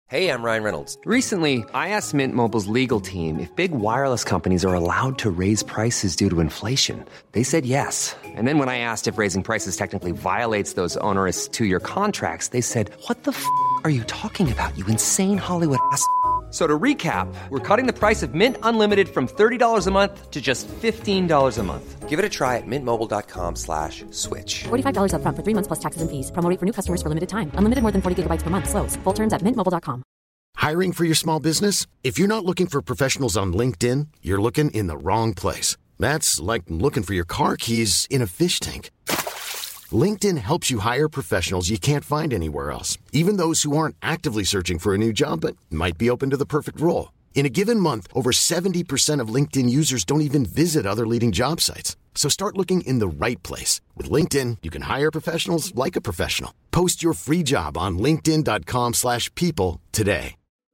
Hey, I'm Ryan Reynolds. Recently, I asked Mint Mobile's legal team if big wireless companies are allowed to raise prices due to inflation. They said yes. And then when I asked if raising prices technically violates those onerous two-year contracts, they said, "What the f*** are you talking about, you insane Hollywood ass?" So to recap, we're cutting the price of Mint Unlimited from $30 a month to just $15 a month. Give it a try at mintmobile.com/switch. $45 up front for 3 months plus taxes and fees. Promo rate for new customers for limited time. Unlimited more than 40 gigabytes per month. Slows full terms at mintmobile.com. Hiring for your small business? If you're not looking for professionals on LinkedIn, you're looking in the wrong place. That's like looking for your car keys in a fish tank. LinkedIn helps you hire professionals you can't find anywhere else, even those who aren't actively searching for a new job but might be open to the perfect role. In a given month, over 70% of LinkedIn users don't even visit other leading job sites. So start looking in the right place. With LinkedIn, you can hire professionals like a professional. Post your free job on linkedin.com/people today.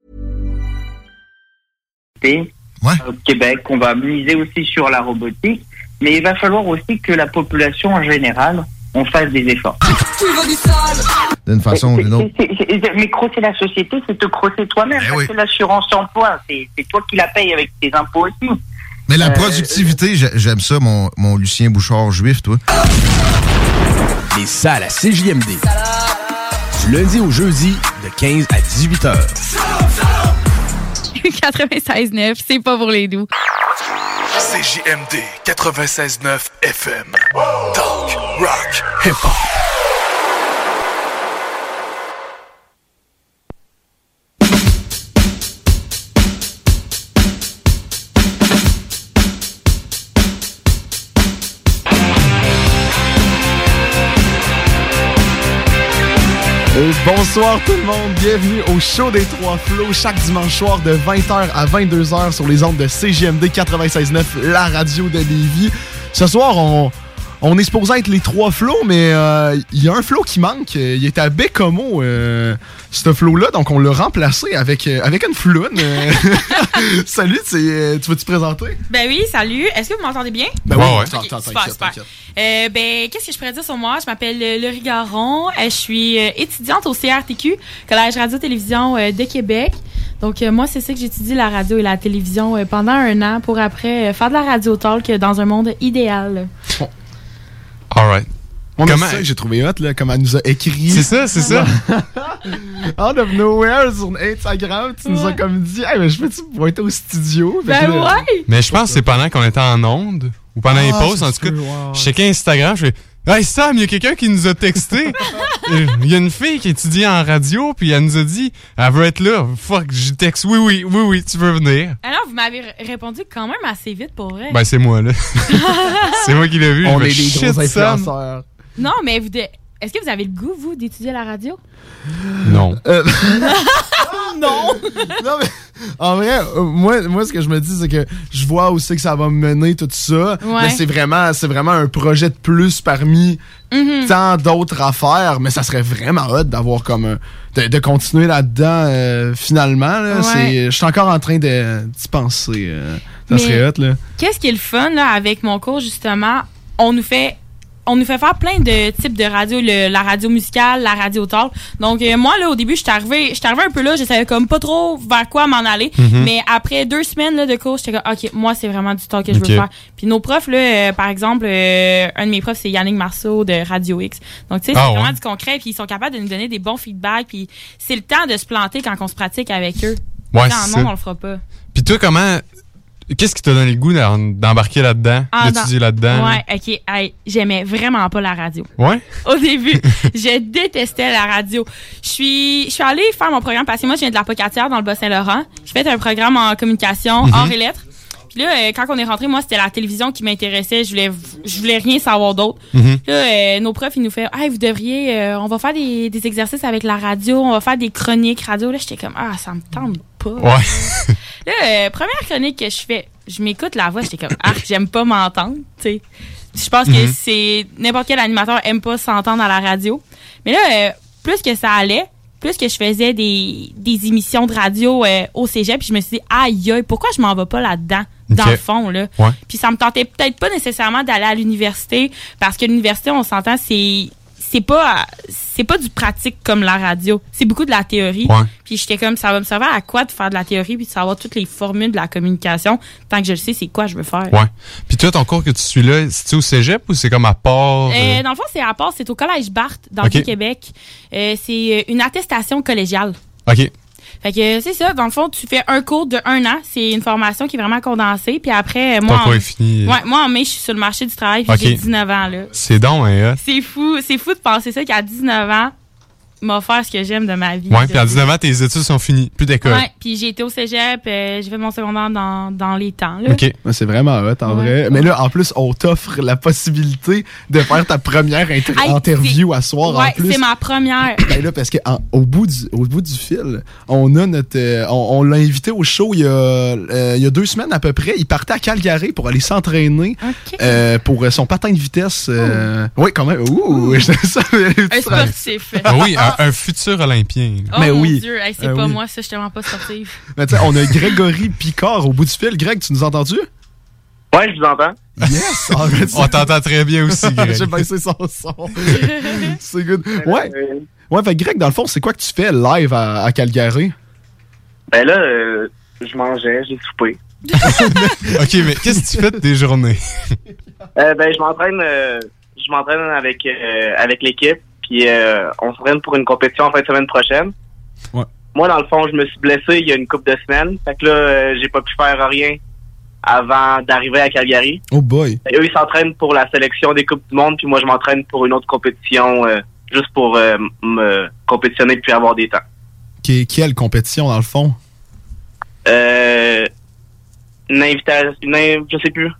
Au Québec, on va miser aussi sur la robotique, mais il va falloir aussi que la population en général, on fasse des efforts. D'une façon ou d'une autre. Mais crosser la société, c'est te crosser toi-même. Parce que l'assurance emploi, c'est toi qui la payes avec tes impôts aussi. Mais la productivité, j'aime ça, mon Lucien Bouchard juif, toi. Les salles à CJMD. Du lundi au jeudi, de 15 à 18 heures. 96.9, c'est pas pour les doux. CJMD 96.9 FM. Talk, rock, hip-hop. Bonsoir tout le monde, bienvenue au show des Trois Flots chaque dimanche soir de 20h à 22h sur les ondes de CJMD 96.9, la radio de Lévis. Ce soir, on est supposé être les Trois Flots, mais il y a un flow qui manque. Il est à Bécomo, ce flow-là, donc on l'a remplacé avec une floune. Salut, tu veux te présenter? Ben oui, salut. Est-ce que vous m'entendez bien? Ben oui, okay, super. Qu'est-ce que je pourrais dire sur moi? Je m'appelle Laurie Garon. Je suis étudiante au CRTQ, Collège Radio-Télévision de Québec. Donc, moi, c'est ça que j'étudie, la radio et la télévision, pendant 1 an pour après faire de la radio-talk dans un monde idéal. All right. Comment ça que j'ai trouvé hot, là, comme elle nous a écrit. C'est ça. Out of nowhere, sur Instagram, tu nous as comme dit, hey, mais je peux-tu pointer au studio? Ben ouais! Mais je pense que c'est pendant qu'on était en onde, ou pendant les pauses, en tout cas. Je checkais Instagram, je fais, hey Sam, il y a quelqu'un qui nous a texté. Il y a une fille qui étudie en radio, puis elle nous a dit, elle veut être là. Fuck, je texte, oui, tu veux venir. Alors, vous m'avez répondu quand même assez vite, pour vrai. Ben, c'est moi, là. C'est moi qui l'ai vu. On est des gros influenceurs. Non, mais est-ce que vous avez le goût, vous, d'étudier la radio? Non. Non! Non, mais en vrai, moi, ce que je me dis, c'est que je vois aussi que ça va mener tout ça. Ouais. Mais c'est vraiment un projet de plus parmi tant d'autres affaires. Mais ça serait vraiment hot d'avoir comme de continuer là-dedans finalement. Là. Ouais. Je suis encore en train d'y penser. Ça serait hot, là. Qu'est-ce qui est le fun là, avec mon cours, justement? On nous fait faire plein de types de radio, la radio musicale, la radio talk. Donc moi là au début, j'étais arrivée un peu là, je savais comme pas trop vers quoi m'en aller, mais après 2 semaines là de cours, j'étais comme OK, moi c'est vraiment du talk que je veux faire. Puis nos profs là par exemple, un de mes profs c'est Yannick Marceau de Radio X. Donc tu sais, c'est vraiment du concret, puis ils sont capables de nous donner des bons feedbacks, puis c'est le temps de se planter quand on se pratique avec eux. Ouais, quand non, on le fera pas. Puis toi qu'est-ce qui t'a donné le goût d'embarquer là-dedans, d'étudier là-dedans? Ouais, OK. Hey, j'aimais vraiment pas la radio. Ouais? Au début, je détestais la radio. Je suis allée faire mon programme parce que moi, je viens de la Pocatière dans le Bas-Saint-Laurent. J'ai fait un programme en communication, arts et lettres. Puis là, quand on est rentré, moi, c'était la télévision qui m'intéressait. Je voulais rien savoir d'autre. Là, nos profs, ils nous font « Hey, vous devriez... on va faire des exercices avec la radio. On va faire des chroniques radio. » Là, j'étais comme « Ah, ça me tente pas. » Ouais. Là, première chronique que je fais, je m'écoute la voix, j'étais comme « Ah, j'aime pas m'entendre. » Tu sais. Je pense que c'est... N'importe quel animateur aime pas s'entendre à la radio. Mais là, plus que ça allait, plus que je faisais des émissions de radio au cégep, puis je me suis dit « Aïe, pourquoi je m'en vais pas là-dedans? » Dans le fond, là. Puis ça me tentait peut-être pas nécessairement d'aller à l'université, parce que l'université, on s'entend, c'est c'est pas du pratique comme la radio. C'est beaucoup de la théorie. Ouais. Puis j'étais comme, ça va me servir à quoi de faire de la théorie puis de savoir toutes les formules de la communication tant que je le sais c'est quoi je veux faire. Ouais. Puis toi, ton cours que tu suis là, c'est-tu au cégep ou c'est comme à part? Dans le fond, c'est à part. C'est au Collège Barthes, dans le Québec. C'est une attestation collégiale. OK. Fait que c'est ça. Dans le fond, tu fais un cours de 1 an. C'est une formation qui est vraiment condensée. Puis après, Ton cours est fini. Ouais, moi, en mai, je suis sur le marché du travail. Puis j'ai 19 ans, là. C'est donc, hein? C'est fou de penser ça qu'à 19 ans, m'a faire ce que j'aime de ma vie. Ouais, puis à 19 ans, tes études sont finies. Plus d'école. Ouais, puis j'ai été au cégep, j'ai fait mon secondaire dans les temps. Là. OK. Ouais, c'est vraiment hot, en vrai. Mais là, en plus, on t'offre la possibilité de faire ta première interview à soir, en plus. Ouais, c'est ma première. Ben là, parce qu'au bout du fil, on a on l'a invité au show il y a 2 semaines à peu près. Il partait à Calgary pour aller s'entraîner pour son patin de vitesse. Oui, quand même. Ouh. Un sportif. Ah oui, un futur Olympien. Oh mais mon Dieu, hey, c'est pas moi, ça, je suis tellement pas sportif. Mais tu sais, on a Grégory Picard au bout du fil. Greg, tu nous as entendu? Ouais, je vous entends. Yes! On t'entend très bien aussi, Greg. J'ai baissé son son. C'est good. Ouais. Ouais, fait Greg, dans le fond, c'est quoi que tu fais live à Calgary? Ben là, je mangeais, j'ai soupé. OK, mais qu'est-ce que tu fais de tes journées? Ben, je m'entraîne avec l'équipe. Puis on s'entraîne pour une compétition en fin de semaine prochaine. Ouais. Moi, dans le fond, je me suis blessé il y a une couple de semaines. Fait que là, j'ai pas pu faire rien avant d'arriver à Calgary. Oh boy. Et eux, ils s'entraînent pour la sélection des Coupes du Monde. Puis moi, je m'entraîne pour une autre compétition juste pour me compétitionner puis avoir des temps. Quelle compétition, dans le fond? Une invitation... je sais plus.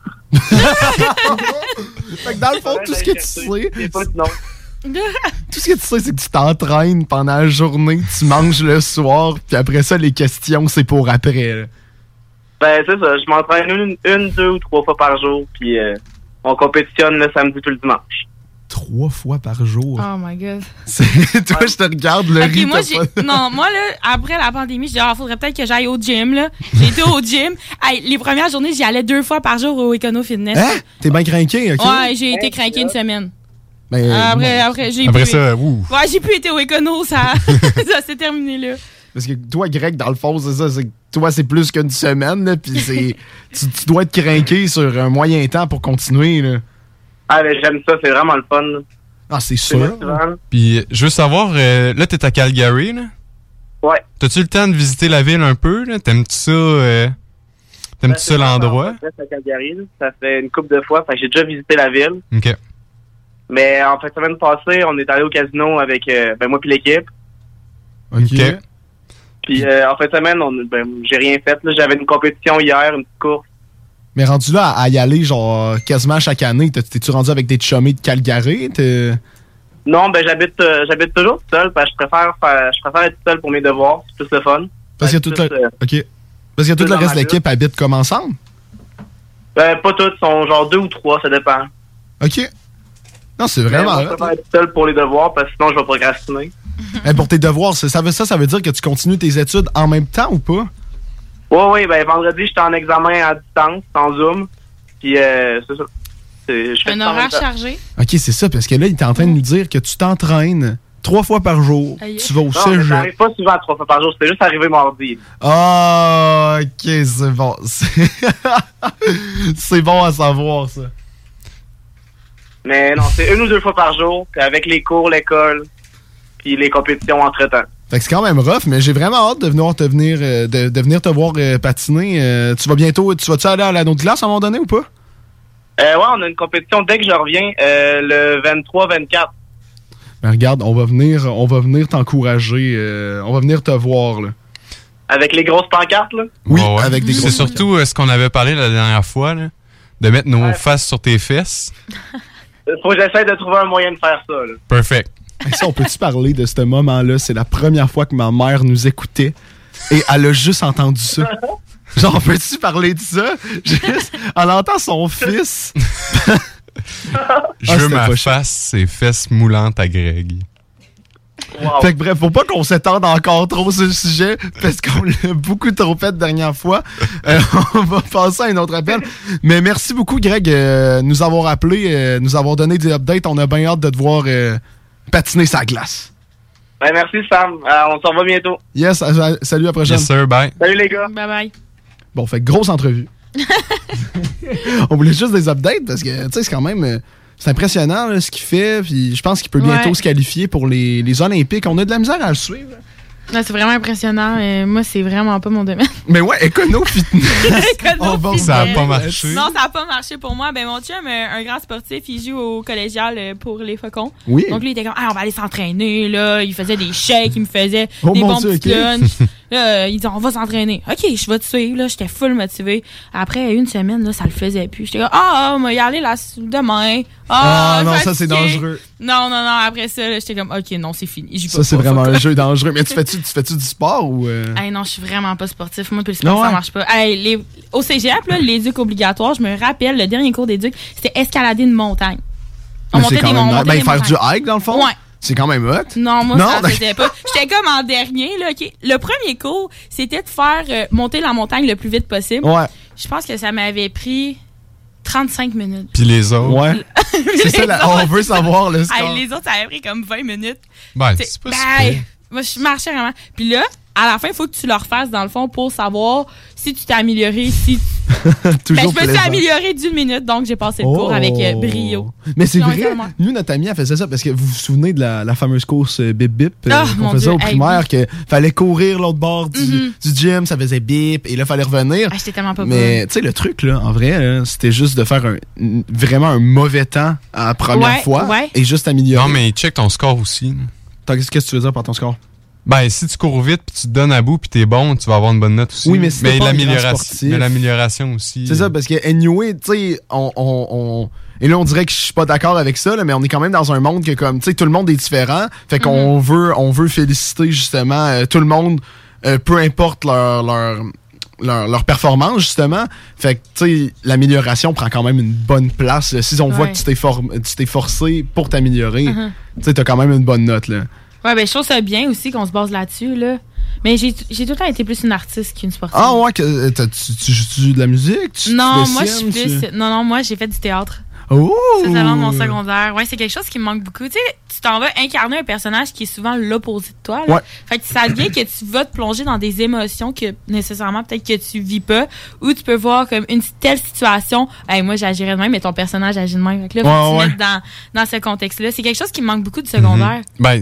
Fait que dans le fond, tout ce que tu sais... C'est pas non. Tout ce que tu sais, c'est que tu t'entraînes pendant la journée, tu manges le soir, puis après ça, les questions, c'est pour après. Là. Ben, c'est ça. Je m'entraîne une, 2 ou 3 fois par jour, puis on compétitionne le samedi puis le dimanche. 3 fois par jour? Oh my God. Toi, je te regarde, le riz. Moi, là, après la pandémie, je dis, faudrait peut-être que j'aille au gym, là. J'ai été au gym. Hey, les premières journées, j'y allais 2 fois par jour au Econo Fitness. Hein? T'es bien craqué, OK? Ouais, j'ai été craqué une semaine. Ben, après, j'ai après pu... ça, ouh. Ouais, j'ai pu être au Econo, ça s'est terminé là. Parce que toi, Greg, dans le fond, c'est ça, c'est que toi, c'est plus qu'une semaine, là, puis tu dois être craqué sur un moyen temps pour continuer, là. Ah, ben, j'aime ça, c'est vraiment le fun. Là. Ah, c'est sûr. Puis, je veux savoir, là, t'es à Calgary, là? Ouais. T'as-tu le temps de visiter la ville un peu, là? T'aimes-tu ça, t'aimes-tu ça l'endroit? À Calgary, ça fait une couple de fois, fait que j'ai déjà visité la ville. OK. Mais en fait, la semaine passée, on est allé au casino avec moi puis l'équipe. OK. Puis en fin de semaine, j'ai rien fait. Là. J'avais une compétition hier, une petite course. Mais rendu là à y aller, genre, quasiment chaque année, t'es-tu rendu avec des chummies de Calgary? Non, ben j'habite toujours tout seul, parce que je préfère être tout seul pour mes devoirs. C'est plus le fun. Parce que tout le reste de l'équipe habite comme ensemble? Ben, pas tous, sont genre 2 ou 3, ça dépend. OK. Non, c'est vraiment... Je préfère être seul pour les devoirs, parce que sinon je vais procrastiner. Mais pour tes devoirs, ça veut dire que tu continues tes études en même temps ou pas? Oui, ben vendredi, j'étais en examen à distance, en Zoom. Puis c'est ça. Je fais un horaire chargé. OK, c'est ça, parce que là, il est en train de nous dire que tu t'entraînes 3 fois par jour. Tu vas au cégep. Ça n'arrive pas souvent 3 fois par jour, c'est juste arrivé mardi. Ah, OK, c'est bon. C'est bon à savoir, ça. Mais non, c'est 1 ou 2 fois par jour, puis avec les cours, l'école, puis les compétitions entre-temps. Fait que c'est quand même rough, mais j'ai vraiment hâte de venir te voir patiner. Tu vas-tu aller à l'anneau de glace à un moment donné ou pas? Ouais, on a une compétition dès que je reviens, le 23-24. Ben regarde, on va venir t'encourager, on va venir te voir, là. Avec les grosses pancartes, là? Oui, ouais. avec des grosses pancartes. C'est surtout ce qu'on avait parlé la dernière fois, là, de mettre nos faces sur tes fesses. Faut que j'essaie de trouver un moyen de faire ça, là. Perfect. Ça, on peut-tu parler de ce moment-là? C'est la première fois que ma mère nous écoutait et elle a juste entendu ça. Genre, peux-tu parler de ça? Juste, elle entend son fils. Je veux ma face, ses fesses moulantes à Greg. Wow. Fait que bref, faut pas qu'on s'étende encore trop sur le sujet parce qu'on l'a beaucoup trop fait la dernière fois. On va passer à un autre appel. Mais merci beaucoup, Greg, nous avoir appelé, nous avoir donné des updates. On a bien hâte de te voir patiner sa glace. Ben, merci, Sam. On se revoit bientôt. Yes, salut, à la prochaine. Yes, sir, bye. Salut, les gars. Bye-bye. Bon, fait grosse entrevue. On voulait juste des updates parce que, tu sais, c'est quand même... c'est impressionnant là, ce qu'il fait. Puis je pense qu'il peut bientôt se qualifier pour les Olympiques. On a de la misère à le suivre. Non, c'est vraiment impressionnant. Moi, c'est vraiment pas mon domaine. Mais ouais, écono-fitness. Ça n'a pas marché. Non, ça n'a pas marché pour moi. Ben, mon chum, un grand sportif, il joue au collégial pour les Faucons. Oui. Donc, lui, il était comme, on va aller s'entraîner. Là. Il faisait des shakes, il me faisait Oh des mon bons Dieu, petits lunchs. Là, il dit, on va s'entraîner. OK, je vais te suivre. Là, j'étais full motivée. Après une semaine, là, ça le faisait plus. J'étais comme, on va y aller là, demain. Non, ça, c'est dangereux. Non. Après ça, là, j'étais comme, OK, non, c'est fini. Ça, c'est vraiment un jeu dangereux. Mais tu fais-tu du sport ou. Non, je suis vraiment pas sportif. Moi, puis le sport, ça marche pas. Au cégep, là, l'éduc obligatoire, je me rappelle, le dernier cours d'éduc, c'était escalader une montagne. On montait des montagnes. Ben, faire du hike, dans le fond? Ouais. C'est quand même hot. Non, moi, ça faisait pas. J'étais comme en dernier, là, OK. Le premier cours, c'était de faire monter la montagne le plus vite possible. Ouais. Je pense que ça m'avait pris 35 minutes. Puis les autres? Ouais. C'est ça, on veut savoir le score. Les autres, ça avait pris comme 20 minutes. Ben, c'est pas super. Moi, je marchais vraiment. Puis là, à la fin, il faut que tu le refasses, dans le fond, pour savoir si tu t'es amélioré, si... Toujours je me suis améliorée d'1 minute, donc j'ai passé le cours avec brio. Mais c'est vrai, nous, notre amie, elle faisait ça parce que vous vous souvenez de la fameuse course Bip Bip qu'on faisait au primaire, qu'il fallait courir l'autre bord du gym, ça faisait bip, et là, il fallait revenir. J'étais tellement pas Mais tu sais, le truc, là, en vrai, c'était juste de faire vraiment un mauvais temps à la première fois et juste améliorer. Non, mais check ton score aussi. Qu'est-ce que tu veux dire par ton score? Ben, si tu cours vite puis tu te donnes à bout puis t'es bon, tu vas avoir une bonne note aussi. Oui, mais c'est pas l'amélioration aussi. C'est ça, parce que anyway, tu sais, et là, on dirait que je suis pas d'accord avec ça, là, mais on est quand même dans un monde que, comme, tu sais, tout le monde est différent. Fait qu'on veut féliciter, justement, tout le monde, peu importe leur performance, justement. Fait que, tu sais, l'amélioration prend quand même une bonne place. Là. Si on voit que tu t'es forcé pour t'améliorer, tu sais, t'as quand même une bonne note, là. Ouais, ben je trouve ça bien aussi qu'on se base là-dessus, là. Mais j'ai tout le temps été plus une artiste qu'une sportive. Ah ouais, tu joues de la musique? Non, moi je suis plus... Non, moi j'ai fait du théâtre. Oh! C'est vraiment mon secondaire. Ouais, c'est quelque chose qui me manque beaucoup. Tu sais, tu t'en vas incarner un personnage qui est souvent l'opposé de toi. Là. Ouais. Fait que ça devient que tu vas te plonger dans des émotions que nécessairement peut-être que tu vis pas, ou tu peux voir comme une telle situation. Hey, moi j'agirais de même, mais ton personnage agit de même. Fait que là, faut que tu mettes dans ce contexte-là. C'est quelque chose qui me manque beaucoup du secondaire. Ben,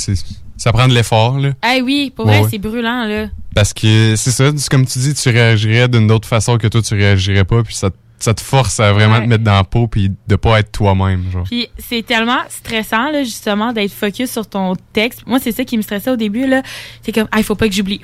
ça prend de l'effort, là. Hey, oui, pour vrai, c'est brûlant, là. Parce que c'est ça, comme tu dis, tu réagirais d'une autre façon que toi, tu réagirais pas, puis ça te force à vraiment te mettre dans la peau puis de pas être toi-même, genre. Puis c'est tellement stressant, là, justement, d'être focus sur ton texte. Moi, c'est ça qui me stressait au début, là. C'est comme, faut pas que j'oublie.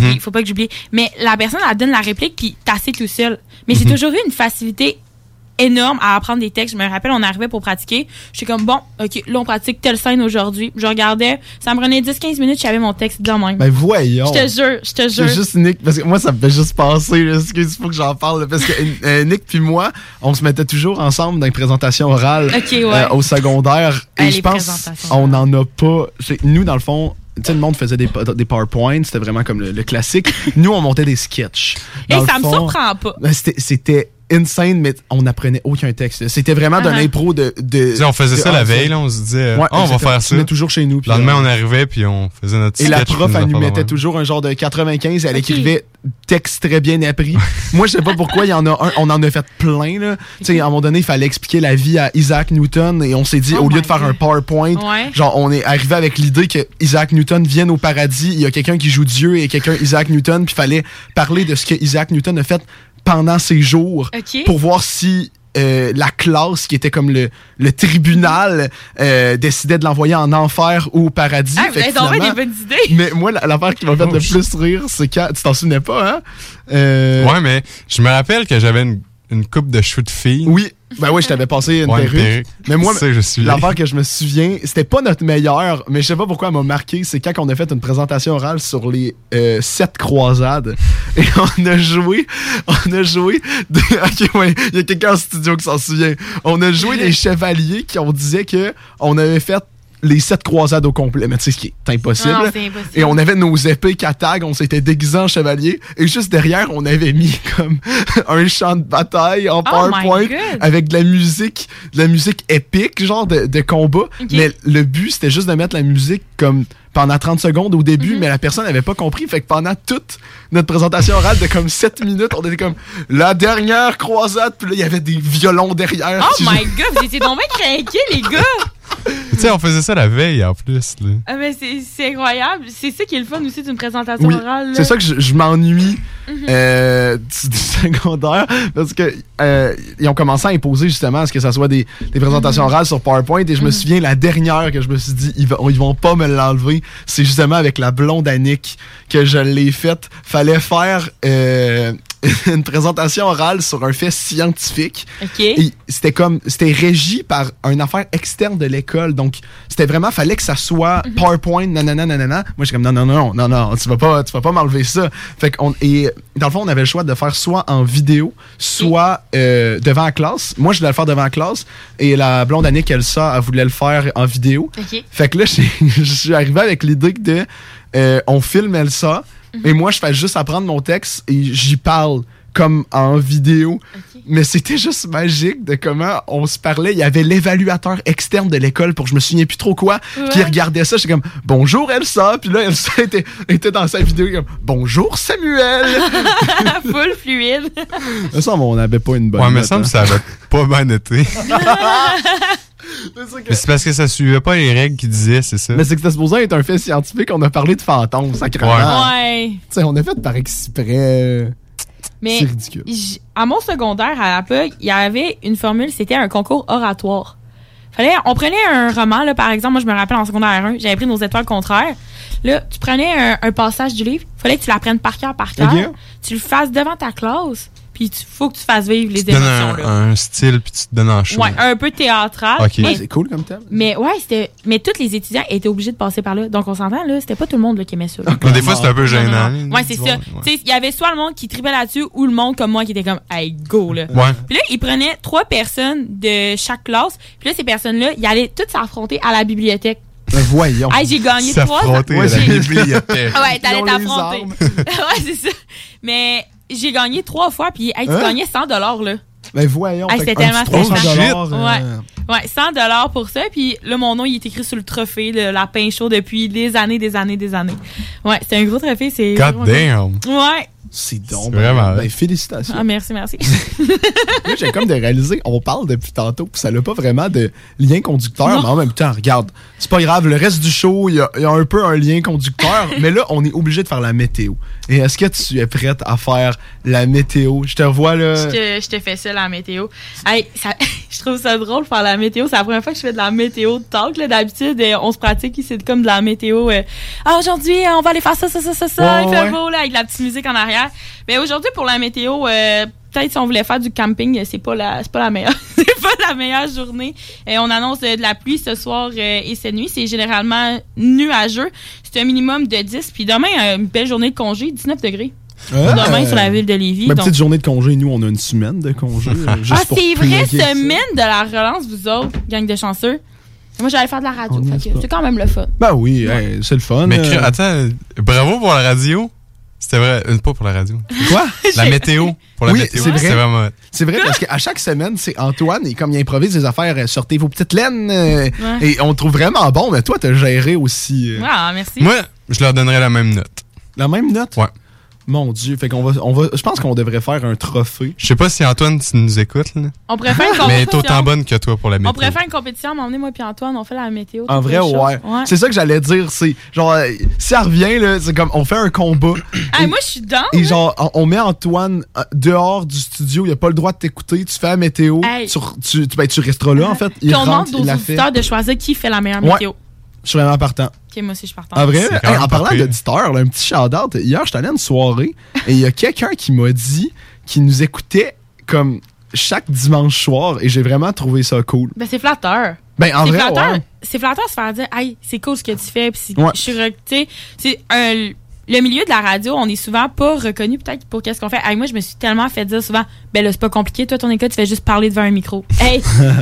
Mais la personne, elle donne la réplique puis t'as assez tout seul. Mais j'ai toujours eu une facilité énorme à apprendre des textes. Je me rappelle, on arrivait pour pratiquer. J'étais comme, bon, OK, là, on pratique telle scène aujourd'hui. Je regardais, ça me prenait 10-15 minutes, j'avais mon texte de même. Ben voyons. Je te jure. C'est juste Nick, parce que moi, ça me fait juste passer, là, il faut que j'en parle, là, parce que Nick puis moi, on se mettait toujours ensemble dans les présentations orales au secondaire. Et je pense on n'en a pas... Nous, dans le fond... Tu sais, le monde faisait des PowerPoints, c'était vraiment comme le classique. Nous, on montait des sketchs. Et ça me surprend pas. C'était insane, mais on n'apprenait aucun texte. C'était vraiment de l'impro de on faisait ça la veille, là, on se disait, on va faire ça. On toujours chez nous. Le lendemain, on arrivait, puis on faisait notre sketch. Et la prof, elle nous mettait toujours un genre de 95, elle écrivait texte très bien appris. Moi, je sais pas pourquoi, il y en a un, on en a fait plein, là. Tu sais, à un moment donné, il fallait expliquer la vie à Isaac Newton, et on s'est dit, au lieu de faire un PowerPoint, genre, on est arrivé avec l'idée que Isaac Newton vienne au paradis, il y a quelqu'un qui joue Dieu et quelqu'un Isaac Newton, puis il fallait parler de ce que Isaac Newton a fait pendant ses jours pour voir si la classe qui était comme le tribunal décidait de l'envoyer en enfer ou au paradis. Vous avez tombé des bonnes idées. Mais moi, l'affaire qui m'a fait le plus rire, c'est quand... Tu t'en souvenais pas, hein? Ouais, mais je me rappelle que j'avais une coupe de cheveux de fille. Oui. Ben oui, je t'avais passé une perruque. Mais moi, l'affaire que je me souviens, c'était pas notre meilleur, mais je sais pas pourquoi elle m'a marqué, c'est quand on a fait une présentation orale sur les 7 croisades. Et on a joué ok, ouais, il y a quelqu'un en studio qui s'en souvient. On a joué les chevaliers qui on disait que on avait fait les 7 croisades au complet. Mais tu sais, ce qui est impossible. Non, c'est impossible. Et on avait nos épées Katag, on s'était déguisés en chevalier. Et juste derrière, on avait mis comme un champ de bataille en PowerPoint avec de la musique épique, genre de combat. Okay. Mais le but, c'était juste de mettre la musique comme pendant 30 secondes au début, mais la personne n'avait pas compris. Fait que pendant toute notre présentation orale de comme 7 minutes, on était comme la dernière croisade. Puis là, il y avait des violons derrière. Oh my God, vous étiez donc bien craqués, les gars! Tu sais, on faisait ça la veille en plus. Là. Ah, mais c'est incroyable. C'est ça qui est le fun aussi d'une présentation orale. Là. C'est ça que je m'ennuie du secondaire parce que ils ont commencé à imposer justement à ce que ça soit des présentations orales sur PowerPoint et je me souviens la dernière que je me suis dit ils vont pas me l'enlever, c'est justement avec la blonde Annick que je l'ai faite. Fallait faire une présentation orale sur un fait scientifique. Okay. Et c'était régi par une affaire externe de l'école. Donc, c'était vraiment, fallait que ça soit PowerPoint, nanana. Moi, j'étais comme, non, tu vas pas m'enlever ça. Fait et dans le fond, on avait le choix de faire soit en vidéo, soit devant la classe. Moi, je voulais le faire devant la classe. Et la blonde Annick, elle voulait le faire en vidéo. Okay. Fait que là, je suis arrivé avec l'idée de, on filme Elsa. Et moi, je fais juste apprendre mon texte et j'y parle comme en vidéo. Okay. Mais c'était juste magique de comment on se parlait. Il y avait l'évaluateur externe de l'école pour je me souviens plus trop quoi qui regardait ça. J'étais comme « Bonjour Elsa ». Puis là, Elsa était dans sa vidéo comme « Bonjour Samuel ». Full fluide. Ça, on n'avait pas une bonne note. Ouais, mais ça me avait pas bien été. Mais c'est parce que ça suivait pas les règles qu'ils disaient, c'est ça. Mais c'est que c'était supposé être un fait scientifique. On a parlé de fantômes, sacrément. Ouais. Tu sais, on a fait par exprès. Mais c'est ridicule. À mon secondaire, à la PUC, il y avait une formule, c'était un concours oratoire. On prenait un roman, là, par exemple, moi je me rappelle en secondaire 1, j'avais pris Nos étoiles contraires. Là, tu prenais un passage du livre, il fallait que tu l'apprennes par cœur. Okay. Tu le fasses devant ta classe. Puis il faut que tu fasses vivre les émotions. Tu donnes un style, puis tu te donnes en show. Ouais, un peu théâtral. Okay. Ouais, c'est cool comme thème. Mais ouais, mais tous les étudiants étaient obligés de passer par là. Donc on s'entend, là, c'était pas tout le monde là, qui aimait ça. Des fois, c'était un peu gênant. Ouais, c'est ça. Tu sais, il y avait soit le monde qui tripait là-dessus ou le monde comme moi qui était comme, hey, go, là. Ouais. Puis là, ils prenaient 3 personnes de chaque classe. Puis là, ces personnes-là, ils allaient toutes s'affronter à la bibliothèque. Ben voyons. Hey, j'ai gagné 3. S'affronter à la bibliothèque. Ouais, t'allais t'affronter. Ouais, c'est ça. Mais j'ai gagné 3 fois, puis hey, tu gagnais $100, là. Ben voyons. Hey, c'était tellement stressant. $100. Ouais, $100 pour ça. Puis là, mon nom, il est écrit sur le trophée de la pain chaud depuis des années. Ouais, c'est un gros trophée. C'est God damn. Ouais. C'est donc. Vraiment. Ben, félicitations. Ah, merci. Moi, j'ai comme de réaliser, on parle depuis tantôt, puis ça n'a pas vraiment de lien conducteur, mais en même temps, regarde, c'est pas grave, le reste du show, il y a un peu un lien conducteur, mais là, on est obligé de faire la météo. Et est-ce que tu es prête à faire la météo? Je te revois là. Je te fais ça, la météo. Hey, je trouve ça drôle de faire la météo. C'est la première fois que je fais de la météo de talk. Là. D'habitude, on se pratique ici comme de la météo. Aujourd'hui, on va aller faire ça. Il fait beau là, avec la petite musique en arrière. Mais aujourd'hui, pour la météo, peut-être si on voulait faire du camping, c'est pas la meilleure. C'est pas la meilleure journée. On annonce de la pluie ce soir et cette nuit. C'est généralement nuageux. C'est un minimum de 10. Puis demain, une belle journée de congé, 19 degrés. Demain sur la ville de Lévis. Ma petite journée de congé, nous, on a une semaine de congé. C'est vrai, semaine de la relance, vous autres, gang de chanceux. Moi, j'allais faire de la radio. C'est quand même le fun. Ben oui, hey, c'est le fun. Mais attends, bravo pour la radio. C'était vrai, pas pour la radio. Quoi? La météo. Pour la météo, c'est vrai. C'est vraiment... C'est vrai parce qu'à chaque semaine, c'est Antoine et comme il improvise des affaires, sortez vos petites laines et on le trouve vraiment bon. Mais toi, t'as géré aussi. Ah, merci. Moi, je leur donnerais la même note. La même note? Ouais. Mon Dieu, fait qu'on va, je pense qu'on devrait faire un trophée. Je sais pas si Antoine, tu nous écoutes, là. On pourrait faire une compétition. Mais t'es autant bonne que toi pour la météo. On pourrait faire une compétition, m'emmener moi puis Antoine, on fait la météo. En vrai, ouais. C'est ça que j'allais dire, c'est genre, si elle revient, là, c'est comme, on fait un combat. Moi, je suis dedans. Et genre, on met Antoine dehors du studio, il a pas le droit de t'écouter, tu fais la météo, tu resteras là, en fait. Puis on demande aux auditeurs de choisir qui fait la meilleure météo. Je suis vraiment partant. Ok, moi aussi, je suis partant. En vrai, en parlant d'auditeurs, un petit shout-out. Hier, j'étais allé à une soirée et il y a quelqu'un qui m'a dit qu'il nous écoutait comme chaque dimanche soir et j'ai vraiment trouvé ça cool. Ben, c'est flatteur. Ben, en vrai, ouais. C'est flatteur de se faire dire, hey, c'est cool ce que tu fais. Puis je suis, tu sais, c'est le milieu de la radio, on est souvent pas reconnu peut-être pour qu'est-ce qu'on fait. Moi, je me suis tellement fait dire souvent, ben là, c'est pas compliqué. Toi, ton école, tu fais juste parler devant un micro. Hey,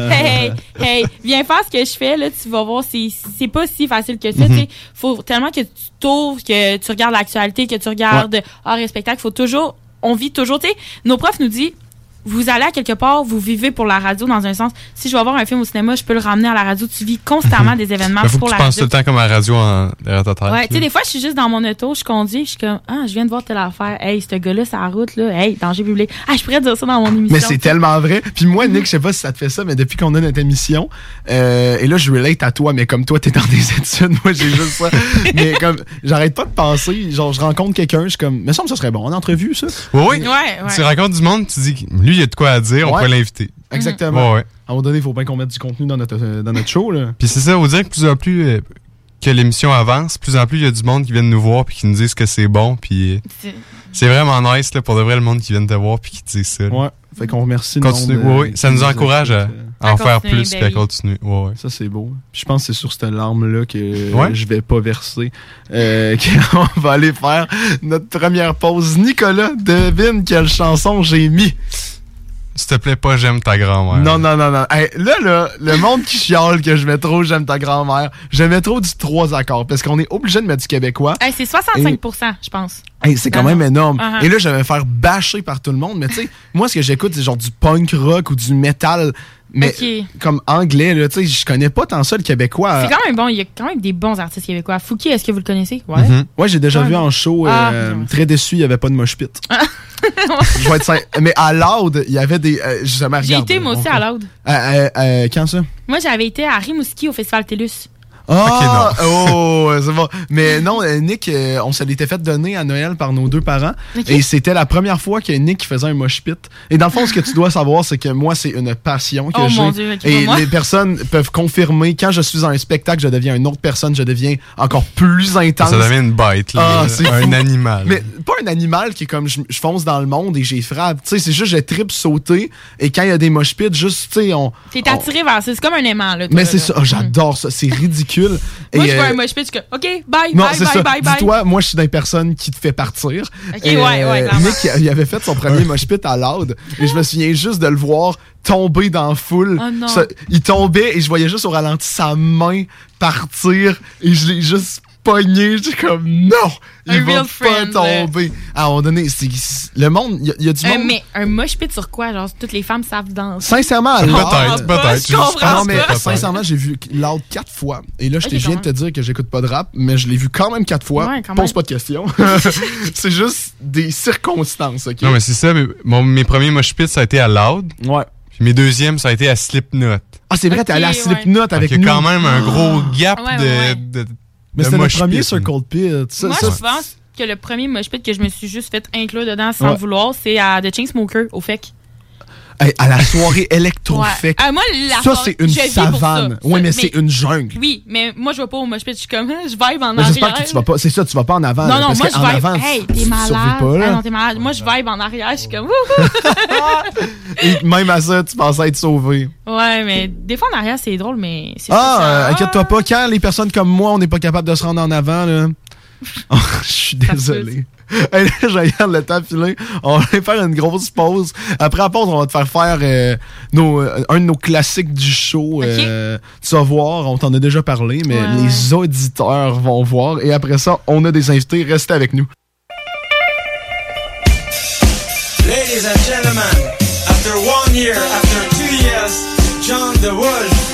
viens faire ce que je fais, là, tu vas voir, c'est pas si facile que ça, tu sais. Faut tellement que tu t'ouvres, que tu regardes l'actualité, que tu regardes les spectacles. On vit toujours, tu sais, nos profs nous disent, vous allez à quelque part, vous vivez pour la radio dans un sens. Si je vais voir un film au cinéma, je peux le ramener à la radio. Tu vis constamment des événements pour la radio. Tu penses tout le temps comme à la radio derrière ta tête. Ouais, tu sais, des fois, je suis juste dans mon auto, je conduis, je suis comme, je viens de voir telle affaire. Hey, ce gars-là, c'est la route, là. Hey, danger public. Je pourrais dire ça dans mon émission. Mais c'est tellement vrai. Puis moi, Nick, je sais pas si ça te fait ça, mais depuis qu'on a notre émission, et là, je relate à toi, mais comme toi, t'es dans des études, moi, j'ai juste ça. Mais comme, j'arrête pas de penser, genre, je rencontre quelqu'un, je suis comme, me semble que ça serait bon en entrevue, ça. Oui. Tu rencontres du monde, tu dis, lui, il y a de quoi à dire, on peut l'inviter. Exactement. À un moment donné, il faut bien qu'on mette du contenu dans notre show, là. Puis c'est ça, on dirait que plus en plus que l'émission avance, plus en plus il y a du monde qui vient nous voir puis qui nous disent que c'est bon. Puis c'est vraiment nice, là, pour de vrai, le monde qui vient te voir puis qui te dit ça. Ouais. Fait qu'on remercie le monde. Oui, ça nous encourage à en faire plus qu'à continuer. Ouais. Ça, c'est beau. Puis je pense que c'est sur cette larme-là que je vais pas verser. Qu'on va aller faire notre première pause. Nicolas, devine quelle chanson j'ai mis. S'il te plaît, pas J'aime ta grand-mère. Non. Hey, là, le monde qui chiale que je mets trop J'aime ta grand-mère, je mets trop du 3 accords parce qu'on est obligé de mettre du québécois. Hey, c'est 65%, je pense. Hey, c'est quand même énorme. Et là, je vais me faire bâcher par tout le monde. Mais tu sais, moi, ce que j'écoute, c'est genre du punk rock ou du métal. Mais comme anglais, là, tu sais, je connais pas tant ça, le québécois. C'est quand même bon. Il y a quand même des bons artistes québécois. Fouki, est-ce que vous le connaissez? Ouais. Ouais, j'ai déjà vu en show. Très déçu, il n'y avait pas de mosh pit. Je vais être simple. Mais à Loud, il y avait des. J'ai été, moi aussi, à Loud. Quand ça? Moi, j'avais été à Rimouski au Festival TELUS. C'est bon. Mais non, Nick, on se l'était fait donner à Noël par nos 2 parents. Et c'était la première fois que Nick faisait un mosh pit. Et dans le fond, ce que tu dois savoir, c'est que moi, c'est une passion que j'ai. Mon Dieu, et les personnes peuvent confirmer, quand je suis dans un spectacle, je deviens une autre personne, je deviens encore plus intense. Ça devient une bête, là. Un animal. Mais pas un animal qui est comme je fonce dans le monde et j'ai frappe. Tu sais, c'est juste je tripe sauter. Et quand il y a des mosh pits, juste, tu sais, t'es attiré vers ça. C'est comme un aimant, là. Mais c'est ça. j'adore ça. C'est ridicule. Moi, je vois un mosh pit, je suis comme, OK, bye. Dis-toi, moi, je suis une personne qui te fait partir. OK, ouais, Nick, il avait fait son premier mosh pit à Loud. Et je me souviens juste de le voir tomber dans la foule. Oh non. Il tombait et je voyais juste au ralenti sa main partir. Et je l'ai juste pogné. J'étais comme, non, il va pas tomber. À un moment donné, le monde, il y a du monde. Mais un mosh pit sur quoi? Genre, toutes les femmes savent danser. Sincèrement, peut-être. Je comprends non, mais sincèrement, j'ai vu Loud 4 fois. Et là, je viens de te dire que j'écoute pas de rap, mais je l'ai vu quand même 4 fois. Pose pas de questions. C'est juste des circonstances, OK? Non, mais c'est ça. Mes premiers mosh pits, ça a été à Loud. Ouais. Puis mes deuxièmes, ça a été à Slipknot. Ah, c'est vrai, t'es allé à Slipknot avec nous. Il y a quand même un gros gap de mais c'était le premier Circle Pit. Moi, je pense que le premier mosh pit que je me suis juste fait inclure dedans sans le vouloir, c'est à The Chainsmokers au FEC. À la soirée électro-fec. Moi, ça, c'est une savane. Oui, mais c'est une jungle. Oui, mais moi, je vais pas au mosh pit. Je suis comme, je vibe en arrière. J'espère que tu vas pas. C'est ça, tu vas pas en avant. Non, parce moi, je vibe. Avant, hey, t'es malade. Non, t'es malade. Moi, je vibe en arrière. Je suis comme, Et même à ça, tu pensais être sauvé. Ouais, mais des fois, en arrière, c'est drôle, mais c'est inquiète-toi pas. Quand les personnes comme moi, on n'est pas capable de se rendre en avant, là. Je suis désolé. Hey, je regarde le temps filer. On va faire une grosse pause. Après la pause, on va te faire un de nos classiques du show. Okay. Tu vas voir, on t'en a déjà parlé, mais les auditeurs vont voir. Et après ça, on a des invités. Restez avec nous. Ladies and gentlemen, after 1 year, after 2 years, John the Wolf.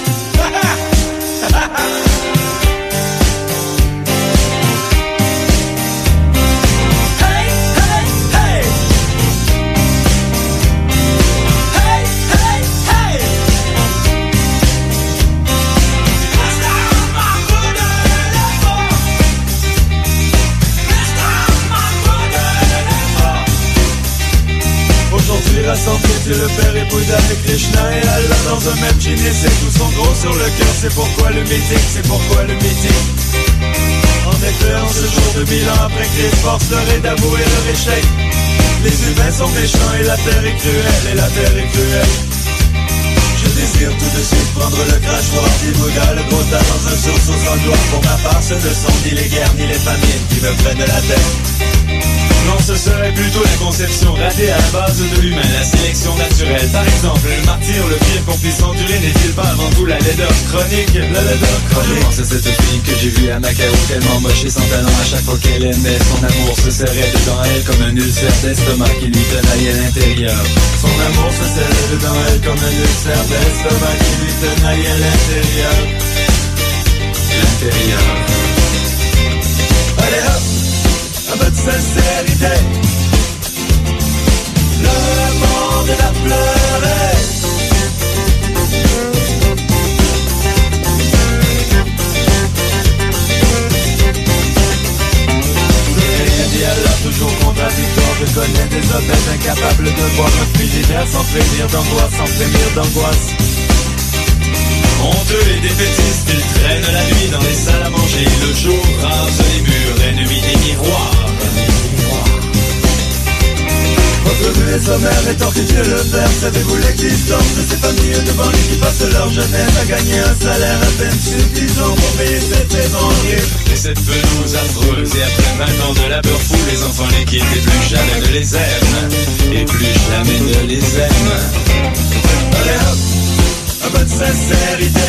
Aujourd'hui rassemblés, Dieu le Père et Bouddha avec Krishna et Allah dans un même jean et c'est tous sont gros sur le cœur. C'est pourquoi le meeting, c'est pourquoi le meeting. En effet, en ce jour de 1000 ans après Christ, force leur est d'avouer leur échec. Les humains sont méchants et la terre est cruelle, et la terre est cruelle. Je désire tout de suite prendre le crachoir du Bouddha, le gros tas dans un sursaut sans gloire. Pour ma part, ce ne sont ni les guerres ni les famines qui me prennent la tête. Non, ce serait plutôt la conception ratée à la base de l'humain, la sélection naturelle. Par exemple, le martyr, le pire qu'on puisse endurer n'est-il pas avant tout la laideur chronique? La laideur chronique. C'est cette fille que j'ai vue à Macao, tellement moche et sans talent. À chaque fois qu'elle aimait, son amour se serrait dedans elle comme un ulcère d'estomac qui lui tenaille à l'intérieur. Son amour se serrait dedans elle comme un ulcère d'estomac qui lui tenaille à l'intérieur. L'intérieur. Allez hop, un peu de sincérité. Le monde a pleuré. Dialogue toujours contradictoire, je connais des hôtels incapables de voir un frigidaire sans frémir d'angoisse, sans frémir d'angoisse. Honteux et défaitistes, ils traînent la nuit dans les salles à manger. Le jour rase les murs, ennemis des miroirs. Votre vue est sommaire et tortue le père. Savez-vous l'existence de ces familles de banlieues qui passent leur jeunesse à gagner un salaire à peine suffisant pour payer cette maison horrible et cette pelouse affreuse. Et après 20 ans de labeur fou, les enfants les quittent et plus jamais ne les aiment. Et plus jamais ne les aiment. Allez hop, un peu de sincérité.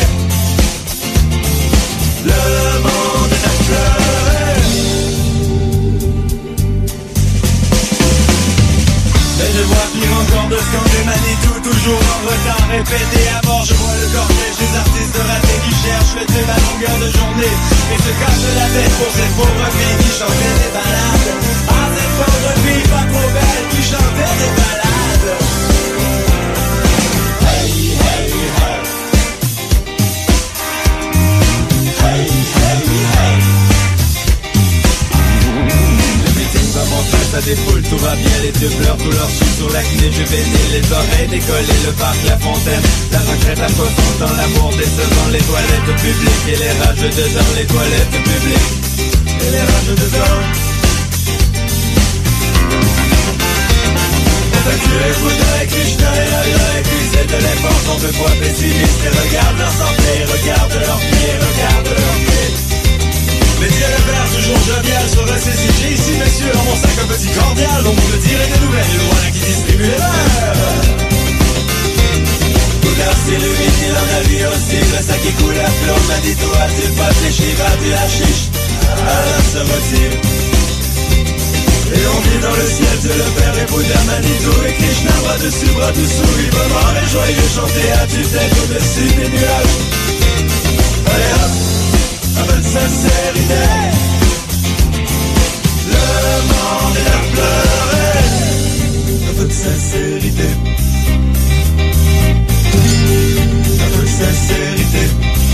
Le monde a pleuré. Mais je vois pire encore de scander Manitou, toujours en retard, répété à mort. Je vois le cortège des artistes ratés qui cherchent le thème à longueur de journée et se cachent la tête pour cette pauvre fille qui chantait des balades. Ah, cette pauvre fille pas trop belle qui chantait des balades. Hey, hey, hey. Hey, hey, hey. Va montrer à des foules, tout va bien, les yeux pleurent, tout leur suit sur l'acné juvénile, les oreilles décollées, le parc, la fontaine, la retraite, la soixante dans l'amour décevant, les toilettes publiques et les rages dedans, les toilettes publiques et les rages dedans. On t'a tué, Bouddha et Krishna et Allah, épuisés de l'effort, sont deux fois pessimistes et regarde leur santé, regarde leurs pieds, regarde leurs pieds. Les dieux le père, toujours jovial, se ressaisit. J'ai ici, messieurs, dans mon sac un petit cordial dont vous me direz des nouvelles, le voilà qui distribue les verres. Bouddha s'illumine, il en a lui aussi, le sac qui coule à flot. Manitou a-t-il pas fléchi, va-t-il à chiche, Allah se retire. Et on vit dans le ciel, Dieu le Père et Bouddha, Manitou et Krishna, bras dessus, bras dessous, librement et joyeux chanter à tue-tête au-dessus des nuages. Allez hop, un peu de sincérité. Le monde est à pleurer. Un peu de sincérité. Un peu de sincérité.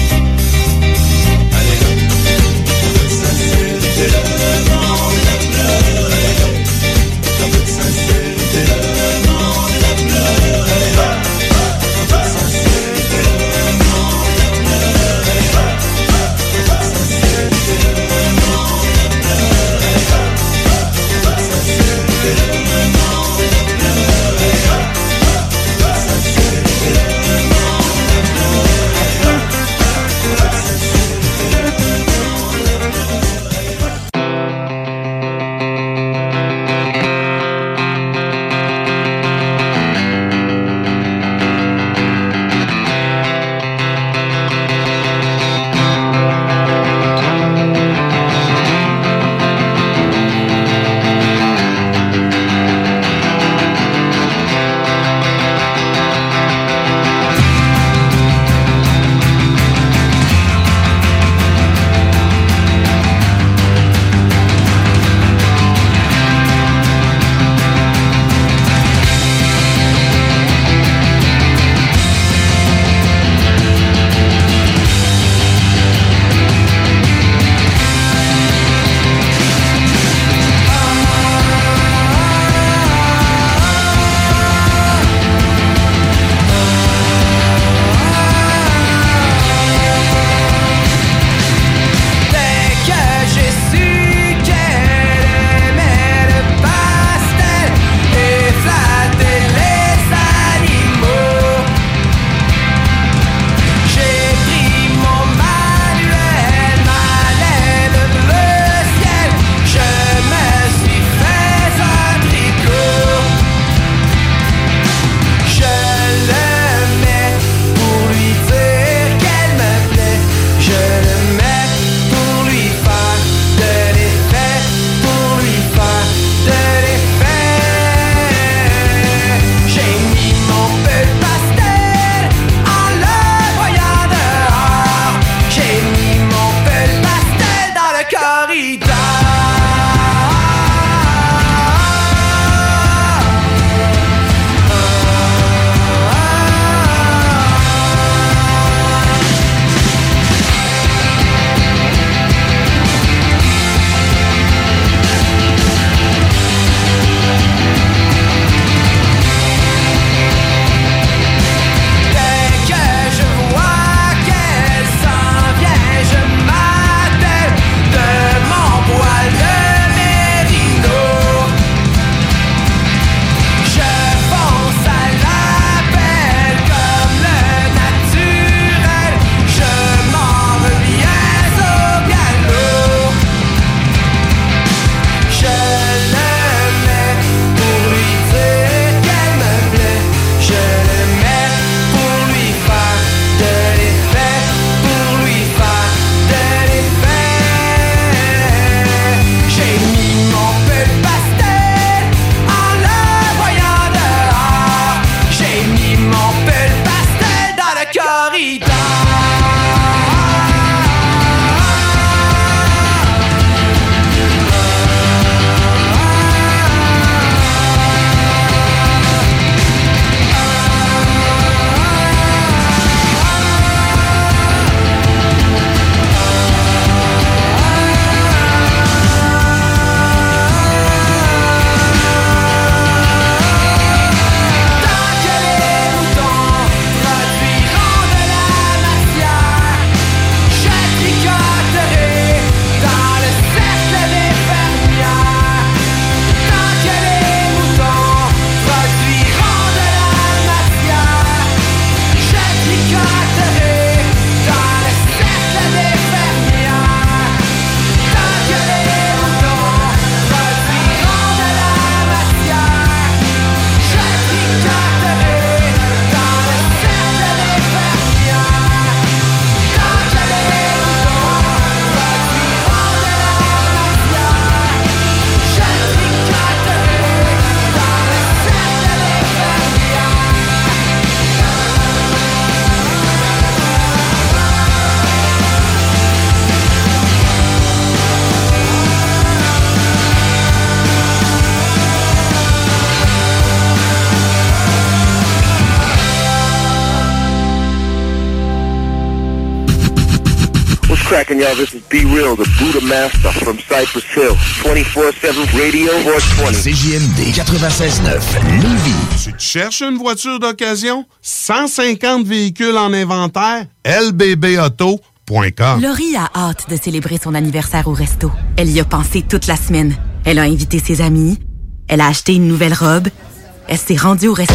Allez hop, un peu de sincérité. Le monde est à pleurer. Un peu de sincérité. Le monde est à pleurer. Un peu de sincérité. Le monde est à pleurer. Sincérité, le monde a pleuré. Sincérité. cracking, y'all? This is Be Real, the Buddha Master from Cypress Hill. 24/7 Radio 420. CJMD 96.9 Lévis. Tu cherches une voiture d'occasion? 150 véhicules en inventaire? lbbauto.com. Laurie a hâte de célébrer son anniversaire au resto. Elle y a pensé toute la semaine. Elle a invité ses amis. Elle a acheté une nouvelle robe. Elle s'est rendue au resto.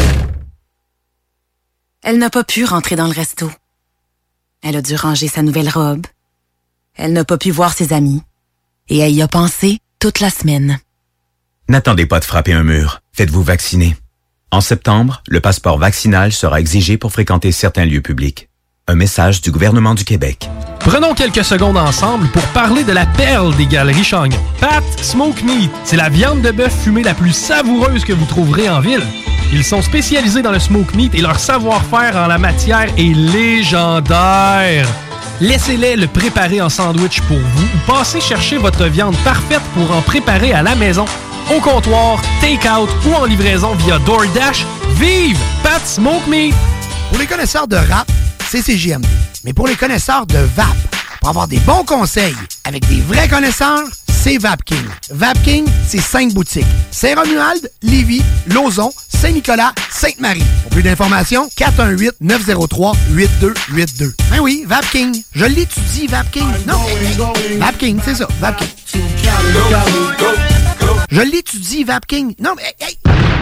Elle n'a pas pu rentrer dans le resto. Elle a dû ranger sa nouvelle robe. Elle n'a pas pu voir ses amis. Et elle y a pensé toute la semaine. N'attendez pas de frapper un mur. Faites-vous vacciner. En septembre, le passeport vaccinal sera exigé pour fréquenter certains lieux publics. Un message du gouvernement du Québec. Prenons quelques secondes ensemble pour parler de la perle des Galeries Chagnon. Pat Smoke Meat, c'est la viande de bœuf fumée la plus savoureuse que vous trouverez en ville. Ils sont spécialisés dans le smoke meat et leur savoir-faire en la matière est légendaire. Laissez-les le préparer en sandwich pour vous ou passez chercher votre viande parfaite pour en préparer à la maison, au comptoir, take-out ou en livraison via DoorDash. Vive Pat Smoke Meat! Pour les connaisseurs de rap, c'est CJMD. Mais pour les connaisseurs de vape, pour avoir des bons conseils avec des vrais connaisseurs, c'est Vapking. Vapking, c'est 5 boutiques. Saint-Romuald, Lévis, Lauson, Saint-Nicolas, Sainte-Marie. Pour plus d'informations, 418-903-8282. Ben oui, Vapking. Je l'étudie, Vapking. Non, Vapking, c'est ça, Vapking. Je l'étudie, Vapking. Non, mais hey!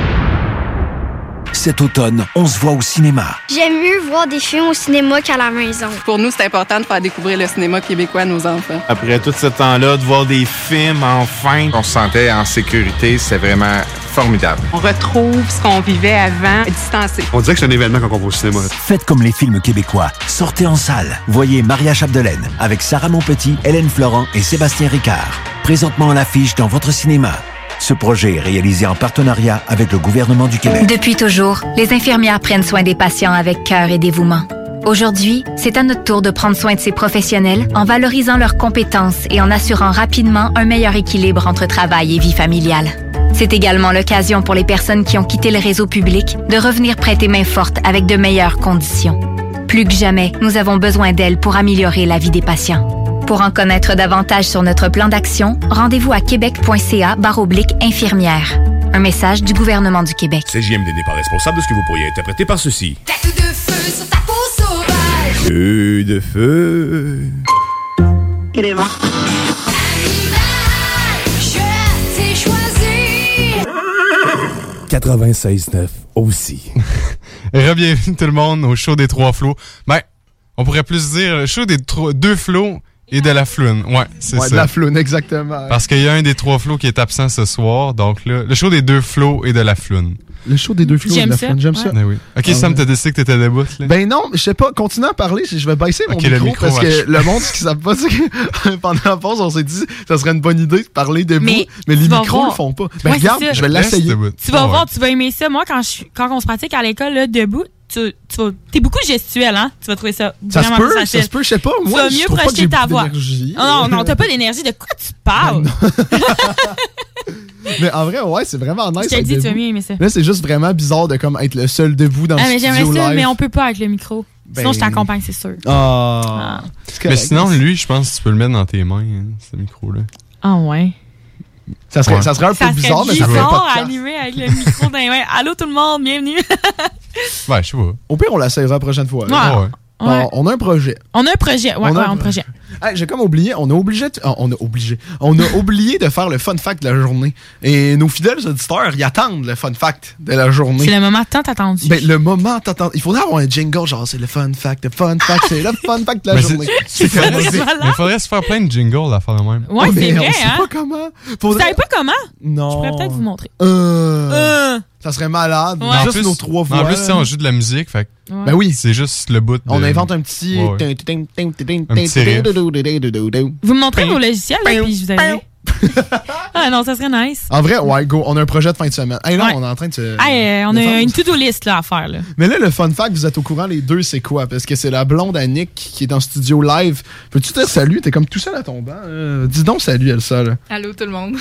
Cet automne, on se voit au cinéma. J'aime mieux voir des films au cinéma qu'à la maison. Pour nous, c'est important de faire découvrir le cinéma québécois à nos enfants. Après tout ce temps-là, de voir des films, enfin, on se sentait en sécurité, c'est vraiment formidable. On retrouve ce qu'on vivait avant, distancé. On dirait que c'est un événement quand on va au cinéma. Faites comme les films québécois. Sortez en salle. Voyez Maria Chapdelaine avec Sarah Monpetit, Hélène Florent et Sébastien Ricard. Présentement à l'affiche dans votre cinéma. Ce projet est réalisé en partenariat avec le gouvernement du Québec. Depuis toujours, les infirmières prennent soin des patients avec cœur et dévouement. Aujourd'hui, c'est à notre tour de prendre soin de ces professionnels en valorisant leurs compétences et en assurant rapidement un meilleur équilibre entre travail et vie familiale. C'est également l'occasion pour les personnes qui ont quitté le réseau public de revenir prêter main forte avec de meilleures conditions. Plus que jamais, nous avons besoin d'elles pour améliorer la vie des patients. Pour en connaître davantage sur notre plan d'action, rendez-vous à québec.ca/infirmière. Un message du gouvernement du Québec. CJMD n'est pas responsable de ce que vous pourriez interpréter par ceci. Tête de feu sur ta peau sauvage. Feu de feu. Il est mort. Je t'ai choisi. 96.9 aussi. Re-bienvenue tout le monde au show des Trois Flots. Ben, on pourrait plus dire le show des deux flots et de la floune. Ouais, c'est ça. De la floune, exactement. Parce qu'il y a un des trois flots qui est absent ce soir. Donc là, le show des deux flots et de la floune. Le show des deux flots et de la floune, j'aime ça. Ben oui. Ok, Sam, t'as décidé que t'étais debout, là? Ben non, je sais pas, continue à parler, je vais baisser mon micro parce que le monde, ce qu'ils savent pas, c'est que pendant la pause, on s'est dit ça serait une bonne idée de parler debout, mais les micros le font pas. Ben regarde, je vais l'essayer. Tu vas voir, tu vas aimer ça. Moi, quand on se pratique à l'école, là, debout, t'es beaucoup gestuel, hein? Tu vas trouver ça vraiment facile. Ça se peut, je sais pas. Moi, tu vas mieux projeter ta voix. Non, t'as pas d'énergie. De quoi tu parles? Mais en vrai, ouais, c'est vraiment nice. Je t'ai dit, tu vas mieux aimer ça. Là, c'est juste vraiment bizarre de comme être le seul debout dans le studio live. J'aimerais ça, mais on peut pas avec le micro. Sinon, je t'accompagne, c'est sûr. Mais sinon, lui, je pense que tu peux le mettre dans tes mains, hein, ce micro-là. Ah ouais. Ça serait un peu bizarre, mais ça ferait pas de animé avec le micro dans les mains. Allô tout le monde, bienvenue. Ouais, je sais pas. Au pire, on l'essayera la prochaine fois. Ouais. On a un projet. On a un projet, un projet. Hey, j'ai comme oublié, on a oublié de faire le fun fact de la journée. Et nos fidèles auditeurs, ils attendent le fun fact de la journée. C'est le moment tant attendu. Ben, le moment tant attendu. Il faudrait avoir un jingle, genre, c'est le fun fact, c'est le fun fact de la journée. Mais il faudrait se faire plein de jingles à faire le même. Ouais, c'est vrai, on sait pas comment. Vous savez pas comment? Non. Je pourrais peut-être vous montrer. Ça serait malade. Juste nos trois voix. En plus, on joue de la musique, fait ben oui. C'est juste le bout de... On invente un petit... Un petit riff. Vous me montrez vos logiciels, là, puis je vous avais... Ah non, ça serait nice. En vrai, ouais, go, on a un projet de fin de semaine. Hey, là, on est en train de se... on a une to-do list là, à faire. Là. Mais là, le fun fact, vous êtes au courant, les deux, c'est quoi? Parce que c'est la blonde à Nick qui est en studio live. Peux-tu dire salut? T'es comme tout seul à ton banc. Dis donc salut, Elsa. Là. Allô tout le monde.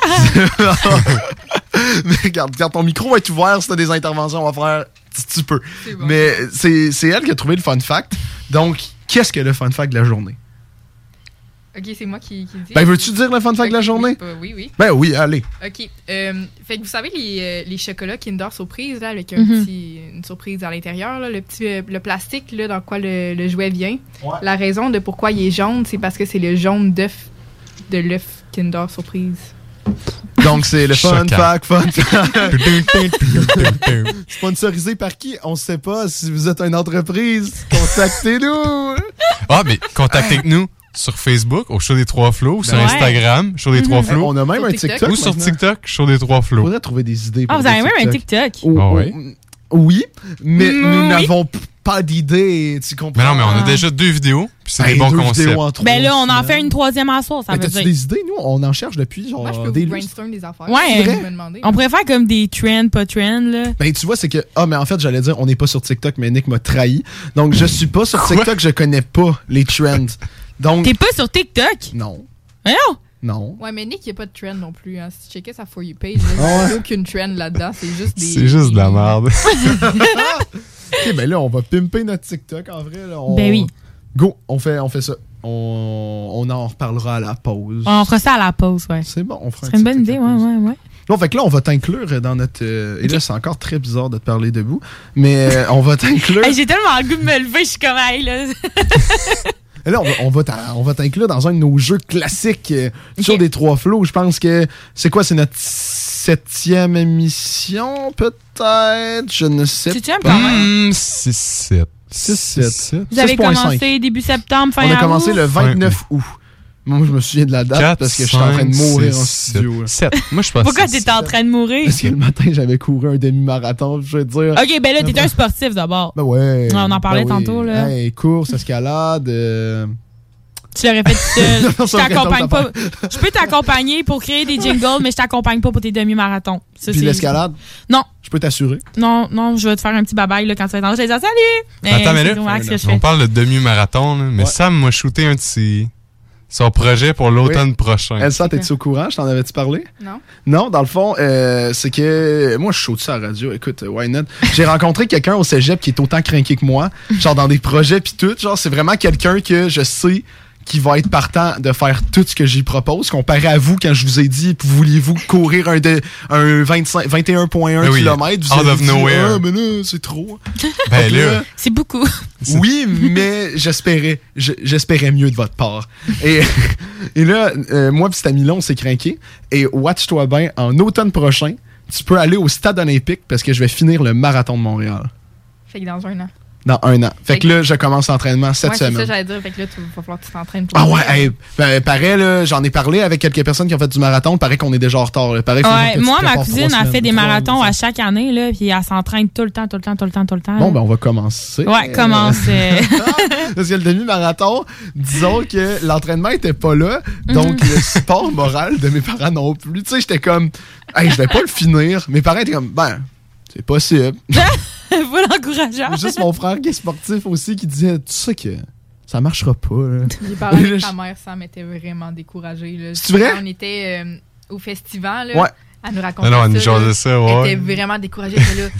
Mais regarde, quand ton micro est ouvert, si t'as des interventions, on va faire tu peux. Bon. Mais c'est elle qui a trouvé le fun fact. Donc, qu'est-ce que le fun fact de la journée? OK, c'est moi qui dis. Ben, veux-tu dire le fun fact de la journée? Oui. Ben oui, allez. OK. Fait que vous savez, les chocolats Kinder Surprise, là, avec une surprise à l'intérieur, là, le plastique là, dans quoi le jouet vient. Ouais. La raison de pourquoi il est jaune, c'est parce que c'est le jaune d'œuf de l'œuf Kinder Surprise. Donc, c'est le fun fact. Sponsorisé par qui? On ne sait pas. Si vous êtes une entreprise, contactez-nous. Ah, mais contactez-nous sur Facebook, au Show des Trois Flots, sur Instagram, Show des Trois Flots. On a même un TikTok. Ou sur TikTok, Show des Trois Flots. Il faudrait trouver des idées. Ah, vous avez même un TikTok? Oui, mais nous n'avons pas d'idées, tu comprends? Mais non, mais on a déjà 2 vidéos, puis c'est des bons concepts. Ben là, on en fait une 3e en soir, ça veut dire. T'as-tu des idées? Nous, on en cherche depuis genre moi, je peux des brainstorm des affaires. Ouais, on pourrait faire comme des trends, pas trends, là. Ben, tu vois, c'est que... Ah, mais en fait, j'allais dire, on n'est pas sur TikTok, mais Nick m'a trahi. Donc, je suis pas sur TikTok, je connais pas les trends. Donc... T'es pas sur TikTok? Non. Non. Ouais, mais Nick, il n'y a pas de trend non plus. Hein. Si tu checkais sa For You page, il n'y a aucune trend là-dedans. C'est juste des... C'est juste de la merde. OK, ben là, on va pimper notre TikTok, en vrai. Là, Ben oui. Go, on fait ça. On en reparlera à la pause. On fera ça à la pause, ouais. C'est bon, on fera C'est une bonne idée, ouais. Bon, fait que là, on va t'inclure dans notre... Et là, c'est encore très bizarre de te parler debout, mais on va t'inclure... Hey, j'ai tellement le goût de me lever, je suis comme, hey, là... Et là, on va t'inclure dans un de nos jeux classiques sur des Trois Flots. Je pense que... C'est quoi? C'est notre 7e émission, peut-être? Je ne sais pas. 6-7. 6-7. Vous avez commencé début septembre, fin août? On a commencé le 29 août. Moi, je me souviens de la date 4, parce que je suis en train de mourir en studio. 7. Moi, je pense. Pourquoi t'étais en train de mourir? Parce que le matin, j'avais couru un demi-marathon, je veux dire. OK, ben là, t'étais un sportif d'abord. Ben ouais. On en parlait tantôt, là. Hey, course, escalade. Tu l'aurais fait tout seul. Je t'accompagne pas. Je peux t'accompagner pour créer des jingles, mais je t'accompagne pas pour tes demi-marathons. Puis l'escalade? Non. Je peux t'assurer? Non, je vais te faire un petit bye-bye là, quand tu vas être en train. Je vais te dire salut! Attends, mais là, on parle de demi-marathon, là, mais Sam m'a shooté un de son projet pour l'automne prochain. Elsa, t'es-tu au courant? Je t'en avais-tu parlé? Non. Non, dans le fond, c'est que... Moi, je shoot ça à la radio. Écoute, why not? J'ai rencontré quelqu'un au cégep qui est autant crinqué que moi. Genre dans des projets pis tout. Genre, c'est vraiment quelqu'un que je sais qui va être partant de faire tout ce que j'y propose, comparé à vous, quand je vous ai dit, vouliez-vous courir un 21.1 km, out of nowhere. Ah, mais là, c'est trop. Ben là, c'est beaucoup. Oui, mais j'espérais mieux de votre part. Et là, moi et cet ami-là, on s'est craqué. Et watch-toi bien, en automne prochain, tu peux aller au Stade olympique parce que je vais finir le marathon de Montréal. Fait que dans 1 an. Dans 1 an. Fait que là, je commence l'entraînement cette semaine. C'est ça, j'allais dire. Fait que là, il va falloir que tu t'entraînes pour pareil, là, j'en ai parlé avec quelques personnes qui ont fait du marathon. Paraît qu'on est déjà en retard. Là. Pareil, moi, ma cousine a fait des marathons à chaque année, là, puis elle s'entraîne tout le temps. Bon, ben, on va commencer. Ouais, commencer. Parce que le demi-marathon, disons que l'entraînement était pas là, donc le support moral de mes parents non plus. Tu sais, j'étais comme, hey, je vais pas le finir. Mes parents étaient comme, ben, c'est possible. Voilà l'encourageant. Juste mon frère qui est sportif aussi qui disait, tu sais que ça marchera pas. Là. J'ai parlé avec ta mère, Sam était vraiment découragée. C'est vrai? On était au festival. Là. Ouais. Elle nous racontait elle nous jasait ça, ouais. Elle était vraiment découragée.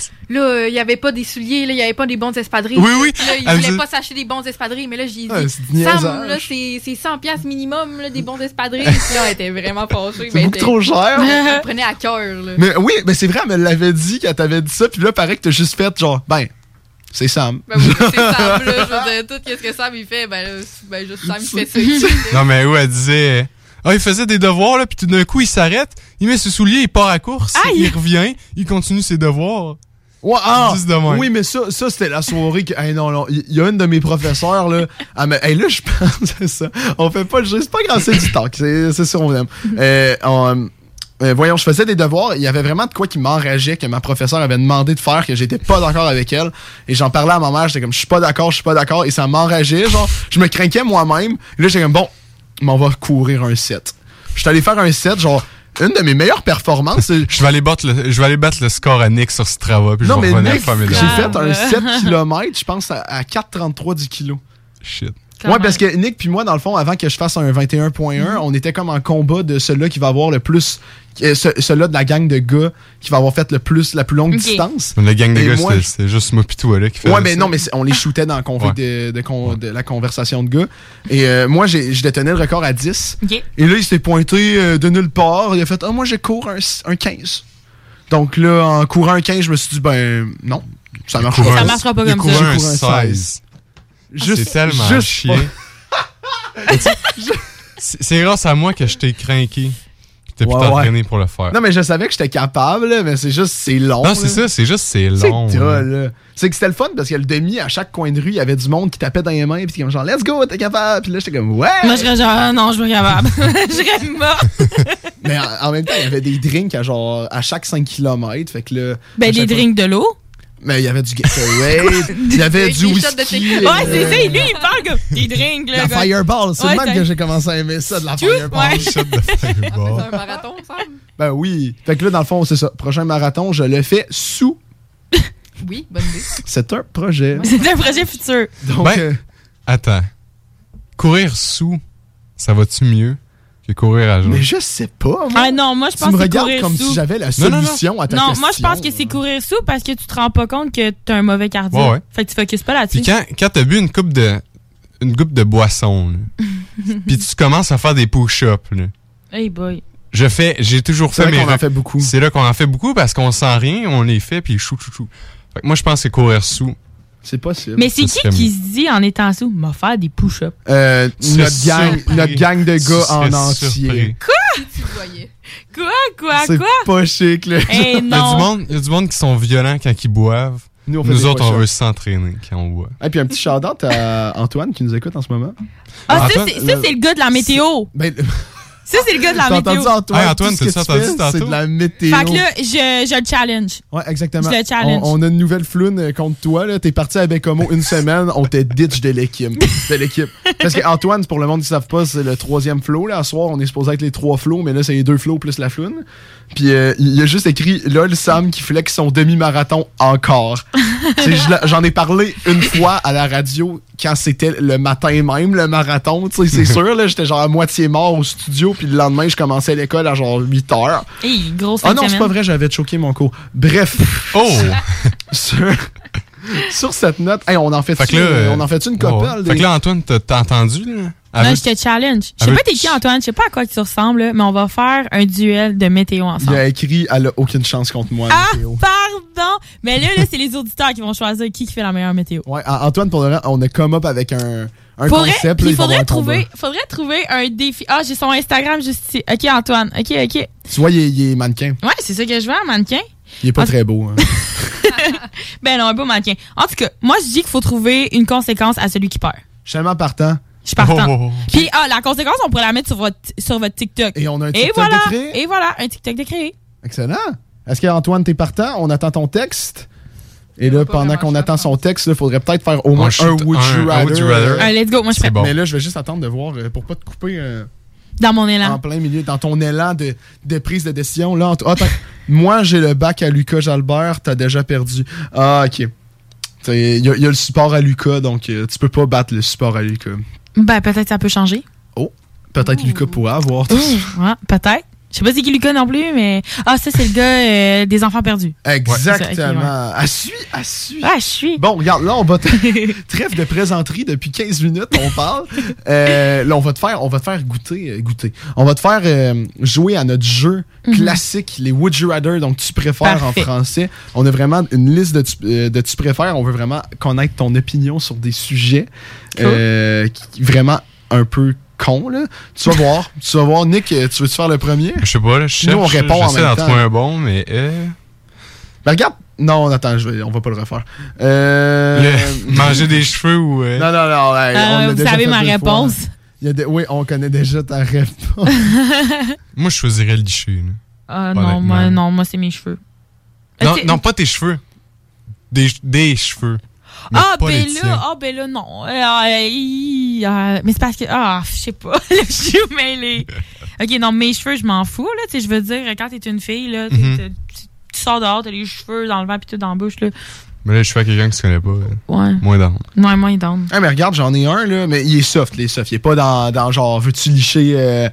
Là, il n'y avait pas des souliers, il n'y avait pas des bons espadrilles. Oui. Là, il voulait pas s'acheter des bons espadrilles, mais là, j'ai dit, Sam, là, c'est 100$ minimum, là, des bons espadrilles. Puis là, elle était vraiment fâchée. C'est beaucoup trop cher. Elle prenait à cœur. Mais oui, mais c'est vrai, elle me l'avait dit quand t'avais dit ça. Puis là, paraît que t'as juste fait genre, c'est Sam. Ben oui, c'est Sam, là. Je veux dire, tout ce que Sam, il fait, juste Sam, il fait ça. Non, mais où elle disait... il faisait des devoirs, là, puis tout d'un coup, il s'arrête, il met ses souliers, il part à course, il revient, il continue ses devoirs. Ouais, oui, mais ça c'était la soirée que... Hey, non, il y a une de mes professeurs, là, là, je pense à ça. On fait pas le jeu, c'est pas grand, c'est du talk, c'est sûr, on aime. Voyons, je faisais des devoirs, il y avait vraiment de quoi qui m'enrageait, que ma professeure avait demandé de faire, que j'étais pas d'accord avec elle, et j'en parlais à ma mère, j'étais comme, je suis pas d'accord, et ça m'enrageait, genre, je me craquais moi-même, et là, j'étais comme, bon, mais on va courir un 7. Je suis allé faire un 7, genre, une de mes meilleures performances. Je vais aller battre le score à Nick sur Strava, puis je vais revenir faire mes j'ai fait un 7 km, je pense, à 4,33 du kilo. Shit. Ouais, parce que Nick puis moi, dans le fond, avant que je fasse un 21.1, on était comme en combat de celui-là qui va avoir le plus... celui-là de la gang de gars qui va avoir fait la plus longue distance. La gang de gars, c'est juste moi pis toi là, qui fait ouais, mais non, mais on les shootait dans le convoi de la conversation de gars. Et moi, je détenais le record à 10. Okay. Et là, il s'est pointé de nulle part. Il a fait « Ah, moi, je cours un 15. » Donc là, en courant un 15, je me suis dit « Ben, non, ça marchera pas. Ça marchera pas comme ça. » J'ai couru un 16. C'est tellement chiant. C'est grâce à moi que je t'ai craqué. T'as pu t'entraîner pour le faire. Non, mais je savais que j'étais capable, mais c'est juste, c'est long. Non, c'est ça, c'est juste, c'est long. C'est que c'était le fun parce que le demi, à chaque coin de rue, il y avait du monde qui tapait dans les mains, puis comme genre, let's go, t'es capable. Puis là, j'étais comme, ouais. Moi, je serais genre, non, je suis pas capable. Je serais mort. Mais en même temps, il y avait des drinks à chaque 5 km. Fait que là. Ben, des drinks de l'eau. Mais il y avait du Gatorade, il y avait du whisky. Ouais, c'est ça. Lui, il parle comme des drinks. Là, la Fireball. C'est le même que j'ai commencé à aimer ça, de la Fireball. Shot de Fireball. C'est un marathon, ça? Ben oui. Fait que là, dans le fond, c'est ça. Prochain marathon, je le fais sous. Oui, bonne idée. C'est un projet. C'est un projet futur. Donc, attends. Courir sous, ça va-tu mieux que courir à jeun? Mais je sais pas, moi. Ah non, moi, je pense que c'est courir sous. Tu me regardes comme si j'avais la solution à ta question. Non, moi, je pense que c'est courir sous parce que tu te rends pas compte que t'as un mauvais cardio. Ouais. Fait que tu focuses pas là-dessus. Puis quand t'as bu une coupe de boisson, puis tu commences à faire des push-ups, là. Hey boy. J'ai toujours fait mes... C'est là qu'on en fait beaucoup. C'est là qu'on en fait beaucoup parce qu'on sent rien, on les fait, puis chou. Fait que moi, je pense que c'est courir sous. C'est possible. Mais c'est qui se dit en étant sous, m'a faire des push-ups? Notre gang de gars en entier. Quoi? Si tu le voyais. Quoi? C'est pas chic, là. Hey, non. Il y a du monde qui sont violents quand ils boivent. Nous autres, on veut s'entraîner quand on boit. Et puis un petit shout-out à Antoine qui nous écoute en ce moment. Ah, ça, c'est le gars de la météo. Ça, c'est le gars de la météo. Entendu, Antoine, Antoine, t'as ça entendu tantôt? C'est de la météo. Fait que là, je le challenge. Ouais, exactement. Je le challenge. On a une nouvelle floune contre toi. Là. T'es parti à Bécomo une semaine, on t'a ditch de l'équipe. Parce que Antoine, pour le monde qui ne savent pas, c'est le 3e flow. Là. À soir, on est supposé être les 3 flows, mais là, c'est les 2 flows plus la floune. Puis il a juste écrit LOL Sam qui flex son demi-marathon encore. J'en ai parlé une fois à la radio quand c'était le matin même, le marathon. C'est sûr, là, j'étais genre à moitié mort au studio, puis le lendemain, je commençais l'école à genre 8 heures. Hey, grosse non, c'est pas vrai, j'avais choqué mon cours. Bref. Oh! Sur cette note, hey, on en fait une couple. Fait que là, Antoine, t'as entendu, là? Non, je te challenge. Je sais pas t'es qui, Antoine. Je sais pas à quoi tu ressembles, là, mais on va faire un duel de météo ensemble. Il a écrit « Elle a aucune chance contre moi, météo. » Pardon! Mais là, c'est les auditeurs qui vont choisir qui fait la meilleure météo. Ouais, Antoine, pour le reste, on a come up avec un concept. Il faudrait trouver un défi. Ah, j'ai son Instagram juste ici. OK, Antoine. OK. Tu vois, il est mannequin. Ouais, c'est ça que je veux, un mannequin. Il est pas très beau. Hein. Ben non, un beau mannequin. En tout cas, moi, je dis qu'il faut trouver une conséquence à celui qui perd. Je suis tellement partant. Je suis partant. Puis, la conséquence, on pourrait la mettre sur votre TikTok. Et on a un TikTok de créé. Et voilà, un TikTok de créé. Excellent. Est-ce qu'Antoine, t'es partant? On attend ton texte. Et là, pendant qu'on attend son texte, il faudrait peut-être faire au moins un Would You Rather. Let's go, moi je fais. Mais là, je vais juste attendre de voir pour pas te couper... dans mon élan. En plein milieu, dans ton élan de prise de décision. Là, moi, j'ai le bac à Lucas Jalbert, t'as déjà perdu. Ah, OK. Il y a le support à Lucas, donc tu peux pas battre le support à Lucas. Ben, peut-être ça peut changer. Oh, peut-être Lucas pourrait avoir. Ouais, peut-être. Je sais pas c'est qui Lucas non plus, mais... Ah, ça, c'est le gars des enfants perdus. Exactement. Ouais. À suivre. Ah, je suis. Bon, regarde, là, on va... Trêve de présenterie depuis 15 minutes, on parle. Là, on va te faire goûter. On va te faire jouer à notre jeu classique, les Would You Rather, donc tu préfères en français. On a vraiment une liste de tu préfères. On veut vraiment connaître ton opinion sur des sujets vraiment un peu con, là. Tu vas voir. Nick, tu veux-tu faire le premier? Je sais pas, là, je cherche. Nous, on répond en même temps. J'essaie d'en trouver un bon, mais... Ben, regarde. Non, attends, on va pas le refaire. Manger des cheveux ou... Non. Vous savez ma réponse. Oui, on connaît déjà ta réponse. Moi, je choisirais le liché. Non, moi, c'est mes cheveux. Non, pas tes cheveux. Des cheveux. Ben là, non. Mais c'est parce que... je sais pas. Je suis mêlée. OK, non, mes cheveux, je m'en fous, là. Tu sais, je veux dire, quand t'es une fille, là, tu sors dehors, t'as les cheveux dans le vent pis tout dans la bouche, là. Mais là, je suis à quelqu'un que tu connais pas. Ouais. Moins down. Ouais, moins down. Ah, mais regarde, j'en ai un, là, mais il est soft, Il est pas dans genre, veux-tu licher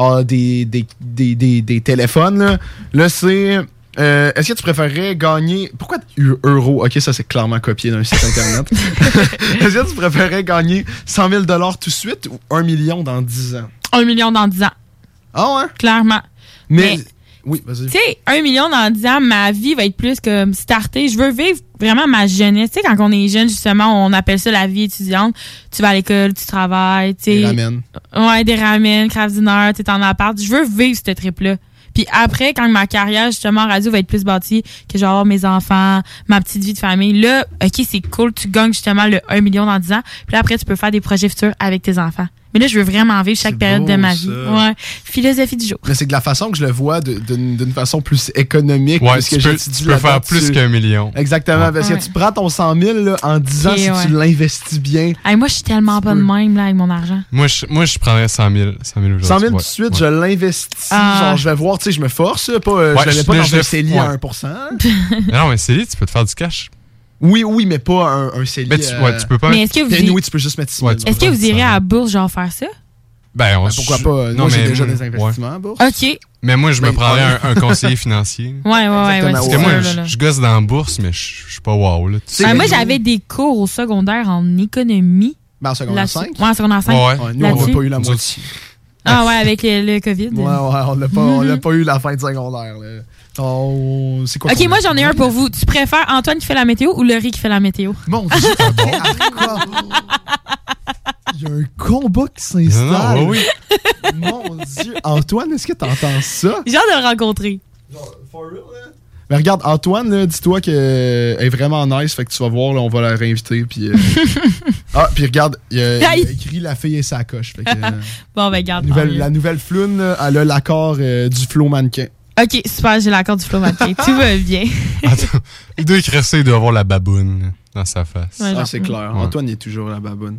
des téléphones, là? Là, c'est... est-ce que tu préférerais gagner... Pourquoi euros? Ok, ça, c'est clairement copié d'un site Internet. Est-ce que tu préférerais gagner 100 000 $ tout de suite ou 1 million dans 10 ans? 1 million dans 10 ans. Ah ouais? Clairement. Mais oui, vas-y. Tu sais, 1 million dans 10 ans, ma vie va être plus comme startée. Je veux vivre vraiment ma jeunesse. Tu sais, quand on est jeune, justement, on appelle ça la vie étudiante. Tu vas à l'école, tu travailles, tu sais. Des ramen. Ouais, des ramen, craft dinner, tu es en appart. Je veux vivre ce trip-là. Puis après, quand ma carrière, justement, en radio va être plus bâtie, que genre mes enfants, ma petite vie de famille, là, OK, c'est cool, tu gagnes justement le 1 million dans 10 ans. Puis là, après, tu peux faire des projets futurs avec tes enfants. Mais là, je veux vraiment vivre chaque période de ma vie. Ouais. Philosophie du jour. Mais c'est de la façon que je le vois, d'une façon plus économique. Ouais, tu peux faire plus qu'un million. Exactement. Ouais. Parce que tu prends ton 100 000 là, en 10 ans si tu l'investis bien. Hey, moi, je suis tellement pas de même là, avec mon argent. Moi, je prendrais 100 000 aujourd'hui. 100 000 tout de suite, je l'investis. Genre, je vais voir, tu sais, je me force. Pas, je ne l'ai pas dans un CELI à 1%. Non, mais CELI, tu peux te faire du cash. Oui, mais pas un CELI. Mais tu peux pas. Mais est-ce que vous tu peux juste mettre 6 000. Est-ce que vous irez à la bourse, genre, faire ça? Pourquoi pas? Moi, j'ai déjà des investissements à bourse. OK. Mais moi, je me prendrais un conseiller financier. Ouais. Parce que moi, je gosse dans la bourse, mais je suis pas wow. Là, moi, j'avais des cours au secondaire en économie. En secondaire 5? Ouais, en secondaire 5. Nous, on n'a pas eu la moitié. Ah ouais, avec le COVID. Ouais, on n'a pas eu la fin de secondaire. Là. C'est quoi? OK, moi, j'en ai un pour vous. Tu préfères Antoine qui fait la météo ou Laurie qui fait la météo? Mon Dieu, quoi? Il y a un combat qui s'installe. Oui. Mon Dieu. Antoine, est-ce que t'entends ça? J'ai hâte de le rencontrer. Mais regarde, Antoine, là, dis-toi qu'elle est vraiment nice, fait que tu vas voir, là, on va la réinviter. Puis, puis regarde, il a écrit La fille et sa coche. Fait que, bon, ben, regarde. La nouvelle floune, là, elle a l'accord du flow mannequin. OK, super, j'ai l'accord du flow mannequin. Tout va bien. Attends, il doit écresser, il doit avoir la baboune dans sa face. Ouais, c'est clair. Ouais. Antoine, il est toujours la baboune.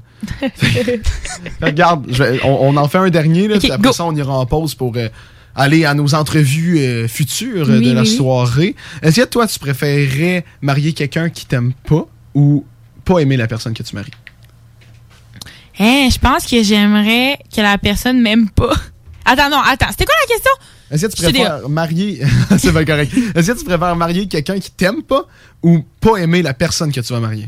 Regarde, on en fait un dernier, là, puis après ça, on ira en pause pour aller à nos entrevues futures de la soirée. Est-ce que toi, tu préférerais marier quelqu'un qui t'aime pas ou pas aimer la personne que tu maries? Je pense que j'aimerais que la personne m'aime pas. Attends, c'était quoi la question? Est-ce que tu préfères marier... C'est pas correct. Est-ce que tu préfères marier quelqu'un qui t'aime pas ou pas aimer la personne que tu vas marier?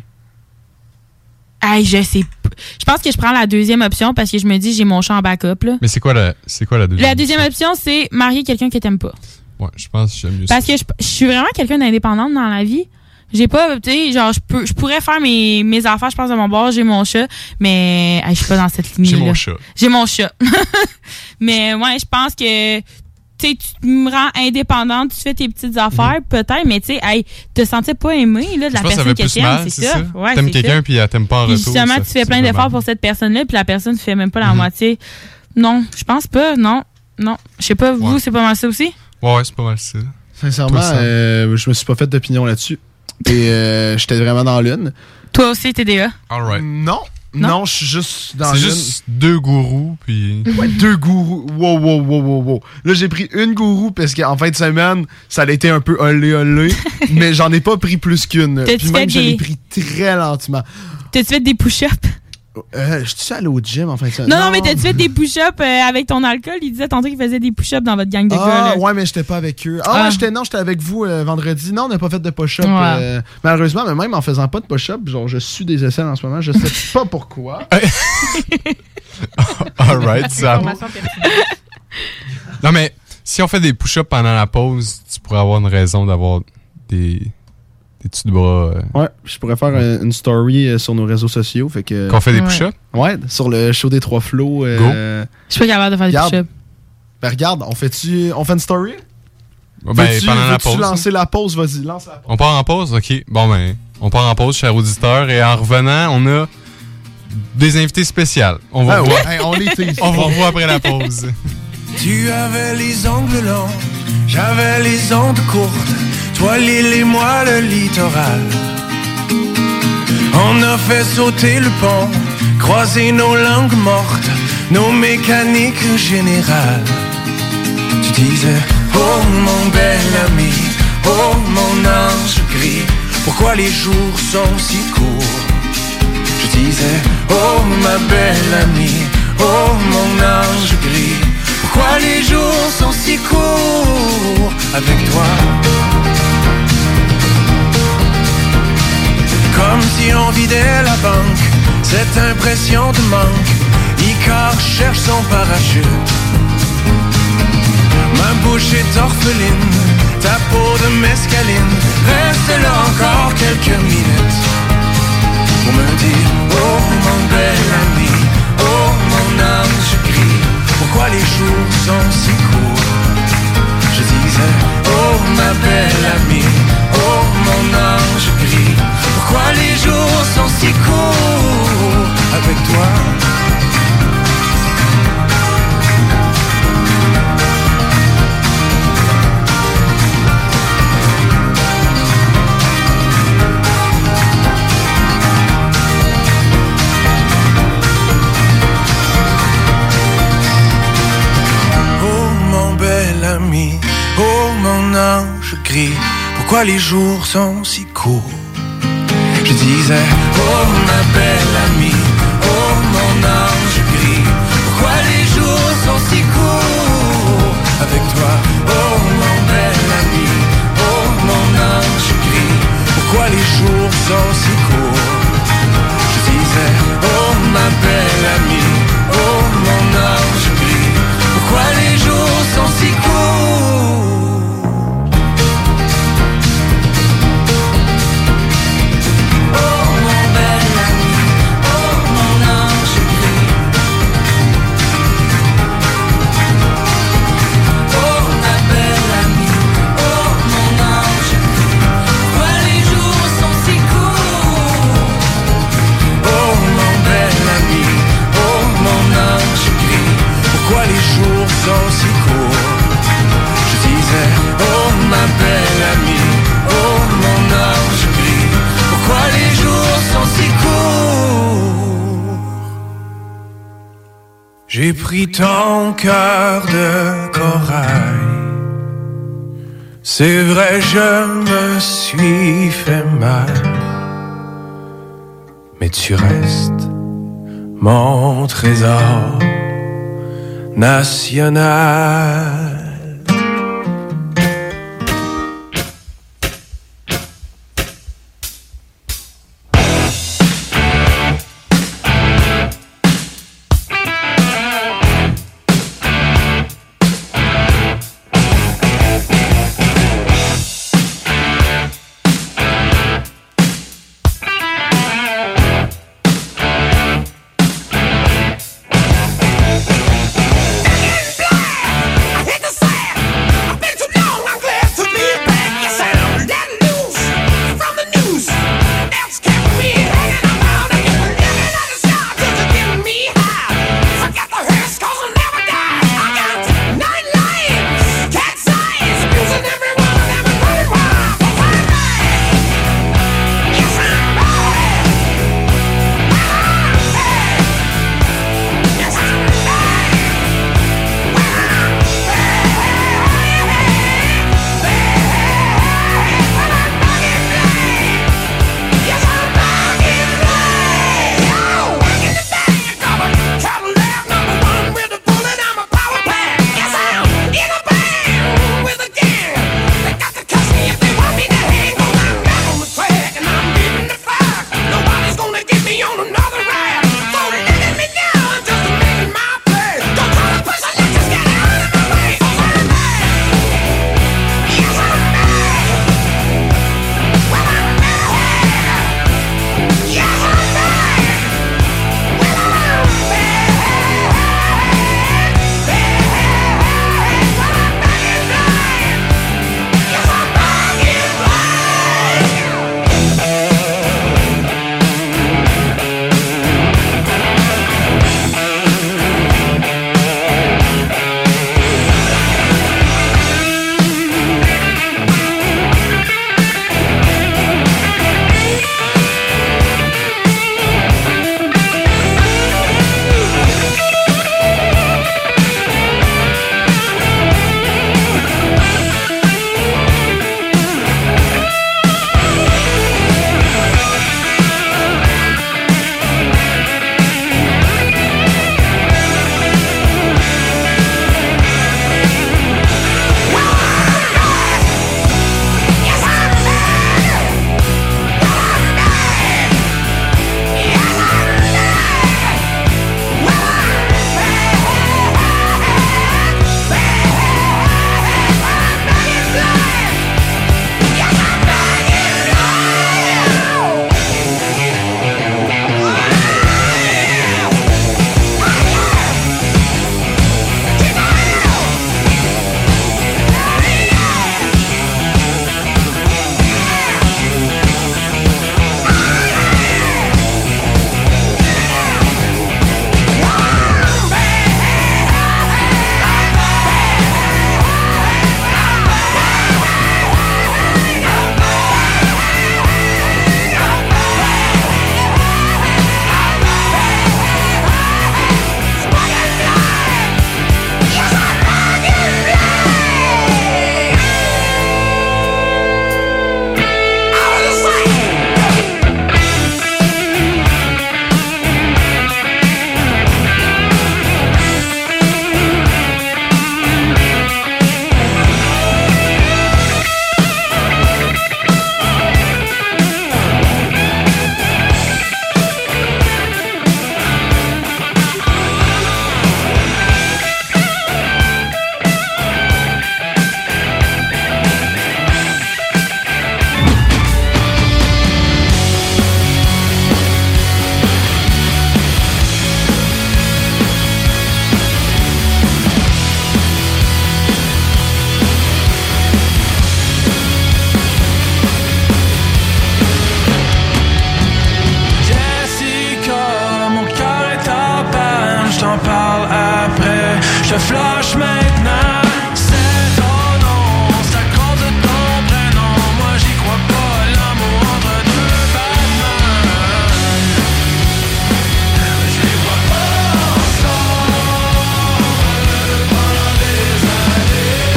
Je sais pas. Je pense que je prends la deuxième option parce que je me dis j'ai mon chat en backup. Là. Mais c'est quoi la deuxième La deuxième option, c'est marier quelqu'un que t'aimes pas. Ouais, je pense que j'aime mieux parce ça. Parce que je suis vraiment quelqu'un d'indépendante dans la vie. J'ai pas, tu sais, genre, je pourrais faire mes affaires, je pense, de mon bord, j'ai mon chat, mais je suis pas dans cette lignée-là. J'ai mon chat. Mais ouais, je pense que, tu sais, tu me rends indépendante, tu fais tes petites affaires, peut-être, mais tu sais, te sentir pas aimé, là, de la personne que t'aimes, c'est ça. Ouais, t'aimes quelqu'un, puis elle t'aime pas en retour. Justement, tu fais plein d'efforts pour cette personne-là, puis la personne ne fait même pas la moitié. Non, je pense pas, non. Je sais pas, vous, c'est pas mal ça aussi? Ouais, c'est pas mal ça. Sincèrement, je me suis pas fait d'opinion là-dessus. Et j'étais vraiment dans l'une. Toi aussi, TDA? All right. Non, je suis juste dans l'une. C'est juste 2 gourous, puis... Ouais, 2 gourous. Wow. Là, j'ai pris une gourou parce qu'en fin de semaine, ça a été un peu olé, mais j'en ai pas pris plus qu'une. Puis même, je l'ai pris très lentement. T'as-tu fait des push-ups? Je suis allé au gym en fin de semaine. Non, mais t'as-tu fait des push-ups avec ton alcool? Il disait tantôt qu'il faisait des push-ups dans votre gang de gars. Ouais, mais j'étais pas avec eux. J'étais avec vous vendredi. Non, on n'a pas fait de push-up. Malheureusement, mais même en faisant pas de push-up, genre, je suis des aisselles en ce moment. Je sais pas pourquoi. All right, ça. Non, mais si on fait des push-ups pendant la pause, tu pourrais avoir une raison d'avoir des dessus de bras. Ouais, je pourrais faire une story sur nos réseaux sociaux. Fait que, qu'on fait des push-ups? Ouais, sur le show des 3 flots. Go. Je suis pas capable de faire des push-ups. Ben regarde, on fait une story? Pendant la pause. Veux-tu lancer la pause? Vas-y, lance la pause. On part en pause? OK. Bon, on part en pause, chers auditeurs. Et en revenant, on a des invités spéciaux. On va voir. On les tease. On va voir après la pause. Tu avais les ongles longs, j'avais les ondes courtes. Toi l'île et moi le littoral. On a fait sauter le pont, croiser nos langues mortes, nos mécaniques générales. Tu disais, oh mon bel ami, oh mon ange gris, Pourquoi les jours sont si courts? Je disais, oh ma belle amie, oh mon ange gris, pourquoi les jours sont si courts avec toi? Comme si on vidait la banque, cette impression de manque. Icar cherche son parachute. Ma bouche est orpheline, ta peau de mescaline. Reste là encore quelques minutes pour me dire, oh mon bel ami, oh mon ange gris, pourquoi les jours sont si courts? Je disais, oh ma belle amie, oh mon ange gris, pourquoi les jours sont si courts avec toi? Oh mon ange gris, pourquoi les jours sont si courts? Je disais, oh ma belle amie, oh mon ange gris, pourquoi les jours sont si courts avec toi? Oh mon bel ami, oh mon ange gris, pourquoi les jours sont si courts? Je disais, oh ma belle amie, oh mon ange gris, pourquoi les jours sont si courts? Si court. Je disais, oh ma belle amie, oh mon ange gris, pourquoi les jours sont si courts? J'ai pris ton cœur de corail, c'est vrai je me suis fait mal, mais tu restes mon trésor national. I hit the marche maintenant. C'est ton nom, ça compte ton prénom. Moi j'y crois pas, l'amour entre deux Batman. Je les vois pas ensemble pendant des années.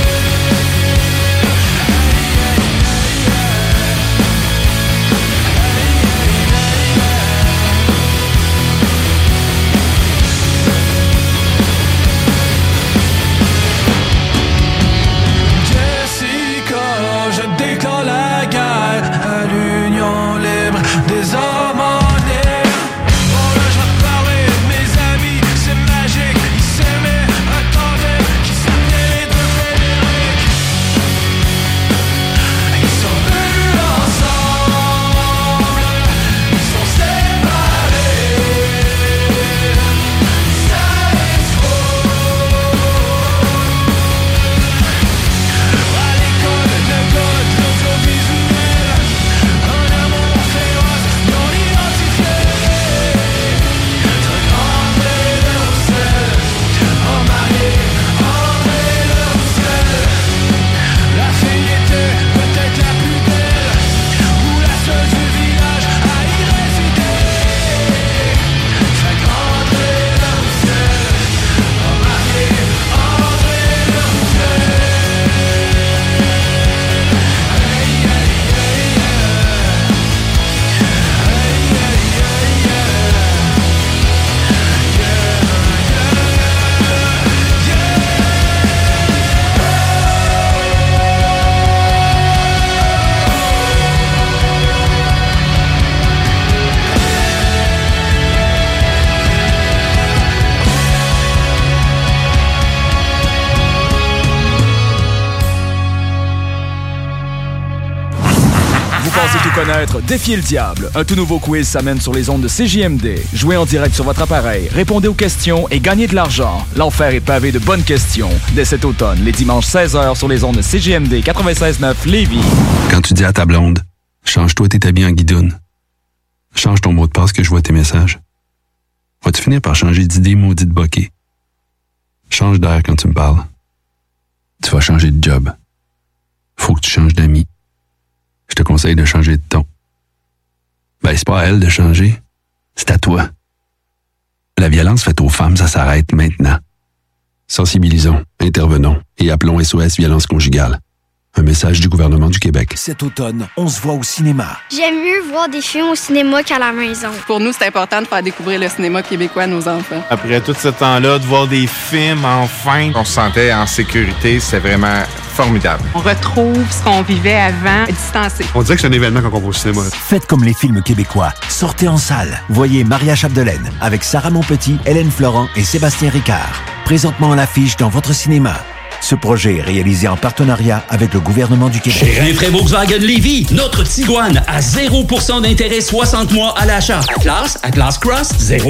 Jessica, je déclare la guerre à l'union libre des hommes en air. Bon là je vais te parler de mes amis, c'est magique. Ils s'aimaient un tandem qui s'appelait les deux Frédéric. Ils sont venus ensemble, ils sont séparés. Ça est trop. À l'école, le code, l'audiovisuel, un amour féroce, non identifié. Entre André Le Roussel, en marié, André Le Roussel. La fille était peut-être la plus belle, ou la seule du village à y résider. Fait qu'André Le Roussel, en marié, André Le Roussel. Vous pensez tout connaître? Défiez le diable. Un tout nouveau quiz s'amène sur les ondes de CJMD. Jouez en direct sur votre appareil, répondez aux questions et gagnez de l'argent. L'enfer est pavé de bonnes questions. Dès cet automne, les dimanches 16h sur les ondes de CJMD 96.9 Lévis. Quand tu dis à ta blonde, change-toi tes habits en guidoune. Change ton mot de passe que je vois tes messages. Vas-tu finir par changer d'idée maudite bokeh? Change d'air quand tu me parles. Tu vas changer de job. Faut que tu changes d'amis. Je te conseille de changer de ton. Ben, c'est pas à elle de changer. C'est à toi. La violence faite aux femmes, ça s'arrête maintenant. Sensibilisons, intervenons et appelons SOS Violence Conjugale. Un message du gouvernement du Québec. Cet automne, on se voit au cinéma. J'aime mieux voir des films au cinéma qu'à la maison. Pour nous, c'est important de faire découvrir le cinéma québécois à nos enfants. Après tout ce temps-là, de voir des films, enfin, on se sentait en sécurité, c'est vraiment formidable. On retrouve ce qu'on vivait avant, distancé. On dirait que c'est un événement quand on va au cinéma. Faites comme les films québécois. Sortez en salle. Voyez Maria Chapdelaine avec Sarah Monpetit, Hélène Florent et Sébastien Ricard. Présentement à l'affiche dans votre cinéma. Ce projet est réalisé en partenariat avec le gouvernement du Québec. Chez Rinfraie Volkswagen Lévis, notre Tiguan à 0% d'intérêt 60 mois à l'achat. Atlas Cross,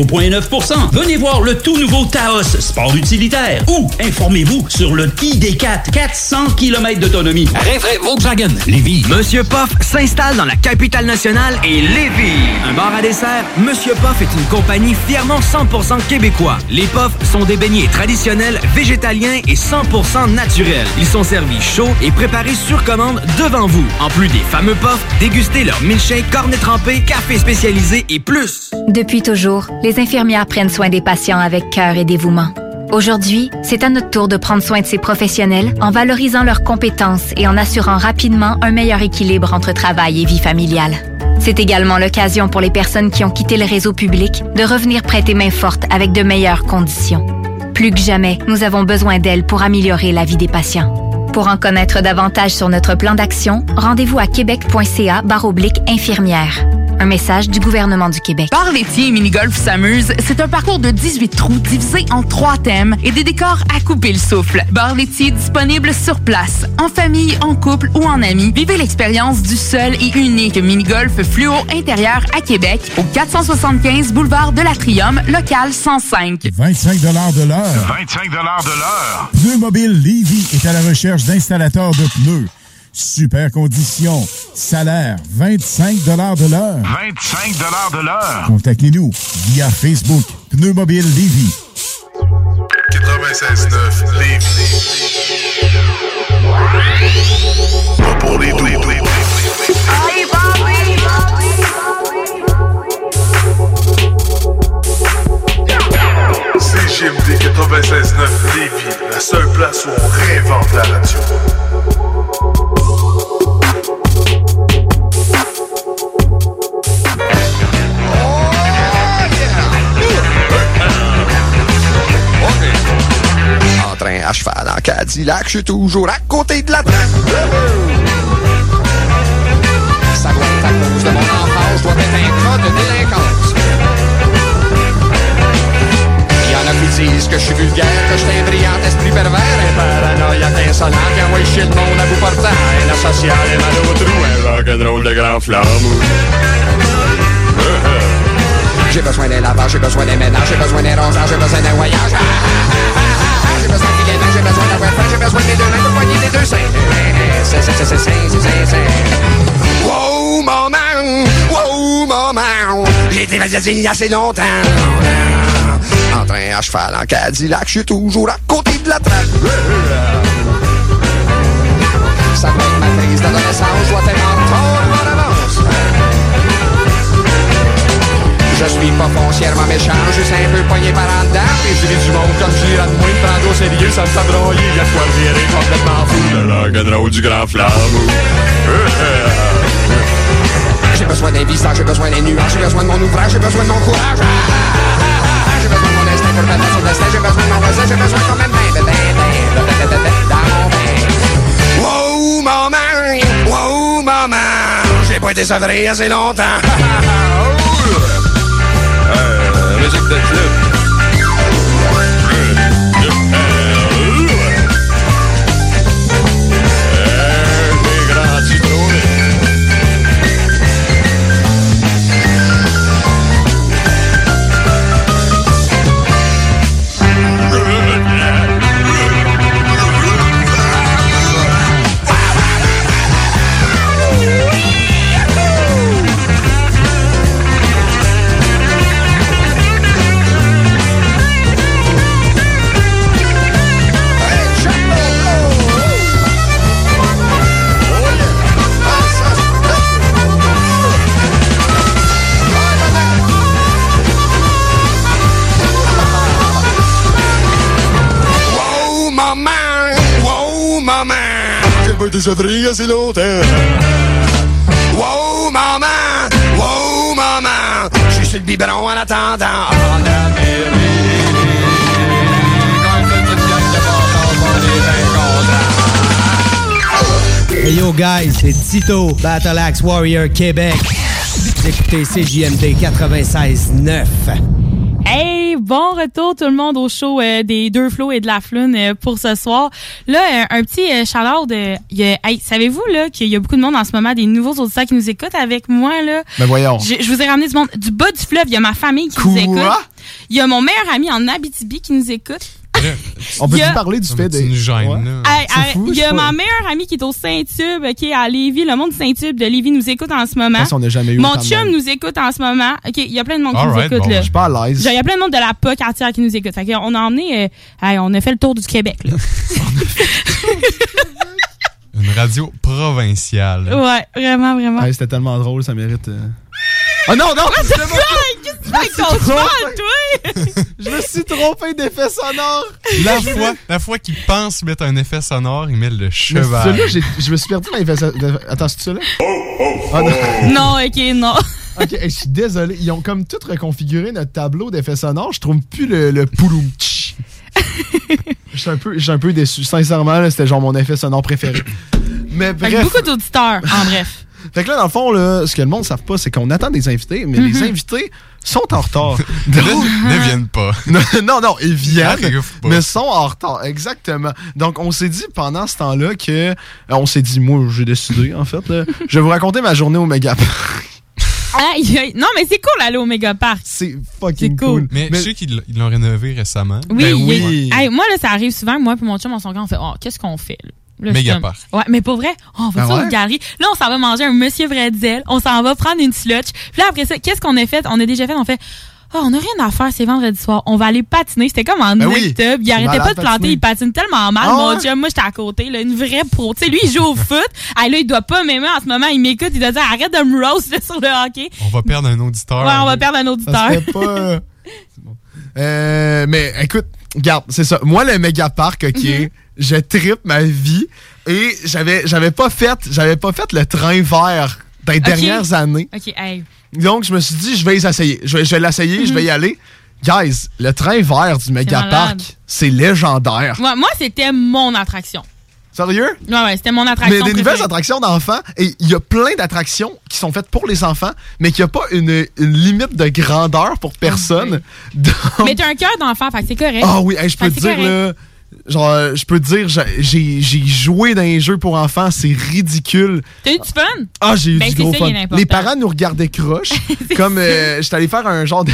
0,9%. Venez voir le tout nouveau Taos, sport utilitaire. Ou informez-vous sur le ID4, 400 km d'autonomie. Rinfraie Volkswagen Lévis. Monsieur Poff s'installe dans la capitale nationale et Lévis. Un bar à dessert, Monsieur Poff est une compagnie fièrement 100% québécois. Les Poffs sont des beignets traditionnels, végétaliens et 100% naturels. Ils sont servis chauds et préparés sur commande devant vous. En plus des fameux puffs, dégustez leur milkshake, cornet trempé, café spécialisé et plus. Depuis toujours, les infirmières prennent soin des patients avec cœur et dévouement. Aujourd'hui, c'est à notre tour de prendre soin de ces professionnels en valorisant leurs compétences et en assurant rapidement un meilleur équilibre entre travail et vie familiale. C'est également l'occasion pour les personnes qui ont quitté le réseau public de revenir prêter main forte avec de meilleures conditions. Plus que jamais, nous avons besoin d'elles pour améliorer la vie des patients. Pour en connaître davantage sur notre plan d'action, rendez-vous à québec.ca/infirmière. Un message du gouvernement du Québec. Bar laitier et mini-golf s'amuse, c'est un parcours de 18 trous divisé en 3 thèmes et des décors à couper le souffle. Bar laitier disponible sur place, en famille, en couple ou en amis. Vivez l'expérience du seul et unique mini-golf fluo intérieur à Québec au 475 boulevard de l'Atrium, local 105. 25 $ de l'heure. 25 $ de l'heure. Pneus Mobile Lévis est à la recherche d'installateurs de pneus. Super conditions. Salaire, 25 $ de l'heure. 25 $ de l'heure. Contactez-nous via Facebook. Pneus Mobile Lévis. 96.9. 96.9 Lévis. Pas pour les doux. CJMD 96.9 Lévis, la seule place où on réinvente la radio. En train à cheval en Cadillac, je suis toujours à côté de la traque. Ça doit être à cause de mon enfance, je dois être un cas de délinquance. Y'en a qui disent que je suis vulgaire, que je suis un brillant esprit pervers, un paranoïaque insolent qui envoie chier le monde à bout portant, un asocial et mal au trou, un rock'n'roll de grand flamme. J'ai besoin d'un lavage, j'ai besoin d'un ménage, j'ai besoin d'un rosage, j'ai besoin d'un voyage. J'ai besoin de mains, j'ai besoin d'un webfan, j'ai besoin des deux mains pour poigner les deux seins. Wow, maman, j'ai été magazine il y a assez longtemps. En train à cheval en Cadillac, je suis toujours à côté de la traque. Ça doit être ma crise d'adolescence, je dois être encore en avance. Je suis pas foncièrement méchant, juste un peu poigné par en dedans. Et je vis du monde comme je dirais de moi, me prendre au sérieux, ça me fait broyer. Y'a de quoi me virer complètement fou, le rock'n'roll du grand flamme. J'ai besoin d'un visage, j'ai besoin des nuages, j'ai besoin de mon ouvrage, j'ai besoin de mon courage. J'ai besoin de mon instinct pour battre sur le destin, j'ai besoin de mon voisin, j'ai besoin quand même dans mon bain. Wow, maman, j'ai pas été sevré assez longtemps. Musique de club. J'ai grandi trop vite. J'ai pas été sevré assez longtemps. Wow, maman, je suis sur le biberon en attendant. Hey yo guys, c'est Tito, Battle Axe Warrior Québec. Vous écoutez CJMD 96.9. Hey, bon retour tout le monde au show des Deux Flots et de la Floune pour ce soir. Là, un petit shout-out. Hey, savez-vous là qu'il y a beaucoup de monde en ce moment, des nouveaux auditeurs qui nous écoutent avec moi là. Ben voyons. Je vous ai ramené du monde du bas du fleuve. Il y a ma famille qui nous écoute. Il y a mon meilleur ami en Abitibi qui nous écoute. On peut-tu parler du fait de... Tu nous gênes, là. Il y a ma meilleure amie qui est au Saint-Tube, qui est à Lévis. Le monde du Saint-Tube de Lévis nous écoute en ce moment. On n'a jamais eu Mon chum nous écoute en ce moment. OK, il y a plein de monde qui nous écoute, là. Je suis pas à l'aise. Il y a plein de monde de la POC entière qui nous écoute. Fait qu'on a emmené... on a fait le tour du Québec, là. Une radio provinciale. Ouais, vraiment, vraiment. Hey, c'était tellement drôle, ça mérite... Oh non, non! Qu'est-ce que tu fais avec ton cheval, toi? Je me suis trompé d'effet sonore! La fois qu'il pense mettre un effet sonore, il met le cheval. Celui-là, je me suis perdu dans l'effet sonore. Attends, c'est ça là? Non, ok, non. Ok, je suis désolé. Ils ont comme tout reconfiguré notre tableau d'effets sonores. Je trouve plus le pouloum. Je suis un peu déçu. Sincèrement, là, c'était genre mon effet sonore préféré. Mais bref. Avec beaucoup d'auditeurs, en bref. Fait que là, dans le fond, là, ce que le monde ne savent pas, c'est qu'on attend des invités, mais les invités sont en retard. Ne viennent pas. Non, ils viennent, mais sont en retard. Exactement. Donc, on s'est dit pendant ce temps-là que... on s'est dit, moi, j'ai décidé, en fait, là, je vais vous raconter ma journée au Megapark. Non, mais c'est cool aller au Megapark. C'est fucking cool. Mais je sais qu'ils l'ont rénové récemment. Oui, ben oui. Hey, moi, là, ça arrive souvent. Moi et mon chum, on s'en on fait, qu'est-ce qu'on fait, là? Megapark. Ouais, mais pour vrai, on va sur une galerie. Là, on s'en va manger un Monsieur Bretzel. On s'en va prendre une slotch. Puis là, après ça, qu'est-ce qu'on a fait? On a déjà fait, on fait, on n'a rien à faire, c'est vendredi soir. On va aller patiner. C'était comme en octobre. Il arrêtait pas de planter. Il patine tellement mal. Mon chum, moi, j'étais à côté. Là, une vraie pro. Tu sais, lui, il joue au foot. Là, il doit pas m'aimer en ce moment. Il m'écoute. Il doit dire arrête de me roast là, sur le hockey. On va perdre un auditeur. Ouais, on va perdre un auditeur. C'est pas... C'est bon. Mais écoute, regarde, c'est ça. Moi, le Megapark, OK, je trippe ma vie. Et j'avais pas fait le train vert dans les dernières années. OK, hey. Donc, je me suis dit, je vais essayer. Je vais l'essayer, je vais y aller. Guys, le train vert du Megapark, c'est légendaire. Moi, c'était mon attraction. Sérieux? Ouais, c'était mon attraction. Mais des nouvelles attractions d'enfants, et il y a plein d'attractions qui sont faites pour les enfants, mais qu'il n'y a pas une limite de grandeur pour personne. Donc... Mais t'as un cœur d'enfant, fait que c'est correct. Ah oui, je peux te dire, là... Genre, je peux te dire, j'ai joué dans les jeux pour enfants, c'est ridicule. T'as eu du fun? Ah, j'ai eu du gros fun. Les parents nous regardaient croche. Comme, j'étais allé faire un genre de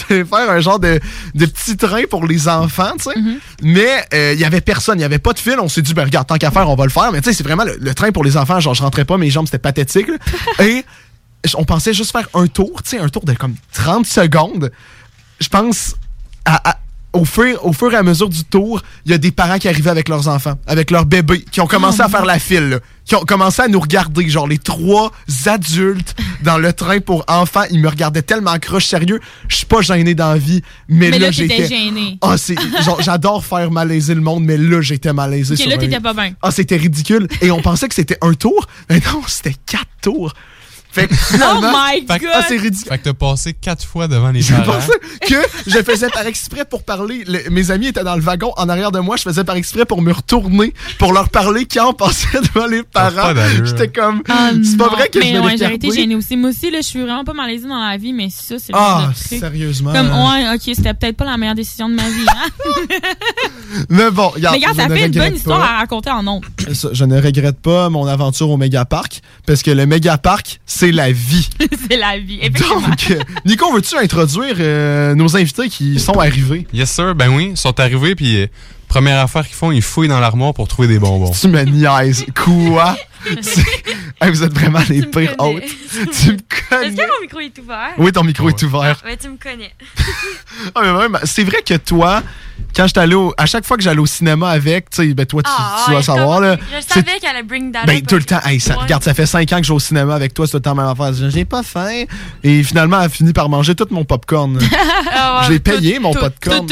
petit train pour les enfants, tu sais. Mais, il y avait personne, il y avait pas de fil. On s'est dit, ben, regarde, tant qu'à faire, on va le faire. Mais tu sais, c'est vraiment le train pour les enfants. Genre, je rentrais pas, mes jambes, c'était pathétique, là. Et, on pensait juste faire un tour, tu sais, un tour de comme 30 secondes. Je pense au fur et à mesure du tour, il y a des parents qui arrivaient avec leurs enfants, avec leurs bébés, qui ont commencé à faire la file, là, qui ont commencé à nous regarder. Genre, les 3 adultes dans le train pour enfants, ils me regardaient tellement croche, sérieux. Je suis pas gêné dans la vie, mais là j'étais gêné. Ah, c'est genre, j'adore faire malaiser le monde, mais là, j'étais malaisé. Okay, là, t'étais pas bien. Ah, c'était ridicule. Et on pensait que c'était un tour, mais non, c'était 4 tours. Fait que oh my God! C'est ridicule. Fait que t'as passé 4 fois devant les parents. Je pensais que je faisais par exprès pour parler. Mes amis étaient dans le wagon en arrière de moi. Je faisais par exprès pour me retourner, pour leur parler quand on passait devant les parents. J'étais comme... c'est pas vrai que je me j'aurais été gênée aussi. Moi aussi, là, je suis vraiment pas malaisée dans la vie, mais ça, c'est le genre de truc. Sérieusement? Comme, OK, c'était peut-être pas la meilleure décision de ma vie. Hein? Mais bon, regarde. Mais regarde, ça fait une bonne histoire à raconter en ondes. Je ne regrette pas mon aventure au Megapark, parce que le Megapark, c'est la vie. C'est la vie, effectivement. Donc, Nico, veux-tu introduire nos invités qui sont arrivés? Yes, sir. Ben oui, ils sont arrivés, puis première affaire qu'ils font, ils fouillent dans l'armoire pour trouver des bonbons. Tu me niaises. Quoi? Hey, vous êtes vraiment les pires hôtes. Tu me connais. Est-ce que mon micro est ouvert? Oui, ton micro est ouvert. Ouais, tu me connais. Ah, mais même, c'est vrai que toi, quand j'étais allé à chaque fois que j'allais au cinéma avec, tu sais, ben toi, tu vas savoir, là. Je savais qu'elle allait bring that ben, up. tout le temps. Hey, regarde, ça fait 5 ans que je vais au cinéma avec toi, c'est tout le temps la même affaire. J'ai pas faim. Et finalement, elle a fini par manger tout mon popcorn. Je l'ai payé, mon popcorn.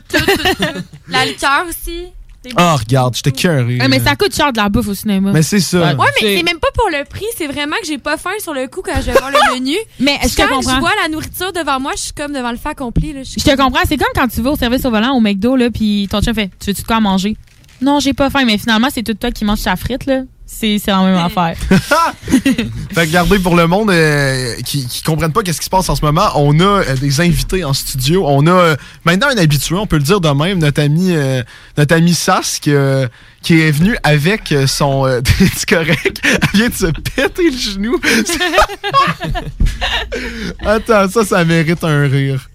La liqueur aussi. Ah, regarde, j'étais cœuré. Mais ça coûte cher de la bouffe au cinéma. Mais c'est ça. Ouais, mais c'est même pas pour le prix. C'est vraiment que j'ai pas faim sur le coup quand je vais voir le menu. Mais je te comprends. Quand je vois la nourriture devant moi, je suis comme devant le fait accompli. Là. Je te comprends. C'est comme quand tu vas au service au volant au McDo, là, puis ton chef fait « Tu veux-tu de quoi à manger? » Non, j'ai pas faim. Mais finalement, c'est tout toi qui manges ta frite, là. C'est la même affaire. Fait que regardez, pour le monde qui comprennent pas qu'est-ce qui se passe en ce moment, on a des invités en studio. On a maintenant un habitué, on peut le dire de même, notre ami Sas qui est venu avec son... T'es correct? Elle vient de se péter le genou. Attends, ça mérite un rire.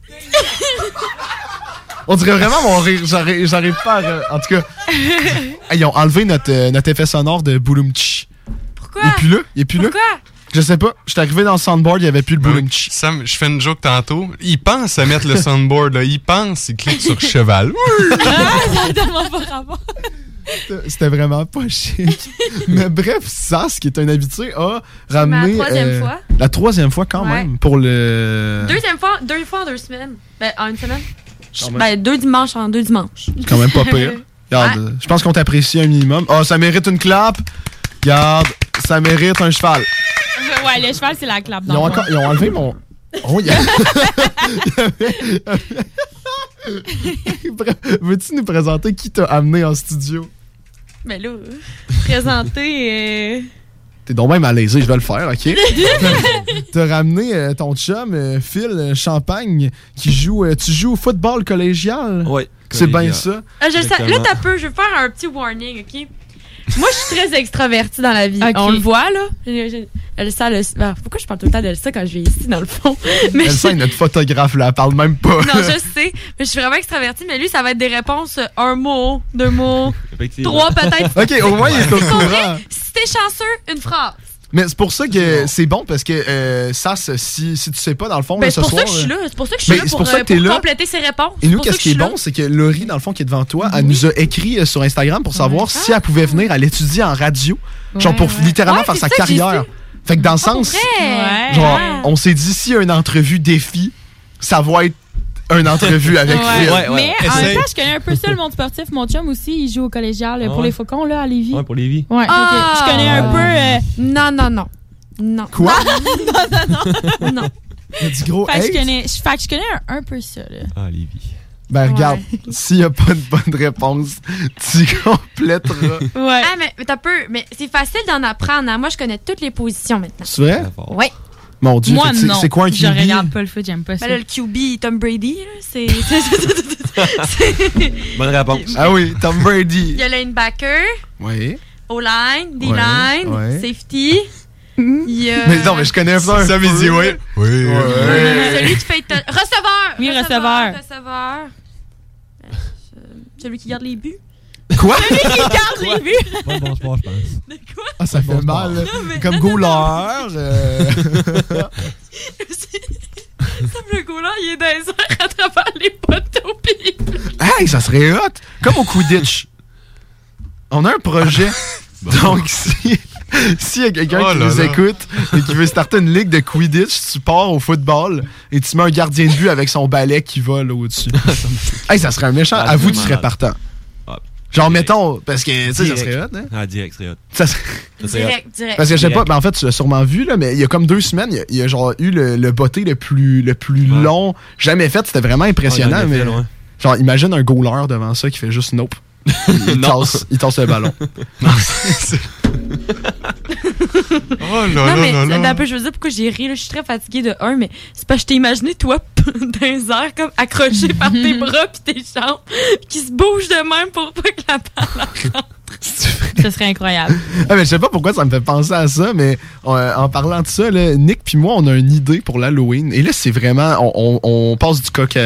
On dirait vraiment mon rire. J'arrive pas à... En tout cas, ils ont enlevé notre effet sonore de Boulumchi. Pourquoi? Il est plus là. Pourquoi? Je sais pas. J'étais arrivé dans le soundboard, il n'y avait plus le Boulumchi. Sam, je fais une joke tantôt. Il pense à mettre le soundboard, là. Il clique sur cheval. Ça n'a tellement pas rapport. C'était vraiment pas chic. Mais bref, Sas, qui est un habitué, a ramené... la 3e fois. La 3e fois, quand même, pour le... 2e fois, 2 fois en 2 semaines. Ben, en une semaine. Ben, 2 dimanches en 2 dimanches. C'est quand même pas pire. Regarde, je pense qu'on t'apprécie un minimum. Oh, ça mérite une clap. Regarde, ça mérite un cheval. Ouais, le cheval, c'est la clap. Ils ont enlevé mon... Oh, Veux-tu nous présenter qui t'a amené en studio? Ben là, présenter... T'es donc même malaisé, je vais le faire, OK? T'as ramené ton chum, Phil Champagne, qui joue... tu joues au football collégial? Oui. C'est bien ça? Là, t'as peu, je vais faire un petit warning, OK? Moi, je suis très extravertie dans la vie. Okay. On le voit, là. Elsa, pourquoi je parle tout le temps d'Elsa quand je vais ici, dans le fond? Mais Elsa est notre photographe, là. Elle parle même pas. Non, je sais. Mais je suis vraiment extravertie. Mais lui, ça va être des réponses 1 mot, 2 mots, 3 peut-être. OK, au moins, il est au courant. Si t'es chanceux, une phrase. Mais c'est pour ça que c'est bon, parce que Sas, si tu sais pas, dans le fond, Ben, là, c'est ce pour ça soir... que je suis là. C'est pour ça que je suis là c'est pour pour ça que t'es là. compléter ses réponses. Et nous, C'est pour ça qu'est-ce que qui est je suis bon, c'est que Laurie, dans le fond, qui est devant toi, elle nous a écrit sur Instagram pour savoir si elle pouvait venir à l'étudier en radio, genre pour littéralement faire sa carrière. Fait que dans le sens, genre, on s'est dit, s'il y a une entrevue défi, ça va être une entrevue avec Phil. Mais en même temps, je connais un peu ça, le monde sportif. Mon chum aussi, il joue au collégial pour les Faucons, là, à Lévis. Ouais, pour Lévis. Ouais, je connais un peu... Non. Quoi? Non. Il a dit gros Fait que hate. je connais un peu ça, là. Ah, Lévis. Ben regarde, s'il n'y a pas de bonne réponse, tu compléteras. Ouais. Ah, mais t'as peu. Mais c'est facile d'en apprendre. Hein? Moi, je connais toutes les positions maintenant. C'est vrai? Oui. Mon Dieu, moi, non. C'est quoi un QB? Je regarde pas le foot, j'aime pas ça. Ben là, le QB, Tom Brady, là, c'est... Bonne réponse. Ah oui, Tom Brady. Il y a le linebacker. Oui. O-line, D-line, safety. Il y a... Mais non, mais je connais ça. Ça, mais dit oui. Oui. Celui qui fait... Receveur. Oui, receveur. Celui qui garde les buts. Quoi? Celui qui garde les buts. Pas bon sport, je pense. De quoi? Ah, ça fait mal. Non, mais- Comme goaler. Comme le goaler, il est dans les airs à travers les poteaux. Pis... Hey, ça serait hot. Comme au Quidditch. On a un projet. Donc, s'il y a quelqu'un qui nous écoute et qui veut starter une ligue de Quidditch, tu pars au football et tu mets un gardien de but avec son balai qui vole au-dessus. Hey, ça serait un méchant. Ah, Avoue, tu c'est serais malade. partant. Ah, Genre, mettons, parce que, tu sais, ça direct. serait hot, hein? Ah, direct, c'est hot. Ça serait... Direct. Parce que je sais pas, mais en fait, tu l'as sûrement vu, là, mais il y a comme 2 semaines, il y a genre eu le botté le plus long jamais fait. C'était vraiment impressionnant, Ah, mais. NFL, ouais. Genre, imagine un goaler devant ça qui fait juste nope. Il tasse le ballon. Oh là Non, là mais là là. un peu, je veux dire pourquoi j'ai ri. Là, je suis très fatiguée de un, mais c'est parce que je t'ai imaginé, toi, dans les airs, comme accroché par tes bras pis tes jambes, qui se bougent de même pour pas que la balle rentre. Ce serait incroyable. Ah, mais je sais pas pourquoi ça me fait penser à ça, mais en parlant de ça, là, Nick puis moi, on a une idée pour l'Halloween. Et là, c'est vraiment, on passe du coq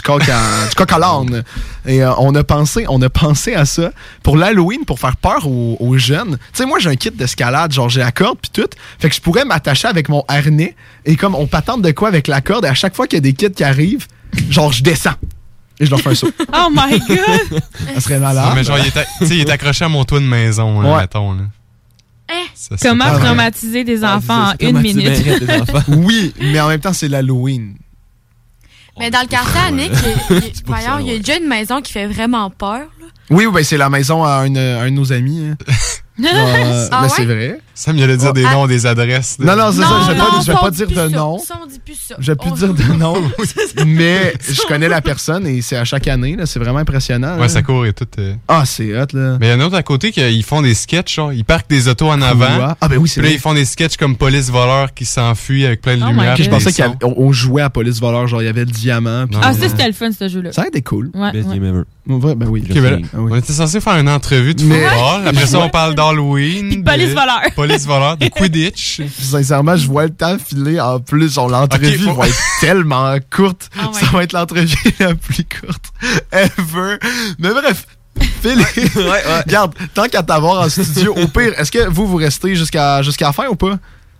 à l'âne. Et on a pensé à ça pour l'Halloween, pour faire peur aux jeunes. Tu sais, moi, j'ai un kit d'escalade, genre j'ai la corde puis tout. Fait que je pourrais m'attacher avec mon harnais et comme on patente de quoi avec la corde, et à chaque fois qu'il y a des kits qui arrivent, genre je descends. Et je leur fais un saut. Oh my God! Ça serait malade. Ah, mais genre, il est accroché à mon toit de maison, là, mettons. Là. Ça, c'est Comment pas vrai. traumatiser des enfants en 1 minute? Oui, mais en même temps, c'est l'Halloween. Mais dans le quartier à Nick, il y a déjà une maison qui fait vraiment peur. Là. Oui, ben c'est la maison à un de nos amis. Hein. Ah mais ouais? c'est vrai. Ça me allait dire des noms, des adresses. Non, c'est ça. Je vais pas dire de Ça, nom. on dit plus ça. Je vais plus dire de nom. Mais je connais la personne et c'est à chaque année. Là, c'est vraiment impressionnant. Ouais, ça court et tout. Ah, c'est hot, là. Mais il y en a d'autres à côté qui font des sketchs. Genre. Ils parquent des autos en avant. Ah, ben oui, c'est Puis là, vrai. ils font des sketchs comme police-voleur qui s'enfuit avec plein de lumière. Je pensais qu'on jouait à police voleur. Genre, il y avait le diamant. Puis Ah, ça, c'était le fun, ce jeu-là. ça a été cool. Ouais, Best ouais. game ever. Ouais, ben oui. Ok, ben là, on était censé faire une entrevue de football. Après ça, on parle d'Halloween. Puis de police voleur. Police voleur, de Quidditch. Sincèrement, je vois le temps filer. En plus, genre, l'entrevue va être tellement courte. Oh ça va être l'entrevue la plus courte ever. Mais bref. Phil, regarde, tant qu'à t'avoir en studio, au pire, est-ce que vous restez jusqu'à la fin ou pas?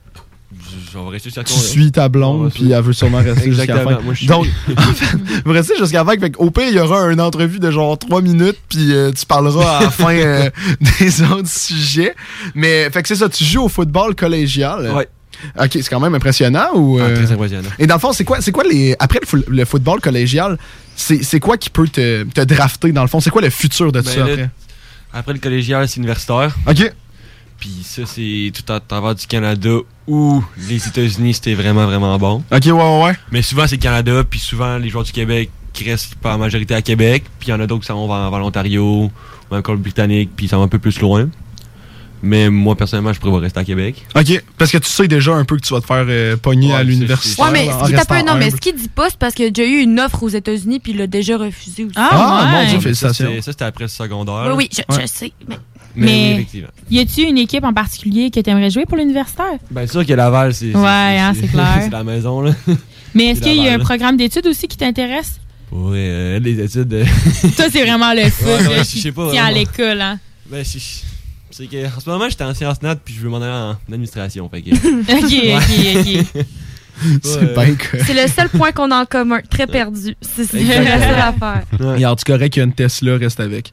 On va rester jusqu'à Tu suis ta blonde, puis elle veut sûrement rester jusqu'à la fin. Moi, je suis... Donc, en fait, vous restez jusqu'à la fin. Fait au pire, il y aura une entrevue de genre 3 minutes, puis tu parleras à la fin des autres sujets. Mais, fait que c'est ça, tu joues au football collégial. Ouais. Ok, c'est quand même impressionnant ou. Très impressionnant. Et dans le fond, c'est quoi les. Après le football collégial, c'est quoi qui peut te drafter dans le fond? C'est quoi le futur de tout ça là, après? Après le collégial, c'est universitaire. Ok. Puis ça, c'est tout à travers du Canada ou les États-Unis, c'était vraiment, vraiment bon. Ok, ouais. Mais souvent, c'est le Canada, puis souvent, les joueurs du Québec qui restent par majorité à Québec, puis il y en a d'autres qui s'en vont vers l'Ontario, ou encore le Britannique, puis ils sont un peu plus loin. Mais moi, personnellement, je prévois rester à Québec. Ok, parce que tu sais déjà un peu que tu vas te faire pogner à l'université. Ouais, mais ce qu'il dit pas, c'est parce qu'il y a déjà eu une offre aux États-Unis, puis il l'a déjà refusé aussi. Mon Dieu, félicitations. Ça, c'était après le secondaire. Oui, je sais. Mais oui, Mais effectivement. y a-tu une équipe en particulier que tu aimerais jouer pour l'universitaire? Bien sûr que Laval, c'est. Ouais, c'est clair. C'est la maison, là. Mais est-ce qu'il y a un Laval. programme d'études aussi qui t'intéresse? Pour les études. Toi, c'est vraiment le foot. Ouais, là, je qui sais pas, tient à vraiment. l'école, hein? Ben, C'est que en ce moment, j'étais en sciences nat puis je veux m'en aller en administration. Fait que... Ok. C'est bien que... C'est le seul point qu'on a en commun. Très perdu. C'est la seule affaire. Regarde, tu correct qu'il y a une Tesla, reste avec.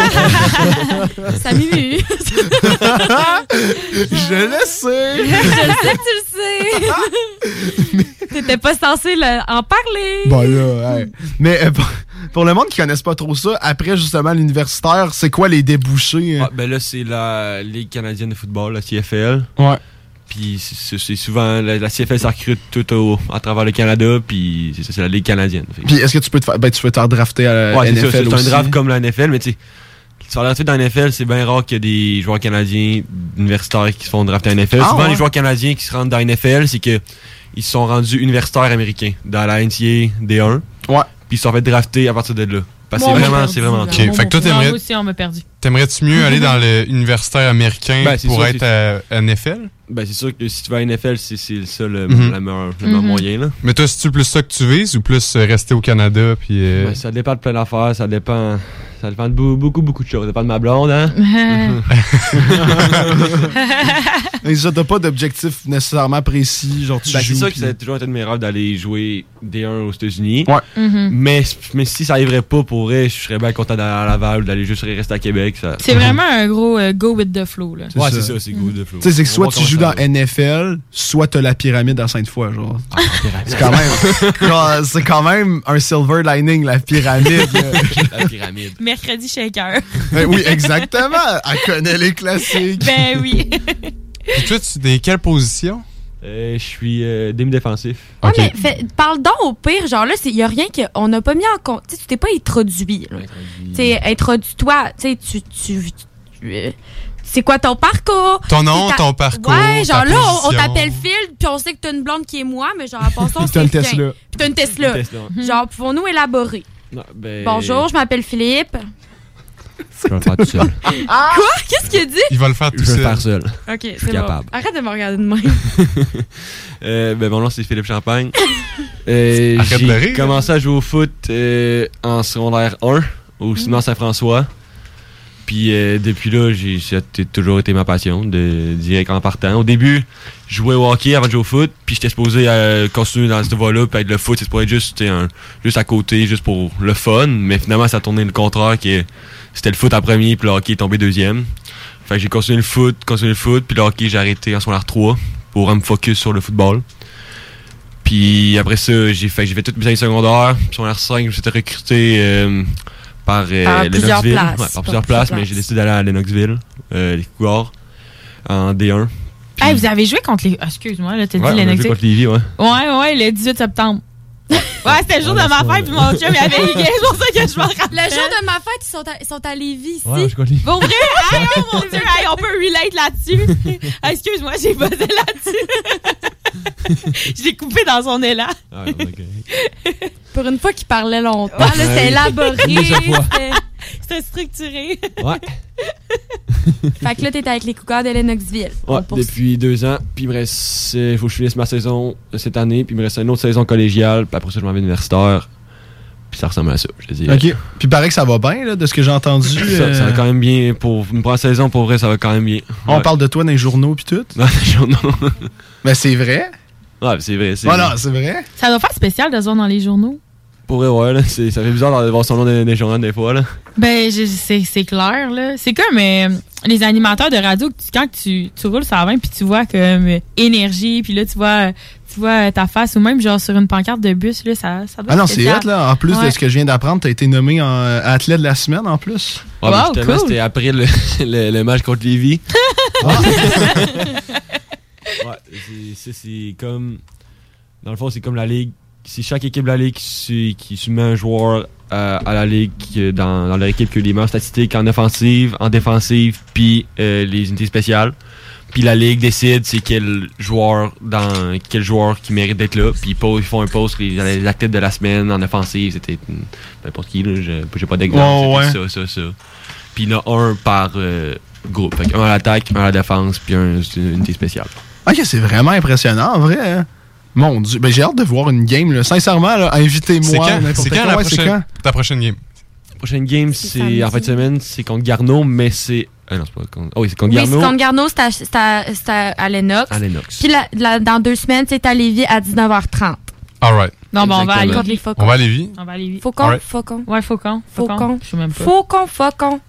Ça m'émue. Je le sais. Je sais que tu le sais. T'étais pas censé en parler. Bon là, mais pour le monde qui connaisse pas trop ça, après justement l'universitaire, c'est quoi les débouchés? Ben là, c'est la Ligue canadienne de football, la CFL. Ouais. Puis c'est souvent la CFL, ça recrute tout à travers le Canada, puis c'est la Ligue canadienne. Puis est-ce que tu peux te faire drafter à la NFL c'est aussi? C'est un draft comme la NFL, mais tu sais, sur la drafter dans la NFL, c'est bien rare qu'il y ait des joueurs canadiens universitaires qui se font drafter à la NFL. Souvent, les joueurs canadiens qui se rendent dans la NFL, c'est que ils se sont rendus universitaires américains dans la NCAA D1. Ouais. Puis ils se sont fait drafter à partir de là. Parce que c'est vraiment OK. Fait que toi, moi aussi, on m'a perdu. T'aimerais-tu mieux aller dans l'universitaire américain pour être à NFL? Ben, c'est sûr que si tu vas à NFL, c'est ça le meilleur moyen, là. Mais toi, c'est-tu plus ça que tu vises ou plus rester au Canada? Puis ben, ça dépend de plein d'affaires. Ça dépend de beaucoup de choses. Ça dépend de ma blonde, hein? Mais ça, t'as pas d'objectif nécessairement précis, genre tu joues. C'est sûr que ça a toujours été de mes rêves d'aller jouer D1 aux États-Unis. Ouais. Mais si ça arriverait pas pour vrai, je serais bien content d'aller à Laval ou d'aller juste rester à Québec. C'est vraiment un gros go with the flow, là. Ouais, c'est ça, c'est go with the flow. Tu sais, c'est que soit tu joues dans NFL, soit t'as la pyramide à Sainte-Foy, genre. C'est quand même un silver lining, la pyramide. La pyramide. Mercredi shaker. Oui, exactement. Elle connaît les classiques. Ben oui. Et toi, tu es quelle position? Je suis demi-défensif. Ouais, mais parle donc au pire, genre là, il y a rien qu'on n'a pas mis en compte. Tu t'es pas introduit. Tu sais, introduis-toi. Tu sais, c'est quoi ton parcours? Ton nom, ton parcours. Ouais, genre là, on position. t'appelle Phil, puis on sait que t'as une blonde qui est moi, mais genre, en passant, t'as une Tesla. Puis t'as une Tesla. Genre, pouvons-nous élaborer? Non, ben... Bonjour, je m'appelle Philippe. Je vais le faire tout seul. Quoi? Qu'est-ce qu'il a dit? Il va le faire tout seul. Je vais le faire seul. Ok, je suis c'est capable. bon. Arrête de me regarder de même. Ben, mon nom, c'est Philippe Champagne. Arrête de rire. J'ai commencé à jouer au foot en secondaire 1 au Cinéma Saint-François. Puis depuis là, ça a toujours été ma passion, direct en partant. Au début, je jouais au hockey avant de jouer au foot, puis j'étais supposé continuer dans cette voie-là, puis être le foot, c'est supposé être juste à côté, juste pour le fun. Mais finalement, ça a tourné le contraire, que c'était le foot en premier, puis le hockey est tombé deuxième. Fait que j'ai continué le foot, puis le hockey, j'ai arrêté en secondaire 3 pour me focus sur le football. Puis après ça, j'ai fait toutes mes années secondaires. Puis secondaire 5, je me suis recruté par Lennoxville. Par plusieurs places, mais j'ai décidé d'aller à Lennoxville, les Cougars, en D1. Hey, vous avez joué contre les... excuse-moi, là, t'as dit Lennoxville. On a joué contre Lévis, ouais. Ouais, le 18 septembre. Ouais, c'était le jour de ma fête, puis mon chum, il avait eu c'est pour ça que je m'en rappelle. Le jour de ma fête, ils sont à Lévis, ici. Ouais, je connais. Pour vrai? Hey, oh mon Dieu, hey, on peut relate là-dessus. Excuse-moi, j'ai buzzé là-dessus. Je l'ai coupé dans son élan. Ah, okay. Pour une fois qu'il parlait longtemps, là, c'était élaboré. C'était structuré. Ouais. Fait que là, t'étais avec les Cougars de Lennoxville. Ouais, depuis 2 ans. Puis il me reste... faut que je finisse ma saison cette année. Puis il me reste une autre saison collégiale. Puis après ça, je m'en vais universitaire. Puis ça ressemble à ça, je te dis. OK. Puis paraît que ça va bien, là, de ce que j'ai entendu. Ça va quand même bien. Pour une première saison, pour vrai, ça va quand même bien. On parle de toi dans les journaux puis tout? Dans les journaux. Mais c'est vrai? Ouais, c'est vrai. Non, c'est vrai. Ça doit faire spécial de se voir dans les journaux. Pour vrai, ouais, là, ça fait bizarre de voir son nom dans les journaux des fois, là. Ben, c'est clair, là. C'est comme les animateurs de radio, quand tu roules sur la 20 puis tu vois comme énergie, puis là, tu vois ta face, ou même genre sur une pancarte de bus, là, ça doit Ah non, être c'est spécial. hot, là. En plus de ce que je viens d'apprendre, t'as été nommé en athlète de la semaine, en plus. Ouais, wow, justement, cool. C'était après le match contre Lévis. Ouais, c'est comme... Dans le fond, c'est comme la Ligue. C'est chaque équipe de la Ligue qui soumet un joueur à la Ligue dans leur équipe qui a les meilleures statistiques en offensive, en défensive, puis les unités spéciales. Puis la Ligue décide c'est quel joueur qui mérite d'être là. Puis ils font un post les athlètes de la semaine en offensive. C'était n'importe qui, là, j'ai pas d'exemple. Oh, ouais. Ça. Puis il y en a un par groupe. Fait un à l'attaque, un à la défense, puis une unité spéciale. Ok, c'est vraiment impressionnant, en vrai. Hein? Mon Dieu, ben j'ai hâte de voir une game. Là. Sincèrement, là, invitez-moi. C'est quand ta prochaine game? La prochaine game, c'est en fin de semaine, c'est contre Garneau, mais c'est Non, c'est pas Conte. Oh oui, c'est Conte-Garneau. Oui, c'est Conte-Garneau, c'est à Lennox. À Lennox. Puis dans 2 semaines, c'est à Lévis à 19h30. All right. Non, bon, on va aller. Les Faucons. On va à Lévis. On va à Lévis. Faucon, Alright. Faucon. Ouais, Faucon. Faucon. Je sais même pas. Faucon.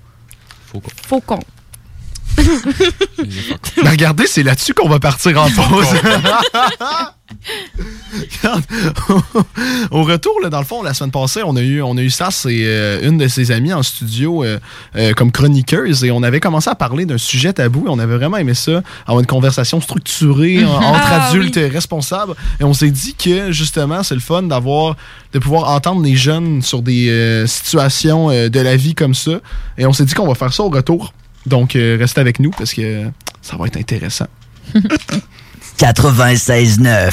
Ben regardez, c'est là-dessus qu'on va partir en pause. Regarde, au retour, là, dans le fond, la semaine passée, on a eu ça, c'est une de ses amies en studio comme chroniqueuse, et on avait commencé à parler d'un sujet tabou, et on avait vraiment aimé ça, avoir une conversation structurée entre adultes responsables, et on s'est dit que justement, c'est le fun de pouvoir entendre les jeunes sur des situations de la vie comme ça, et on s'est dit qu'on va faire ça au retour. Donc, restez avec nous parce que ça va être intéressant. 96.9.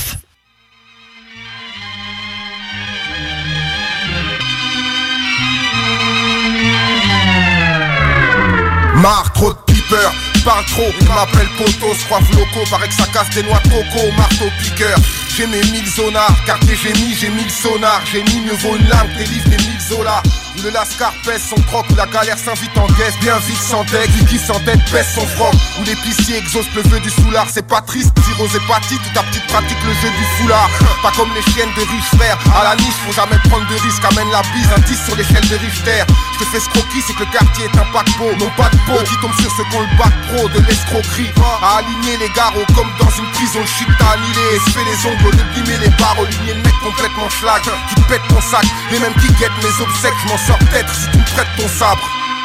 Marre, trop de pipeurs, parle trop, il m'appelle poteau, se croit floco, paraît que ça casse des noix de coco, marteau piqueur. J'ai mes 1000 zonards, car j'ai 1000 sonars, j'ai mis mieux vaut une lame, tes livres des 1000 zolas. Où le lascar pèse son croc, où la galère s'invite en caisse, bien vite sans deck, qui s'entête pèse son froc. Où l'épicier exauce le vœu du soulard, c'est pas triste, cirrhose hépatite, ou ta petite pratique le jeu du foulard. Pas comme les chiennes de riches frères, à la niche faut jamais prendre de risques, amène la bise, un 10 sur l'échelle de Richter. Je te fais ce croquis, c'est que le quartier est un paquebot, non pas de peau, qui tombe sur ceux qu'on le bac pro, de l'escroquerie. À aligner les garrots comme dans une prison, le shit t'a annihilé, et se fait les ongles, de limer les barres, aligner le mec complètement schlag, qui te pète ton sac, les mêmes qui guettent mes obsèques, je m'en sors peut-être si tu me prêtes ton sabre.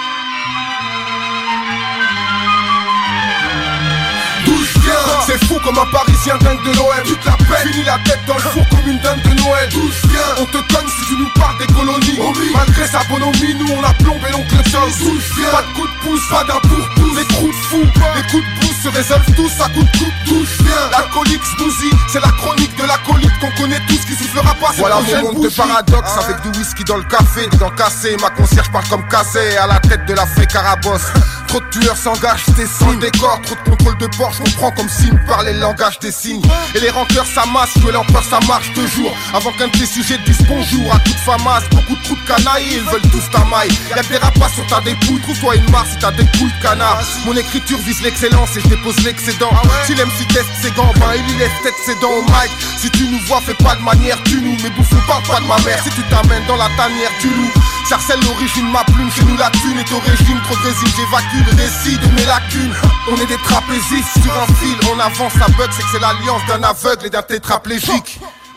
C'est fou comme un parisien dingue de l'OM. Tu te la pètes, finis la tête dans le four comme une dinde de Noël. On te cogne si tu nous parles des colonies. Malgré sa bonhomie, nous on a plombé l'oncle Tom. Pas de coup de pouce, pas d'un pour-pouce. Les trous de fou, les coups de pouce se résolvent tous à coups de coup de touche. L'alcoolique smoothie, c'est la chronique de l'acolyte qu'on connaît tous qui soufflera pas. Voilà mon monde de paradoxe avec du whisky dans le café, des dents cassées. Ma concierge parle comme cassé à la tête de la fée Carabosse. Trop de tueurs s'engagent, c'est sans décor. Trop de contrôle de port, je comprends comme signe parler le langage des signes. Et les rancœurs s'amassent, que l'empereur ça marche 2 jours avant qu'un de tes sujets te dise bonjour à toute famasse. Beaucoup de coups de canaille, ils veulent tous ta maille. Y'a que des rapaces sur ta dépouille, trouve-toi une marre si t'as des couilles de canard. Mon écriture vise l'excellence et je dépose l'excédent. Si l'MC teste ses gants, ben il y laisse tête ses dents au mic. Si tu nous vois, fais pas de manière, tu nous. Mais bouffe parle pas de ma mère, si tu t'amènes dans la tanière, tu loues. Sarcelle l'origine, ma plume, chez nous la thune est au régime. Trop de résine, j'évacue le récit de mes lacunes. On est des trapézistes sur un fil, on avance à bug, c'est que c'est l'alliance d'un aveugle et d'un tétraplégique.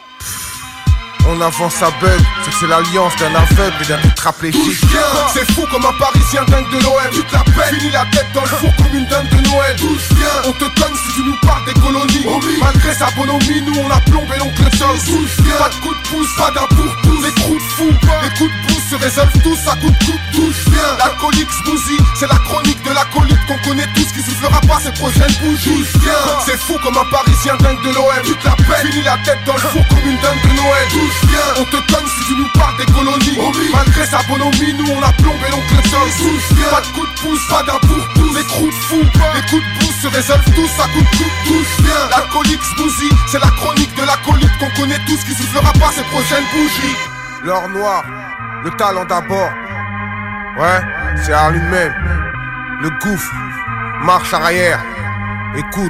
On avance à bug, c'est que c'est l'alliance d'un aveugle et d'un tétraplégique. C'est fou comme un parisien dingue de l'OM. Tu te la pètes, finis la tête dans le four comme une dinde de Noël. On te cogne si tu nous parles des colonies. Malgré sa bonhomie, nous on a plombé l'oncle Tom. Pas de coup de pouce, pas d'un pour-pouce. Les trous de fou, les coups de pouce se résolvent tous à coups de touche. L'alcoolique smoothie, c'est la chronique de l'acolyte qu'on connaît tous qui soufflera pas ses prochaines bougies. C'est fou comme un parisien dingue de l'OM. Tu te la pètes, finis la tête dans le four comme une dinde de Noël. On te cogne si tu nous parles des colonies. Malgré sa bonhomie, nous on a plombé l'oncle Tom. Pas de coup de pouce, pas d'un pour-pouce. Les trous de fou, les coups de pouce se résolvent tous à coups de touche. L'alcoolique smoothie, c'est la chronique de l'acolyte qu'on connaît tous qui soufflera pas ses prochaines bougies. L'or noir, le talent d'abord. Ouais, c'est à lui-même. Le gouffre, marche arrière. Écoute,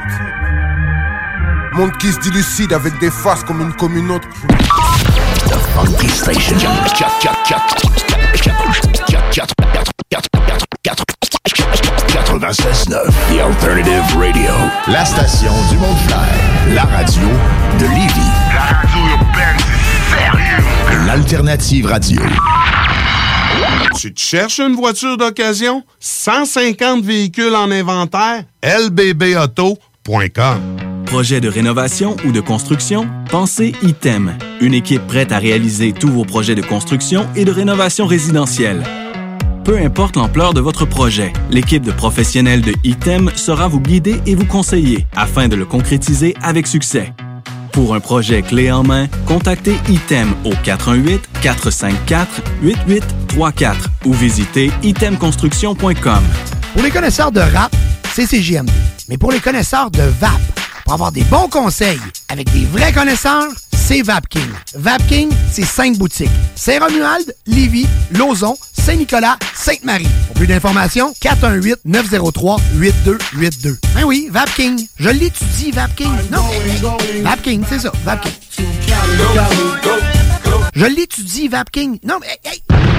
monde qui se dilucide avec des faces comme une autre. The Funky Station. 96.9, The Alternative Radio. La station du Mont-Clair. La radio de Lévis. La radio urbaine, c'est sérieux. L'Alternative Radio. Tu te cherches une voiture d'occasion? 150 véhicules en inventaire? lbbauto.com. Projet de rénovation ou de construction? Pensez ITEM. Une équipe prête à réaliser tous vos projets de construction et de rénovation résidentielle. Peu importe l'ampleur de votre projet, l'équipe de professionnels de ITEM sera vous guider et vous conseiller afin de le concrétiser avec succès. Pour un projet clé en main, contactez ITEM au 418-454-8834 ou visitez itemconstruction.com. Pour les connaisseurs de rap, c'est CJMD. Mais pour les connaisseurs de VAP, pour avoir des bons conseils avec des vrais connaisseurs, c'est Vapking. Vapking, c'est 5 boutiques. Saint-Romuald, Lévis, Lauson, Saint-Nicolas, Sainte-Marie. Pour plus d'informations, 418-903-8282. Ben oui, Vapking. Je l'étudie, Vapking. Non, Vapking, c'est ça, Vapking. Je l'étudie, Vapking. Non, mais... Hey.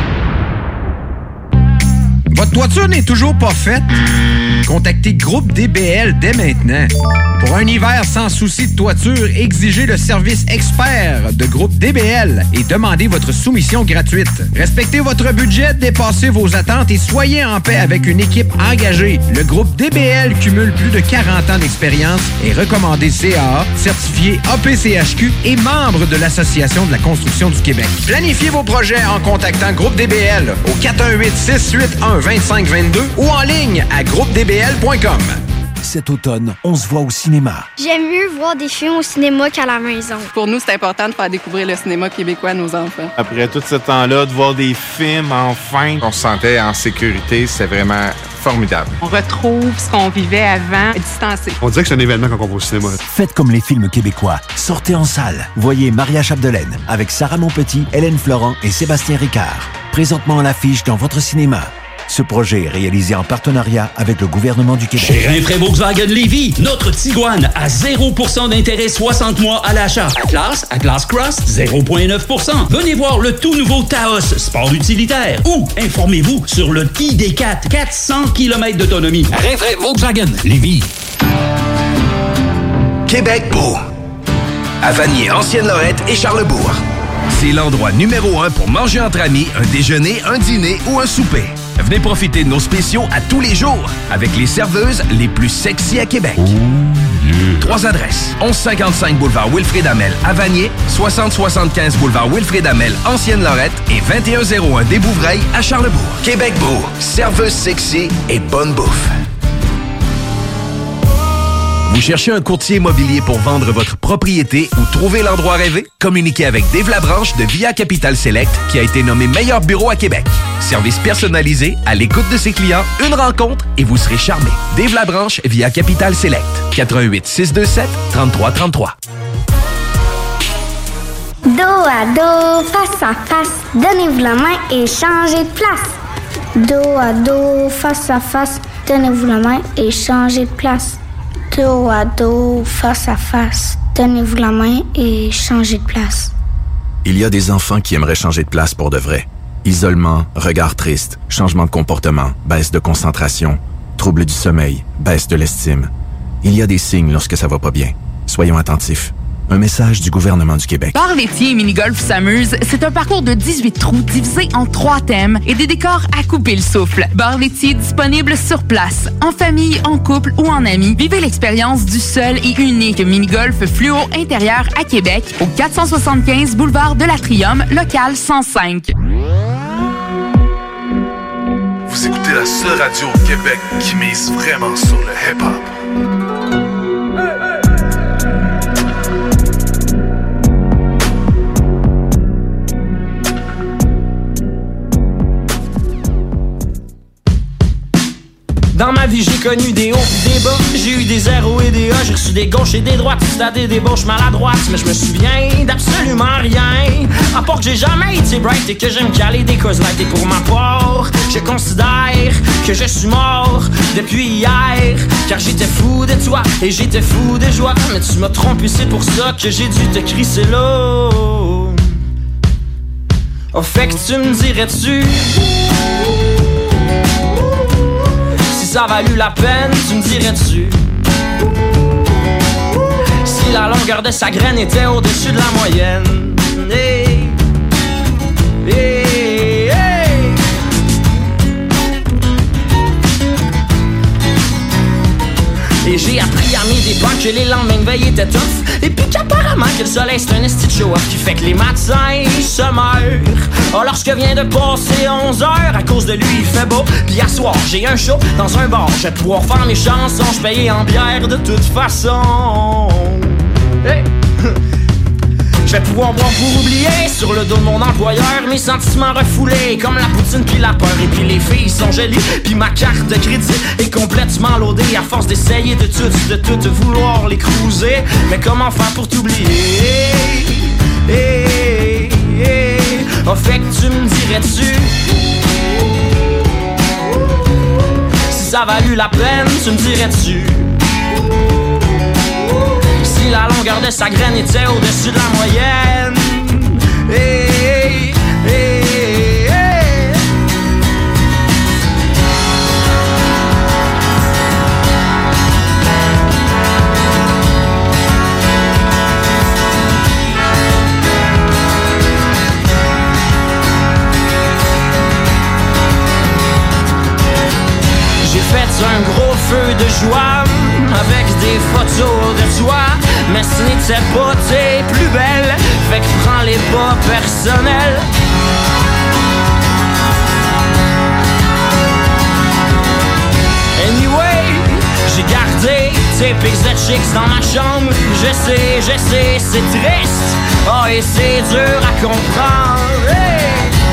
Votre toiture n'est toujours pas faite? Contactez Groupe DBL dès maintenant. Pour un hiver sans souci de toiture, exigez le service expert de Groupe DBL et demandez votre soumission gratuite. Respectez votre budget, dépassez vos attentes et soyez en paix avec une équipe engagée. Le Groupe DBL cumule plus de 40 ans d'expérience, est recommandé CAA, certifié APCHQ et membre de l'Association de la construction du Québec. Planifiez vos projets en contactant Groupe DBL au 418-681-2522 ou en ligne à groupedbl.com. Cet automne, on se voit au cinéma. J'aime mieux voir des films au cinéma qu'à la maison. Pour nous, c'est important de faire découvrir le cinéma québécois à nos enfants. Après tout ce temps-là, de voir des films, enfin, on se sentait en sécurité, c'est vraiment formidable. On retrouve ce qu'on vivait avant, distancé. On dirait que c'est un événement quand on va au cinéma. Faites comme les films québécois. Sortez en salle. Voyez Maria Chapdelaine avec Sarah Monpetit, Hélène Florent et Sébastien Ricard. Présentement à l'affiche dans votre cinéma. Ce projet est réalisé en partenariat avec le gouvernement du Québec. Chez Rinfraie Volkswagen Lévis, notre Tiguan à 0% d'intérêt 60 mois à l'achat. Atlas Cross, 0,9%. Venez voir le tout nouveau Taos, sport utilitaire. Ou informez-vous sur le ID4, 400 km d'autonomie. Rinfraie Volkswagen Lévis. Québec beau. À Vanier, Ancienne-Lorette et Charlebourg. C'est l'endroit numéro 1 pour manger entre amis, un déjeuner, un dîner ou un souper. Venez profiter de nos spéciaux à tous les jours avec les serveuses les plus sexy à Québec. 3 adresses. 1155 boulevard Wilfrid Hamel à Vanier, 6075 boulevard Wilfrid Hamel, Ancienne-Lorette et 2101 des Bouvrailles à Charlebourg. Québec beau, serveuse sexy et bonne bouffe. Vous cherchez un courtier immobilier pour vendre votre propriété ou trouver l'endroit rêvé? Communiquez avec Dave Labranche de Via Capital Select qui a été nommé meilleur bureau à Québec. Service personnalisé, à l'écoute de ses clients, une rencontre et vous serez charmé. Dave Labranche via Capital Select. 88 627 3333. Dos à dos, face à face, donnez-vous la main et changez de place. Dos à dos, face à face, donnez-vous la main et changez de place. Dos à dos, face à face, donnez-vous la main et changez de place. Il y a des enfants qui aimeraient changer de place pour de vrai. Isolement, regard triste, changement de comportement, baisse de concentration, trouble du sommeil, baisse de l'estime. Il y a des signes lorsque ça va pas bien. Soyons attentifs. Un message du gouvernement du Québec. Bar laitier mini-golf s'amuse, c'est un parcours de 18 trous divisé en 3 thèmes et des décors à couper le souffle. Bar laitier disponible sur place, en famille, en couple ou en amis. Vivez l'expérience du seul et unique mini-golf fluo intérieur à Québec au 475 boulevard de l'Atrium, local 105. Vous écoutez la seule radio au Québec qui mise vraiment sur le hip-hop. Dans ma vie, j'ai connu des hauts et des bas. J'ai eu des 0 et des A. J'ai reçu des gauches et des droites. C'était des débauches maladroites. Mais je me souviens d'absolument rien. À part que j'ai jamais été bright et que j'aime caler des causes light. Et pour ma part, je considère que je suis mort depuis hier. Car j'étais fou de toi et j'étais fou de joie. Mais tu m'as trompé, c'est pour ça que j'ai dû te crisser là. Oh, fait que tu me dirais-tu ça a valu la peine, tu me dirais-tu si la longueur de sa graine était au-dessus de la moyenne? Hey, hey, hey. Et j'ai appris à mes dépens que les lendemains de veille étaient tough. Et puis qu'apparemment que le soleil c'est un esti de show-off qui fait que les matins se meurent. Oh, lorsque vient de passer 11 heures, à cause de lui il fait beau. Puis à soir j'ai un show dans un bar. Je vais pouvoir faire mes chansons, je paye en bière de toute façon. Hey. Je vais pouvoir boire pour oublier sur le dos de mon employeur mes sentiments refoulés comme la poutine puis la peur. Et puis les filles sont jolies puis ma carte de crédit est complètement loadée à force d'essayer de tout vouloir les cruiser. Mais comment faire pour t'oublier? dirais-tu? Si ça valut la peine, tu me dirais-tu? Si la longueur de sa graine était au-dessus de la moyenne. Hey, hey, hey, hey. J'ai fait un gros feu de joie avec des photos de toi, mais ce n'était pas tes plus belles, fait que prends-les pas personnels. Anyway, j'ai gardé tes pics de chicks dans ma chambre. Je sais, c'est triste, oh et c'est dur à comprendre. Hey!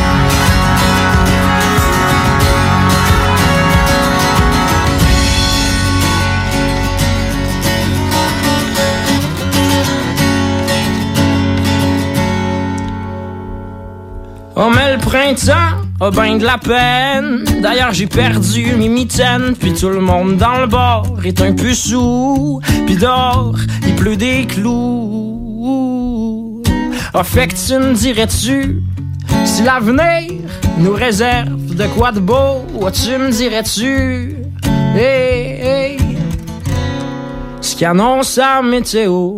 Oh mais le printemps a ben de la peine. D'ailleurs j'ai perdu mes mitaines. Puis tout le monde dans le bar est un peu sous. Puis dehors il pleut des clous. Ah fait que tu me dirais-tu si l'avenir nous réserve de quoi de beau? Ah tu me dirais-tu hey, hey, ce qu'annonce la météo?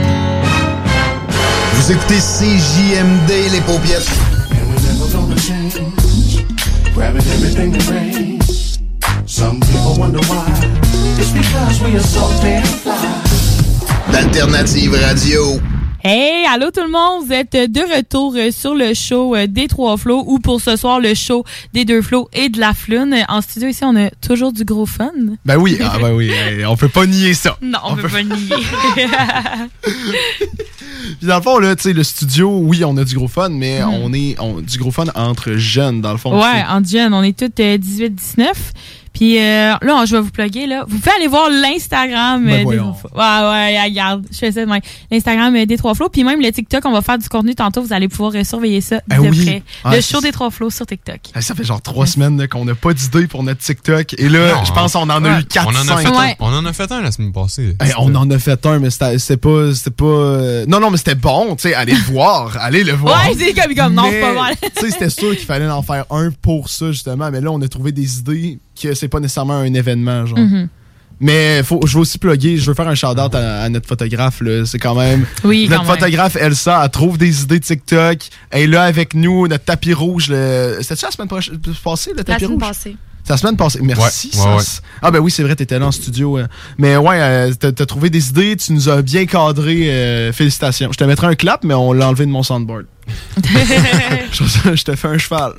Vous écoutez CJMD les paupiètes. Grabbing everything that rains. Some people wonder why. It's because we are so damn fly. D'Alternative Radio. Hey, allô tout le monde, vous êtes de retour sur le show des Trois Flots ou pour ce soir le show des Deux Flots et de la Floune. En studio ici, on a toujours du gros fun. Ben oui, on peut pas nier ça. Non, on peut pas nier. Puis dans le fond, là, tu sais, le studio, oui, on a du gros fun, mais on est du gros fun entre jeunes, dans le fond. Ouais, entre jeunes, on est tous 18-19. Puis là, je vais vous plugger, là. Vous pouvez aller voir l'Instagram des Trois Flots. Ouais, regarde, je fais ça demain. L'Instagram des Trois Flots, puis même le TikTok, on va faire du contenu tantôt, vous allez pouvoir surveiller ça de près. Le show des Trois Flots sur TikTok. Ça fait genre 3 semaines là, qu'on n'a pas d'idée pour notre TikTok. Et là, je pense qu'on en a eu 4-5. On en a fait un la semaine passée. On en a fait un, mais c'était pas... Non, mais c'était bon, tu sais, allez le voir. Allez le voir. Ouais, c'est comme non, c'est pas mal. Tu sais, c'était sûr qu'il fallait en faire un pour ça, justement. Mais là, on a trouvé des idées que c'est pas nécessairement un événement, genre. Mm-hmm. Mais je veux aussi plugger, je veux faire un shout-out à notre photographe, là. C'est quand même... Oui, notre photographe, Elsa, elle trouve des idées TikTok. Elle est là avec nous, notre tapis rouge. C'était-tu la semaine passée, le tapis rouge? Passée. C'est la semaine passée. Merci. Ouais. Ah ben oui, c'est vrai, t'étais là en studio. Mais ouais, t'as trouvé des idées, tu nous as bien cadré. Félicitations. Je te mettrai un clap, mais on l'a enlevé de mon soundboard. Je te fais un cheval.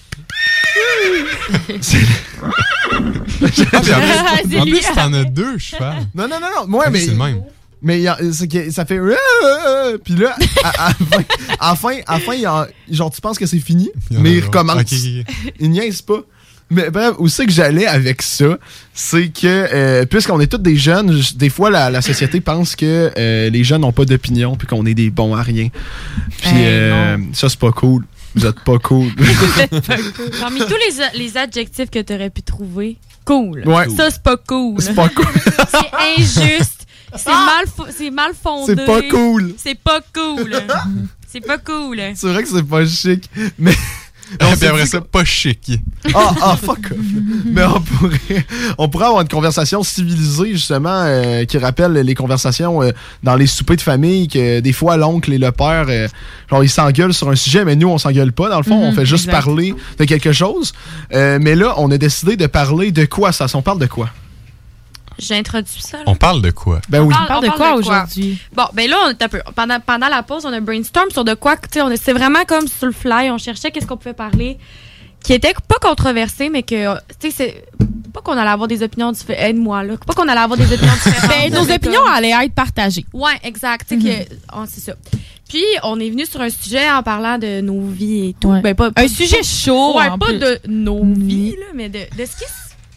En plus, t'en as 2 chevals. Non. Ouais, mais c'est le même. Mais ça fait... Puis là, à la fin, genre, tu penses que c'est fini, mais il recommence. Okay. Il niaise pas. Mais bref, où c'est que j'allais avec ça, c'est que puisqu'on est tous des jeunes, des fois la société pense que les jeunes n'ont pas d'opinion puis qu'on est des bons à rien. Puis ça, c'est pas cool. Vous êtes pas cool. Parmi tous les adjectifs que tu aurais pu trouver, cool. Ouais. Ça, c'est pas cool. C'est pas cool. C'est injuste. C'est mal fondé. C'est pas cool. C'est pas cool. C'est pas cool. C'est vrai que c'est pas chic, mais... Puis après ça, pas chic. Fuck off. Mais on pourrait avoir une conversation civilisée, justement, qui rappelle les conversations dans les soupers de famille, que des fois, l'oncle et le père, genre, ils s'engueulent sur un sujet, mais nous, on s'engueule pas, dans le fond. On fait juste parler de quelque chose. Mais là, on a décidé de parler de quoi, ça? On parle de quoi? J'ai introduit ça. Là. On parle de quoi? Ben oui. On parle de quoi aujourd'hui? Bon, ben là, on est un peu. Pendant la pause, on a brainstorm sur de quoi. C'est vraiment comme sur le fly. On cherchait qu'est-ce qu'on pouvait parler qui était pas controversé, mais que, tu sais, c'est pas qu'on allait avoir des opinions différentes. Aide-moi, là. Pas qu'on allait avoir des opinions différentes. Ben, nos opinions allaient être partagées. Ouais, exact. Tu sais, c'est ça. Puis, on est venu sur un sujet en parlant de nos vies et tout. Ouais. Ben, pas un sujet chaud. Ouais, pas de nos vies, là, mais de ce qui se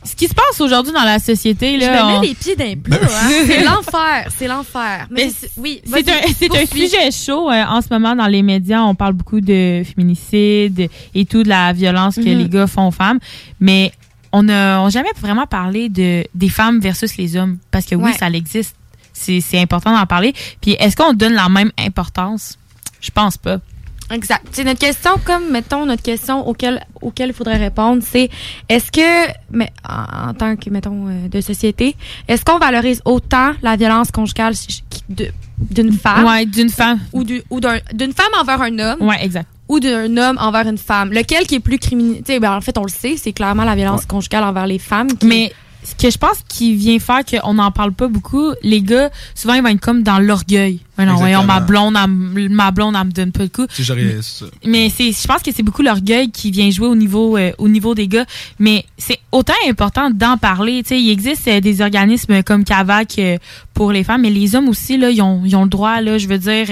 Ce qui se passe aujourd'hui dans la société, là. Je me mets les pieds d'un plat, hein. C'est l'enfer. C'est l'enfer. Mais oui, c'est un sujet chaud en ce moment dans les médias. On parle beaucoup de féminicide et tout, de la violence que les gars font aux femmes. Mais on n'a jamais vraiment parlé des femmes versus les hommes. Parce que oui, ça existe. C'est important d'en parler. Puis est-ce qu'on donne la même importance? Je pense pas. Exact. C'est notre question, comme, mettons, notre question auquel il faudrait répondre, c'est est-ce que, mais en tant que, mettons, de société, est-ce qu'on valorise autant la violence conjugale d'une femme? Ouais, d'une femme. Ou d'une femme envers un homme? Ouais, exact. Ou d'un homme envers une femme? Lequel qui est plus criminel? Tu sais, ben, en fait, on le sait, c'est clairement la violence conjugale envers les femmes. Mais ce que je pense qui vient faire qu'on n'en parle pas beaucoup, les gars, souvent, ils vont être comme dans l'orgueil. Ouais, non, voyons, ma blonde, elle me donne pas le coup. Mais je pense que c'est beaucoup l'orgueil qui vient jouer au niveau des gars. Mais c'est autant important d'en parler. Tu sais, il existe des organismes comme CAVAC pour les femmes, mais les hommes aussi, là, ils ont le droit, là, je veux dire,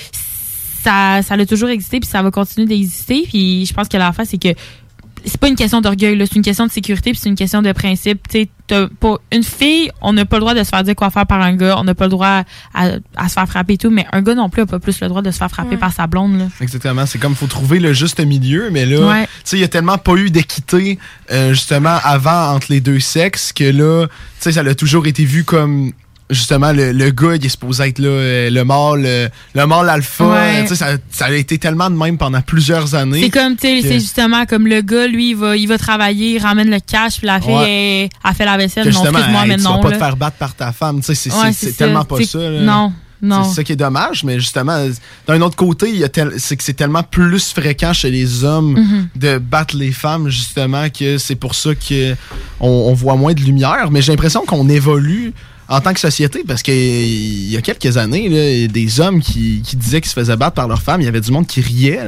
ça a toujours existé, puis ça va continuer d'exister. Puis je pense que l'affaire, c'est que c'est pas une question d'orgueil, là, c'est une question de sécurité, puis c'est une question de principe. Tu sais, pour une fille, on n'a pas le droit de se faire dire quoi faire par un gars, on n'a pas le droit à se faire frapper et tout, mais un gars non plus n'a pas plus le droit de se faire frapper par sa blonde, là. Exactement, c'est comme faut trouver le juste milieu, mais là, tu sais, il y a tellement pas eu d'équité justement avant entre les deux sexes que là, tu sais, ça a toujours été vu comme justement le gars il est supposé être là le mâle alpha, tu sais, ça a été tellement de même pendant plusieurs années. C'est comme, tu sais, c'est justement comme le gars, lui, il va travailler, il ramène le cash, puis la fille elle fait la vaisselle. Non, excuse-moi, mais non, tu vas pas te faire battre par ta femme, tu sais, c'est tellement pas ça, là. Non. C'est ça qui est dommage, mais justement, d'un autre côté, c'est que c'est tellement plus fréquent chez les hommes de battre les femmes, justement, que c'est pour ça qu'on voit moins de lumière. Mais j'ai l'impression qu'on évolue en tant que société, parce qu'il y a quelques années, là, des hommes qui disaient qu'ils se faisaient battre par leurs femmes, il y avait du monde qui riait.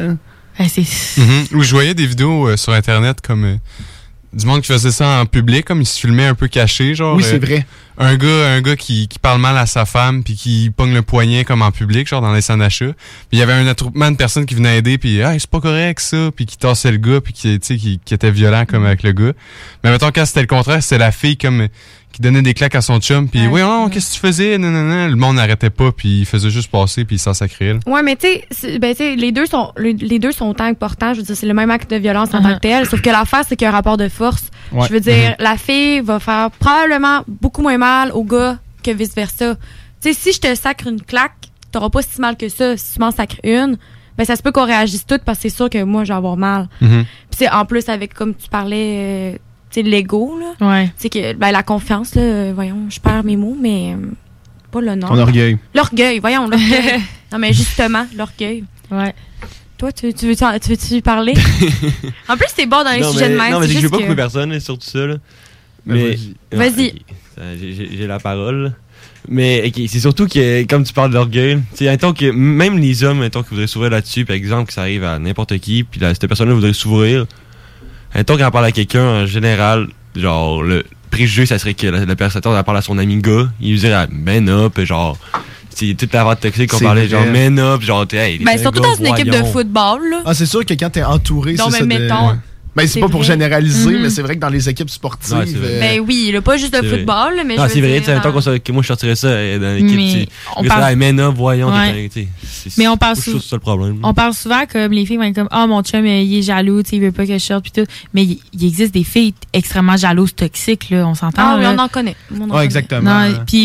Ou je voyais des vidéos sur Internet comme du monde qui faisait ça en public, comme il se filmait un peu caché, genre. Oui, c'est vrai. Un gars qui parle mal à sa femme puis qui pogne le poignet comme en public, genre dans les centres d'achat. Puis il y avait un attroupement de personnes qui venaient aider, puis c'est pas correct ça, puis qui tassait le gars, puis qui était violent comme avec le gars. Mais mettons quand c'était le contraire, c'était la fille comme qui donnait des claques à son chum, puis qu'est-ce que tu faisais? Non. Le monde n'arrêtait pas, puis il faisait juste passer, puis il s'en sacrait. Ouais, mais tu sais, les deux sont autant importants. Je veux dire, c'est le même acte de violence en tant que tel, sauf que l'affaire, c'est qu'il y a un rapport de force. Ouais. Je veux dire, la fille va faire probablement beaucoup moins mal au gars que vice-versa. Tu sais, si je te sacre une claque, t'auras pas si mal que ça. Si tu m'en sacres une, ben ça se peut qu'on réagisse toutes, parce que c'est sûr que moi, je vais avoir mal. Puis c'est en plus avec, comme tu parlais... c'est l'ego, là. Ouais. C'est que, la confiance, là, voyons, je perds mes mots, mais pas le nom. Ton orgueil. L'orgueil, voyons, l'orgueil. Non, mais justement, l'orgueil. Ouais. Toi, tu veux-tu parler? En plus, c'est bon dans les sujets de même. Non, mais je veux pas couper personne, surtout ça, là. Mais vas-y. J'ai la parole. Mais okay, c'est surtout que, comme tu parles d'orgueil, tant que même les hommes, qui voudraient s'ouvrir là-dessus, par exemple, que ça arrive à n'importe qui, puis cette personne-là voudrait s'ouvrir, quand on parle à quelqu'un, en général, genre, le préjugé, ça serait que la personne, elle parle à son ami gars, il lui dirait, man up, genre, c'est toute la vente toxique qu'on parlait, genre, man up, genre, hey, surtout dans une équipe de football, là. Ah, c'est sûr que quand t'es entouré, non, c'est mais ça. Mettons, ben, c'est pas pour généraliser, mais c'est vrai que dans les équipes sportives. Ben oui, là, pas juste de football, mais non, c'est vrai, tant que moi je sortirais ça dans l'équipe. On parle. Mais up, voyons, mais on parle souvent. C'est ça le problème. On parle souvent comme les filles vont être comme, mon chum, il est jaloux, il veut pas que je sorte, pis tout. Mais il existe des filles extrêmement jalouses, toxiques, là, on s'entend. Ah, oui, on en connaît. Exactement. Puis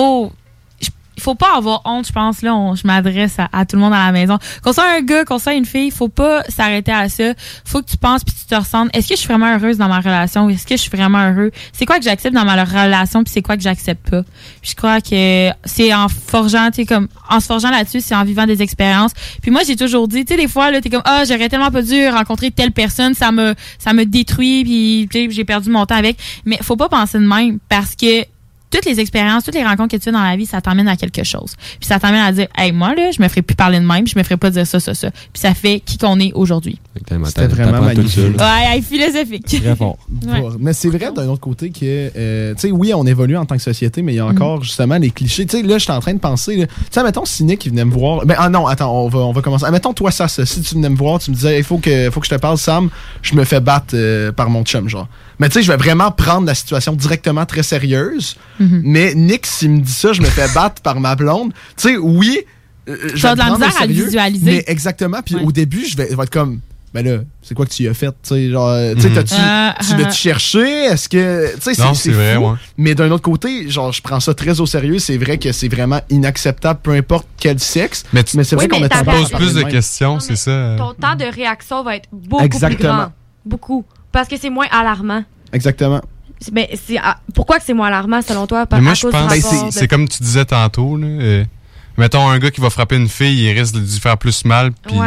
il faut pas avoir honte, je pense, là, je m'adresse à tout le monde à la maison. Qu'on soit un gars, qu'on soit une fille, faut pas s'arrêter à ça. Faut que tu penses puis tu te ressentes. Est-ce que je suis vraiment heureuse dans ma relation? Est-ce que je suis vraiment heureux? C'est quoi que j'accepte dans ma relation puis c'est quoi que j'accepte pas? Puis je crois que c'est en forgeant, tu sais, comme, en se forgeant là-dessus, c'est en vivant des expériences. Puis moi, j'ai toujours dit, tu sais, des fois, là, t'es comme, j'aurais tellement pas dû rencontrer telle personne, ça me détruit puis, tu sais, j'ai perdu mon temps avec. Mais faut pas penser de même parce que toutes les expériences, toutes les rencontres que tu fais dans la vie, ça t'emmène à quelque chose. Puis ça t'emmène à dire, hey, moi, là, je me ferai plus parler de même, je me ferai pas dire ça. Puis ça fait qui qu'on est aujourd'hui. C'était vraiment magnifique. Ouais, philosophique. Très fort. Ouais. Mais c'est vrai d'un autre côté que, tu sais, oui, on évolue en tant que société, mais il y a encore justement les clichés. Tu sais, là, je suis en train de penser, tu sais, mettons, si Nick il venait me voir. Ben, non, attends, on va commencer. Mettons, toi, ça, si tu venais me voir, tu me disais, il faut que je te parle, Sam, je me fais battre par mon chum, genre. Mais tu sais, je vais vraiment prendre la situation directement très sérieuse. Mais Nick, s'il me dit ça, je me fais battre par ma blonde, tu sais, oui. Tu as de la misère à le visualiser. Mais exactement. Puis au début, je vais être comme, ben là, c'est quoi que tu y as fait? Tu sais, genre, tu l'as-tu cherché? Est-ce que. Tu sais, c'est vrai, fou. ouais. Mais d'un autre côté, genre, je prends ça très au sérieux. C'est vrai que c'est vraiment inacceptable, peu importe quel sexe. Mais c'est vrai qu'on est tendance. Tu poses plus de questions, c'est ça. Ton temps de réaction va être beaucoup plus grand. Beaucoup. Parce que c'est moins alarmant. Exactement. Ben, pourquoi que c'est moins alarmant, selon toi? Moi, je pense c'est comme tu disais tantôt, là. Mettons, un gars qui va frapper une fille, il risque de lui faire plus mal, puis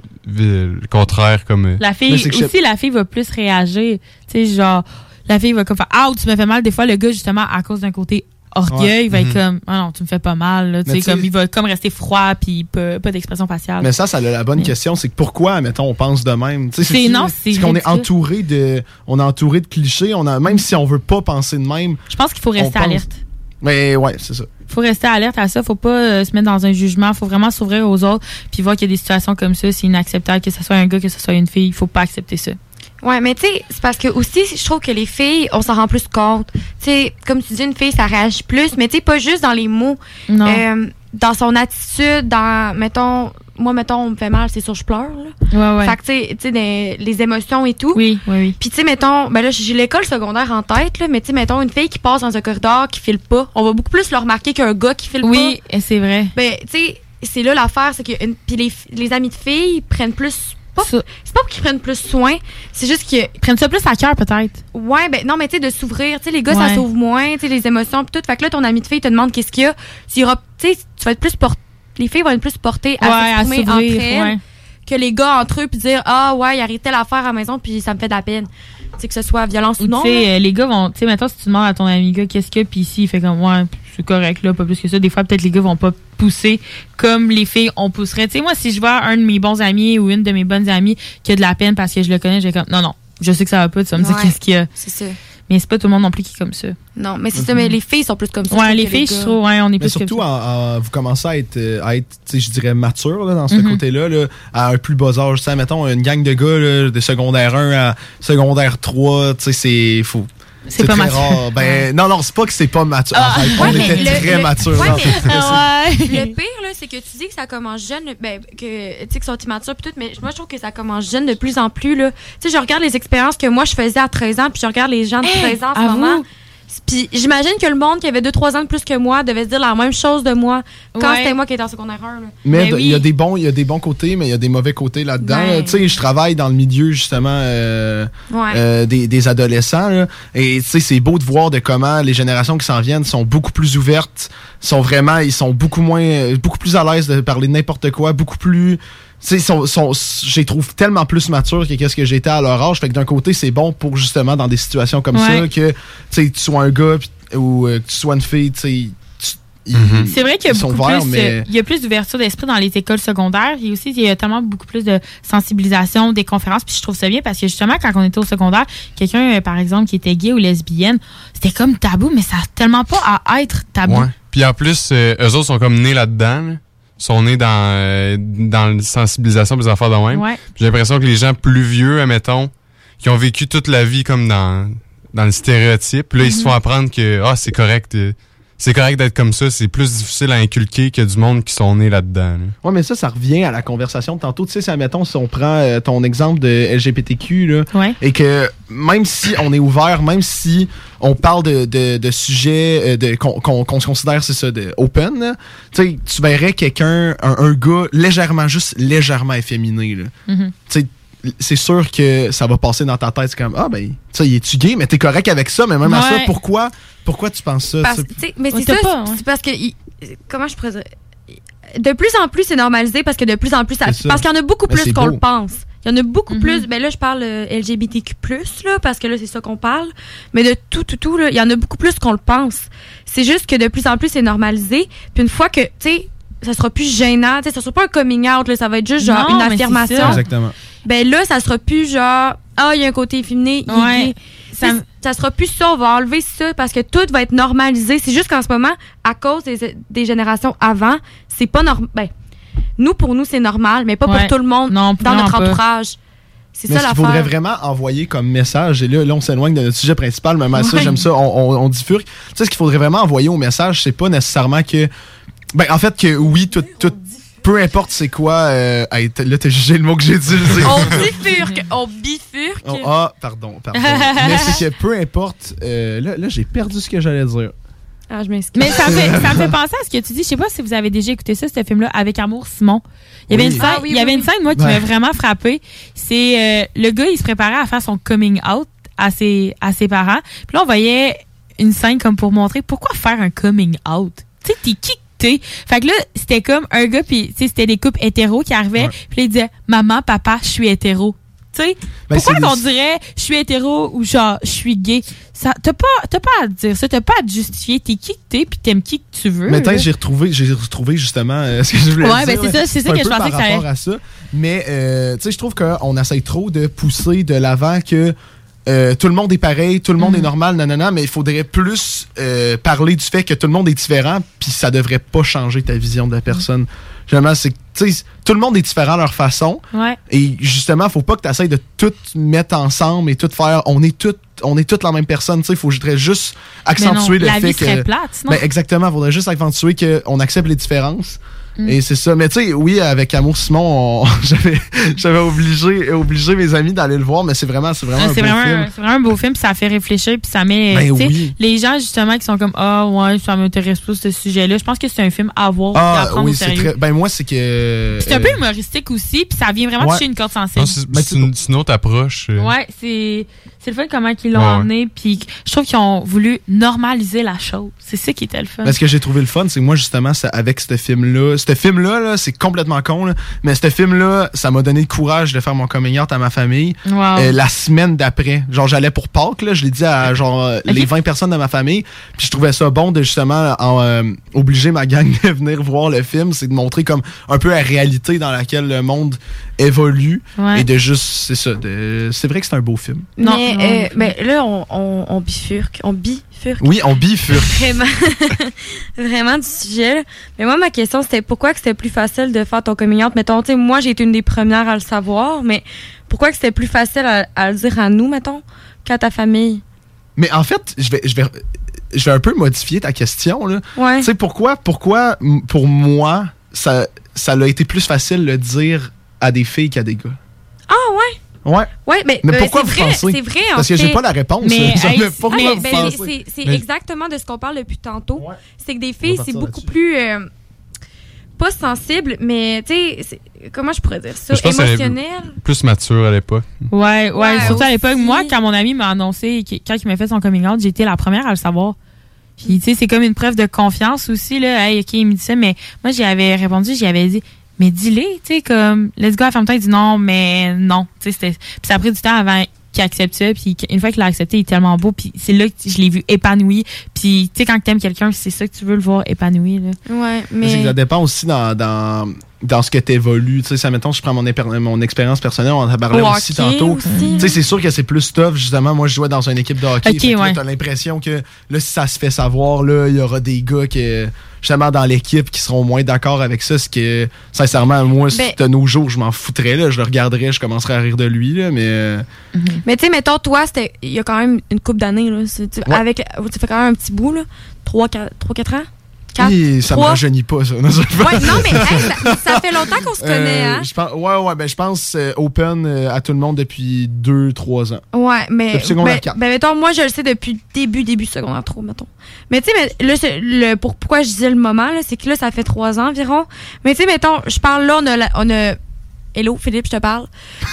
le contraire, comme... La fille, aussi, la fille va plus réagir. Tu sais, genre, la fille va comme faire « Ah, tu me fais mal ». Des fois, le gars, justement, à cause d'un côté orgueil, il va être comme « Ah non, tu me fais pas mal ». Tu sais, comme il va comme rester froid, puis pas d'expression faciale. Mais ça a la bonne question, c'est que pourquoi, mettons, on pense de même? C'est qu'on est entouré de clichés, même si on veut pas penser de même. Je pense qu'il faut rester alerte. Mais ouais, c'est ça. Faut rester alerte à ça, faut pas se mettre dans un jugement, faut vraiment s'ouvrir aux autres, puis voir qu'il y a des situations comme ça, c'est inacceptable, que ce soit un gars, que ce soit une fille, il faut pas accepter ça. Ouais, mais tu sais, c'est parce que aussi, je trouve que les filles, on s'en rend plus compte. Tu sais, comme tu dis, une fille, ça réagit plus, mais tu sais, pas juste dans les mots. Non. Dans son attitude, mettons, on me fait mal, c'est sûr, je pleure, là. Ouais. Fait que, tu sais, les émotions et tout. Oui. Puis, tu sais, mettons, ben là, j'ai l'école secondaire en tête, là, mais tu sais, mettons, une fille qui passe dans un corridor qui file pas, on va beaucoup plus le remarquer qu'un gars qui file pas. Oui, c'est vrai. Ben, tu sais, c'est là l'affaire, c'est que puis les amis de filles prennent plus. C'est pas qu'ils prennent plus soin, c'est juste qu'ils prennent ça plus à cœur, peut-être. Ouais, ben non, mais tu sais, de s'ouvrir. Tu sais, les gars, ça s'ouvre moins, tu sais, les émotions, pis tout. Fait que là, ton ami de fille te demande qu'est-ce qu'il y a. Tu vas être plus les filles vont être plus portées à s'exprimer entre elles que les gars entre eux, puis dire ah ouais, il arrive telle affaire à la maison, puis ça me fait de la peine. Tu sais, que ce soit violence ou non. Tu sais, les gars vont, tu sais, maintenant, si tu demandes à ton ami gars qu'est-ce qu'il y a, puis ici, il fait comme ouais, c'est correct, là, pas plus que ça. Des fois, peut-être les gars vont pas pousser comme les filles on pousserait. Tu sais, moi, si je vois un de mes bons amis ou une de mes bonnes amies qui a de la peine parce que je le connais, j'ai comme non, je sais que ça va pas, tu vas me dire qu'est-ce qu'il y a. C'est ça. Mais c'est pas tout le monde non plus qui est comme ça. Non, mais c'est ça, mais les filles sont plus comme ça. Ouais, les filles, je trouve, on est plus comme ça. Surtout, vous commencez à être tu sais, je dirais, mature là, dans ce côté-là, là, à un plus bas âge. Tu sais, mettons, une gang de gars là, de secondaire 1 à secondaire 3, tu sais, c'est fou. C'est pas mature. Rare. Ben, non, c'est pas que c'est pas mature. On était très mature. Le pire, là, c'est que tu dis que ça commence jeune, ben, que tu sais, qu'ils sont immatures pis tout, mais moi, je trouve que ça commence jeune de plus en plus, là. Tu sais, je regarde les expériences que moi, je faisais à 13 ans, puis je regarde les gens de 13 ans en ce moment. Puis j'imagine que le monde qui avait 2-3 ans de plus que moi devait se dire la même chose de moi quand c'était moi qui étais en secondaire 1. Là. Mais il y a des bons côtés, mais il y a des mauvais côtés là-dedans. Ben. Tu sais, je travaille dans le milieu justement des adolescents. Là, et tu sais, c'est beau de voir de comment les générations qui s'en viennent sont beaucoup plus ouvertes, ils sont beaucoup plus à l'aise de parler de n'importe quoi, beaucoup plus. Tu sais, je les trouve tellement plus matures que qu'est-ce que j'étais à leur âge. Fait que d'un côté, c'est bon pour justement dans des situations comme ça que tu sois un gars ou que tu sois une fille, tu sais. C'est vrai qu'il y a plus d'ouverture d'esprit dans les écoles secondaires. Et aussi, il y a tellement beaucoup plus de sensibilisation, des conférences. Puis je trouve ça bien parce que justement, quand on était au secondaire, quelqu'un, par exemple, qui était gay ou lesbienne, c'était comme tabou, mais ça n'a tellement pas à être tabou. Ouais. Puis en plus, eux autres sont comme nés là-dedans. Là. Sont nés dans la sensibilisation des affaires de même. Ouais. J'ai l'impression que les gens plus vieux, admettons, qui ont vécu toute la vie comme dans le stéréotype, là, ils se font apprendre que c'est correct. C'est correct d'être comme ça. C'est plus difficile à inculquer que du monde qui sont nés là-dedans. Là. Ouais, mais ça revient à la conversation de tantôt. Tu sais, admettons, si on prend ton exemple de LGBTQ, là, et que même si on est ouvert, même si on parle de sujets qu'on considère, c'est ça, de open, tu verrais quelqu'un, un gars juste légèrement efféminé. Là. Tu sais, c'est sûr que ça va passer dans ta tête. C'est comme, il est-tu gay? Mais t'es correct avec ça, mais même à ça, pourquoi tu penses ça? Mais c'est ça, c'est parce que, comment je pourrais dire? De plus en plus, c'est normalisé parce que de plus en plus, parce qu'il y en a beaucoup plus qu'on le pense. Il y en a beaucoup plus. Ben là, je parle LGBTQ+, là, parce que là, c'est ça qu'on parle. Mais de tout, là, il y en a beaucoup plus qu'on le pense. C'est juste que de plus en plus, c'est normalisé. Puis une fois que, tu sais, ça sera plus gênant, ça sera pas un coming out, là, ça va être juste genre une affirmation. Exactement. ben là, ça sera plus genre, il y a un côté efféminé, il est gay. Ça sera plus ça, on va enlever ça parce que tout va être normalisé. C'est juste qu'en ce moment, à cause des générations avant, c'est pas normal. Ben, pour nous, c'est normal, mais pas pour tout le monde dans notre entourage. C'est ça l'affaire. Mais ce qu'il faudrait vraiment envoyer comme message, et là on s'éloigne de notre sujet principal, mais ça, j'aime ça, on bifurque. Tu sais, ce qu'il faudrait vraiment envoyer au message, c'est pas nécessairement que... Ben, en fait, que oui, tout peu importe c'est quoi... là, t'as jugé le mot que j'ai utilisé. On bifurque. Pardon. Mais c'est que peu importe... là, j'ai perdu ce que j'allais dire. Ah, je m'excuse. Mais ça me fait penser à ce que tu dis. Je sais pas si vous avez déjà écouté ça, ce film-là, Avec Amour Simon. Il y avait une scène, moi, qui m'a vraiment frappée. C'est le gars, il se préparait à faire son coming out à ses parents. Puis là, on voyait une scène comme pour montrer pourquoi faire un coming out. Tu sais, t'es qui que t'es? Fait que là, c'était comme un gars, puis c'était des couples hétéros qui arrivaient. Puis là, il disait, maman, papa, je suis hétéro. Tu sais, pourquoi qu'on dirait je suis hétéro ou genre je suis gay? Ça, t'as pas à dire ça, t'as pas à te justifier. T'es qui que t'es puis t'aimes qui que tu veux. Mais j'ai retrouvé justement ce que je voulais dire. Ben c'est ça que je pensais que ça allait. Par rapport à ça. Mais tu sais, je trouve qu'on essaye trop de pousser de l'avant que tout le monde est pareil, tout le monde est normal, nanana, mais il faudrait plus parler du fait que tout le monde est différent, puis ça devrait pas changer ta vision de la personne. Généralement, c'est que tout le monde est différent à leur façon. Ouais. Et justement, faut pas que tu essaies de tout mettre ensemble et tout faire. On est toutes la même personne. Il faudrait juste accentuer le fait que. La vie serait plate, sinon. Ben, exactement. Il faudrait juste accentuer qu'on accepte les différences. Et c'est ça. Mais tu sais, oui, avec Amour Simon, j'avais obligé mes amis d'aller le voir, mais c'est vraiment un beau film. C'est vraiment un beau film, puis ça fait réfléchir, puis ça met les gens justement qui sont comme ouais, ça m'intéresse pas ce sujet-là. Je pense que c'est un film à voir et à prendre au sérieux. Ben moi, c'est que c'est un peu humoristique aussi, puis ça vient vraiment toucher une corde sensible. C'est une autre approche. Ouais, c'est le fun comment ils l'ont emmené, puis je trouve qu'ils ont voulu normaliser la chose. C'est ça qui était le fun. Ce que j'ai trouvé le fun, c'est que moi, justement, avec ce film-là, là, c'est complètement con, là, mais ce film-là, ça m'a donné le courage de faire mon coming out à ma famille. Wow. La semaine d'après. Genre, j'allais pour Pâques, là, je l'ai dit à les 20 personnes de ma famille, puis je trouvais ça bon de justement obliger ma gang de venir voir le film, c'est de montrer comme un peu la réalité dans laquelle le monde évolue et de juste, c'est ça, c'est vrai que c'est un beau film. Mais là, on bifurque. Oui, on bifurque. Vraiment du sujet. Là. Mais moi, ma question, c'était pourquoi que c'était plus facile de faire ton coming out? Mettons, tu sais, moi, j'ai été une des premières à le savoir, mais pourquoi que c'était plus facile à le dire à nous, mettons, qu'à ta famille? Mais en fait, je vais un peu modifier ta question, là. Ouais. Tu sais, pourquoi, pour moi, ça a été plus facile de le dire à des filles qu'à des gars? Ah, ouais? Ouais, mais pourquoi vous pensez? C'est vrai, parce que j'ai pas la réponse. C'est exactement de ce qu'on parle depuis tantôt. Ouais. C'est que des filles, c'est beaucoup plus pas sensible, mais tu sais, comment je pourrais dire ça, émotionnel. Plus mature à l'époque. Ouais, surtout à l'époque. Moi, quand mon ami m'a annoncé, quand il m'a fait son coming out, j'ai été la première à le savoir. Puis tu sais, c'est comme une preuve de confiance aussi là. Hey, ok, il me dit ça, mais moi j'y avais répondu, j'y avais dit. Mais dis-les, tu sais, comme, let's go, à la femme, il dit non, mais non. Tu sais, puis ça a pris du temps avant qu'il accepte ça, puis une fois qu'il l'a accepté, il est tellement beau, puis c'est là que je l'ai vu épanoui. Puis, tu sais, quand t'aimes quelqu'un, c'est ça que tu veux le voir épanoui, là. Ouais, mais. Ça dépend aussi dans ce que t'évolues. Tu sais, ça, mettons, je prends mon expérience personnelle, on en a parlé aussi tantôt. Tu sais, c'est sûr que c'est plus tough, justement. Moi, je jouais dans une équipe de hockey. Là, t'as l'impression que, là, si ça se fait savoir, là, il y aura des gars qui, justement, dans l'équipe qui seront moins d'accord avec ça. Ce que, sincèrement, moi, si de nos jours, je m'en foutrais, là. Je le regarderais, je commencerais à rire de lui, là, mais. Mais, tu sais, mettons, toi, il y a quand même une couple d'années, là. Tu fais quand même un petit bout, là. 3-4 ans? Oui, ça me rajeunit pas, ça. Ouais, non, mais hey, ça fait longtemps qu'on se connaît, hein? Je pense open à tout le monde depuis 2-3 ans. Ouais, mais. Depuis secondaire 4. Ben, mettons, moi, je le sais depuis début secondaire 3, mettons. Mais, tu sais, là, pourquoi je disais le moment, là, c'est que là, ça fait 3 ans environ. Mais, tu sais, mettons, je parle là, on a Hello, Philippe, je te parle.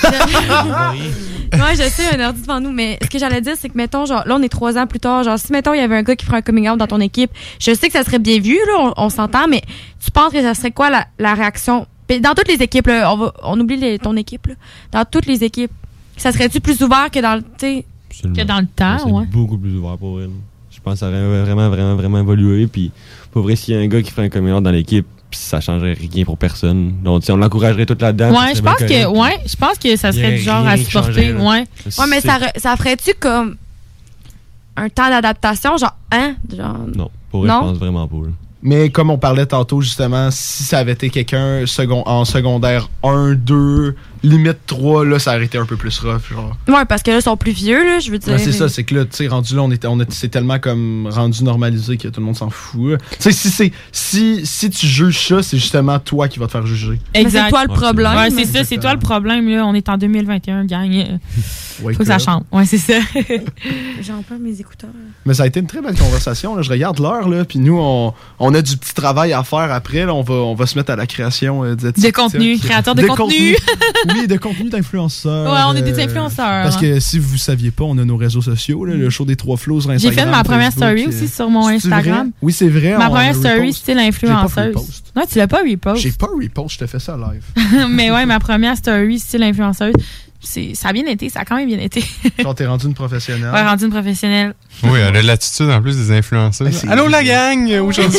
Ouais, je sais, un ordi devant nous, mais ce que j'allais dire, c'est que, mettons, genre, là, on est 3 ans plus tard, genre, si, mettons, il y avait un gars qui ferait un coming out dans ton équipe, je sais que ça serait bien vu, là, on s'entend, mais tu penses que ça serait quoi la réaction? Dans toutes les équipes, là, on oublie ton équipe, là. Dans toutes les équipes, ça serait-tu plus ouvert que dans le, que dans le temps, ouais? Beaucoup plus ouvert pour elle. Je pense que ça aurait vraiment évolué, puis, pour vrai, s'il y a un gars qui ferait un coming out dans l'équipe, puis ça changerait rien pour personne. Donc, on l'encouragerait tout là-dedans. Ouais, je pense que ça serait du genre à supporter. Ouais, mais ça ferait-tu comme un temps d'adaptation, genre, Non, pour eux, je pense vraiment pas. Mais comme on parlait tantôt, justement, si ça avait été quelqu'un en secondaire 1, 2, limite 3, là, ça aurait été un peu plus rough, genre. Ouais, parce que là, ils sont plus vieux, là, je veux dire. Ouais, c'est ça, c'est que là, tu sais, rendu là, c'est tellement comme rendu normalisé que tout le monde s'en fout. Tu sais, si tu juges ça, c'est justement toi qui vas te faire juger. Exact. Mais c'est toi le problème. Ouais, c'est ça, c'est toi le problème, là. On est en 2021, gang. Faut que ça change. Ouais, c'est ça. J'en perds mes écouteurs. Mais ça a été une très belle conversation, là. Je regarde l'heure, là, puis nous, on a du petit travail à faire après, là. On va se mettre à la création de contenu, créateur de contenu. Oui, de contenu d'influenceurs. Ouais, on est des influenceurs. Parce que si vous saviez pas, on a nos réseaux sociaux, là, le show des 3 flots sur Instagram. J'ai fait ma première story aussi sur mon Instagram. Oui, c'est vrai. Ma première story, style influenceuse. Non, tu l'as pas repost. J'ai pas repost, je te fais ça live. Mais ouais, ma première story, style influenceuse. Ça a bien été, ça a quand même bien été. Genre, t'es rendu une professionnelle. Ouais, rendu une professionnelle. Oui, elle a l'attitude en plus des influenceuses. Allô la gang, aujourd'hui.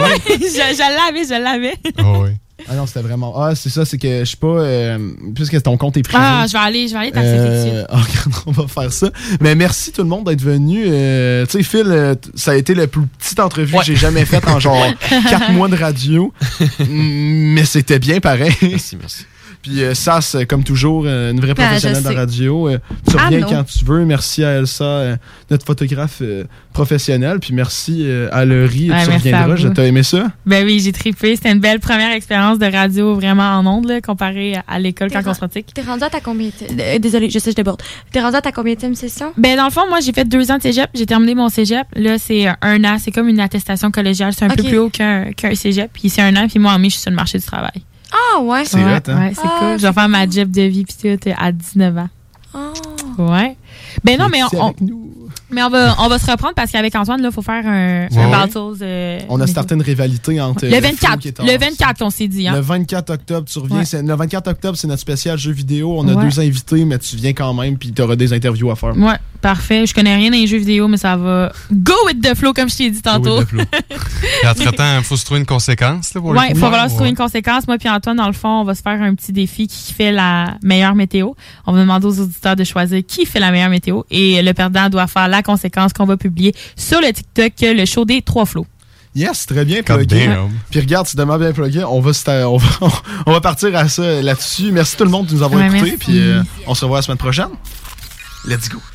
Je l'avais. Oh, oui. Ah non, c'était vraiment. Ah, c'est ça, c'est que je sais pas. Puisque ton compte est privé. Ah, je vais aller t'accepter on va faire ça. Mais merci tout le monde d'être venu. Tu sais, Phil, ça a été la plus petite entrevue que j'ai jamais faite en genre 4 mois de radio. Mais c'était bien pareil. Merci. Puis Sass, comme toujours, une vraie professionnelle de la radio. Tu reviens quand tu veux. Merci à Elsa, notre photographe professionnelle. Puis merci à Laurie. Tu reviendras. T'as aimé ça? Ben oui, j'ai trippé. C'était une belle première expérience de radio vraiment en ondes, là, comparée à l'école quand on se pratique. T'es rendu à ta combienième... Désolée, je sais, je déborde. T'es rendu à ta combienième session? Ben dans le fond, moi, j'ai fait 2 ans de cégep. J'ai terminé mon cégep. Là, c'est 1 an. C'est comme une attestation collégiale. C'est un peu plus haut qu'un cégep. Puis c'est 1 an. Puis moi, en mai, je suis sur le marché du travail. Ah ouais. C'est hot, hein? Ouais, c'est cool. Je vais faire ma job de vie puis tout à 19 ans. Oh. Ouais. Ben non, mais on va se reprendre parce qu'avec Antoine, là, il faut faire un battles. On a starté une rivalité entre le 24, on s'est dit. Hein? Le 24 octobre, tu reviens. Ouais. Le 24 octobre, c'est notre spécial jeu vidéo. On a 2 invités, mais tu viens quand même, puis tu auras des interviews à faire. Ouais, parfait. Je connais rien dans les jeux vidéo, mais ça va go with the flow, comme je t'ai dit tantôt. Et entre-temps, il faut se trouver une conséquence. Là, pour il faut falloir se trouver une conséquence. Moi puis Antoine, dans le fond, on va se faire un petit défi qui fait la meilleure météo. On va demander aux auditeurs de choisir qui fait la meilleure météo. Et le perdant doit faire la conséquence qu'on va publier sur le TikTok, le show des 3 flots. Yes, très bien plugué. Puis regarde, c'est tellement bien plugué. On va partir à ça là-dessus. Merci tout le monde de nous avoir écoutés. Puis on se revoit la semaine prochaine. Let's go.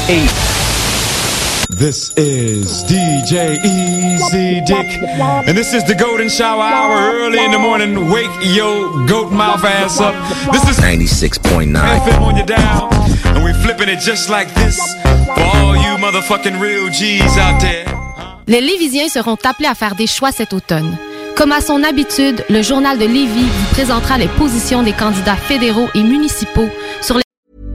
8. This is DJ Easy Dick, and this is the Golden Shower Hour. Early in the morning, wake your goat mouth ass up. This is 96.9 FM on your dial, and we're flipping it just like this for all you motherfucking real G's out there. Les Lévisiens seront appelés à faire des choix cet automne. Comme à son habitude, le Journal de Lévis vous présentera les positions des candidats fédéraux et municipaux sur les...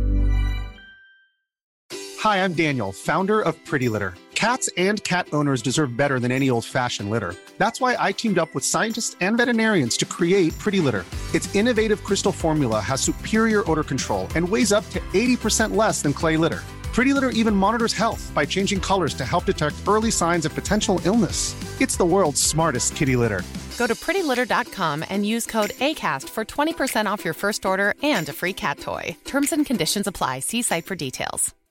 Hi, I'm Daniel, founder of Pretty Litter. Cats and cat owners deserve better than any old-fashioned litter. That's why I teamed up with scientists and veterinarians to create Pretty Litter. Its innovative crystal formula has superior odor control and weighs up to 80% less than clay litter. Pretty Litter even monitors health by changing colors to help detect early signs of potential illness. It's the world's smartest kitty litter. Go to prettylitter.com and use code ACAST for 20% off your first order and a free cat toy. Terms and conditions apply. See site for details.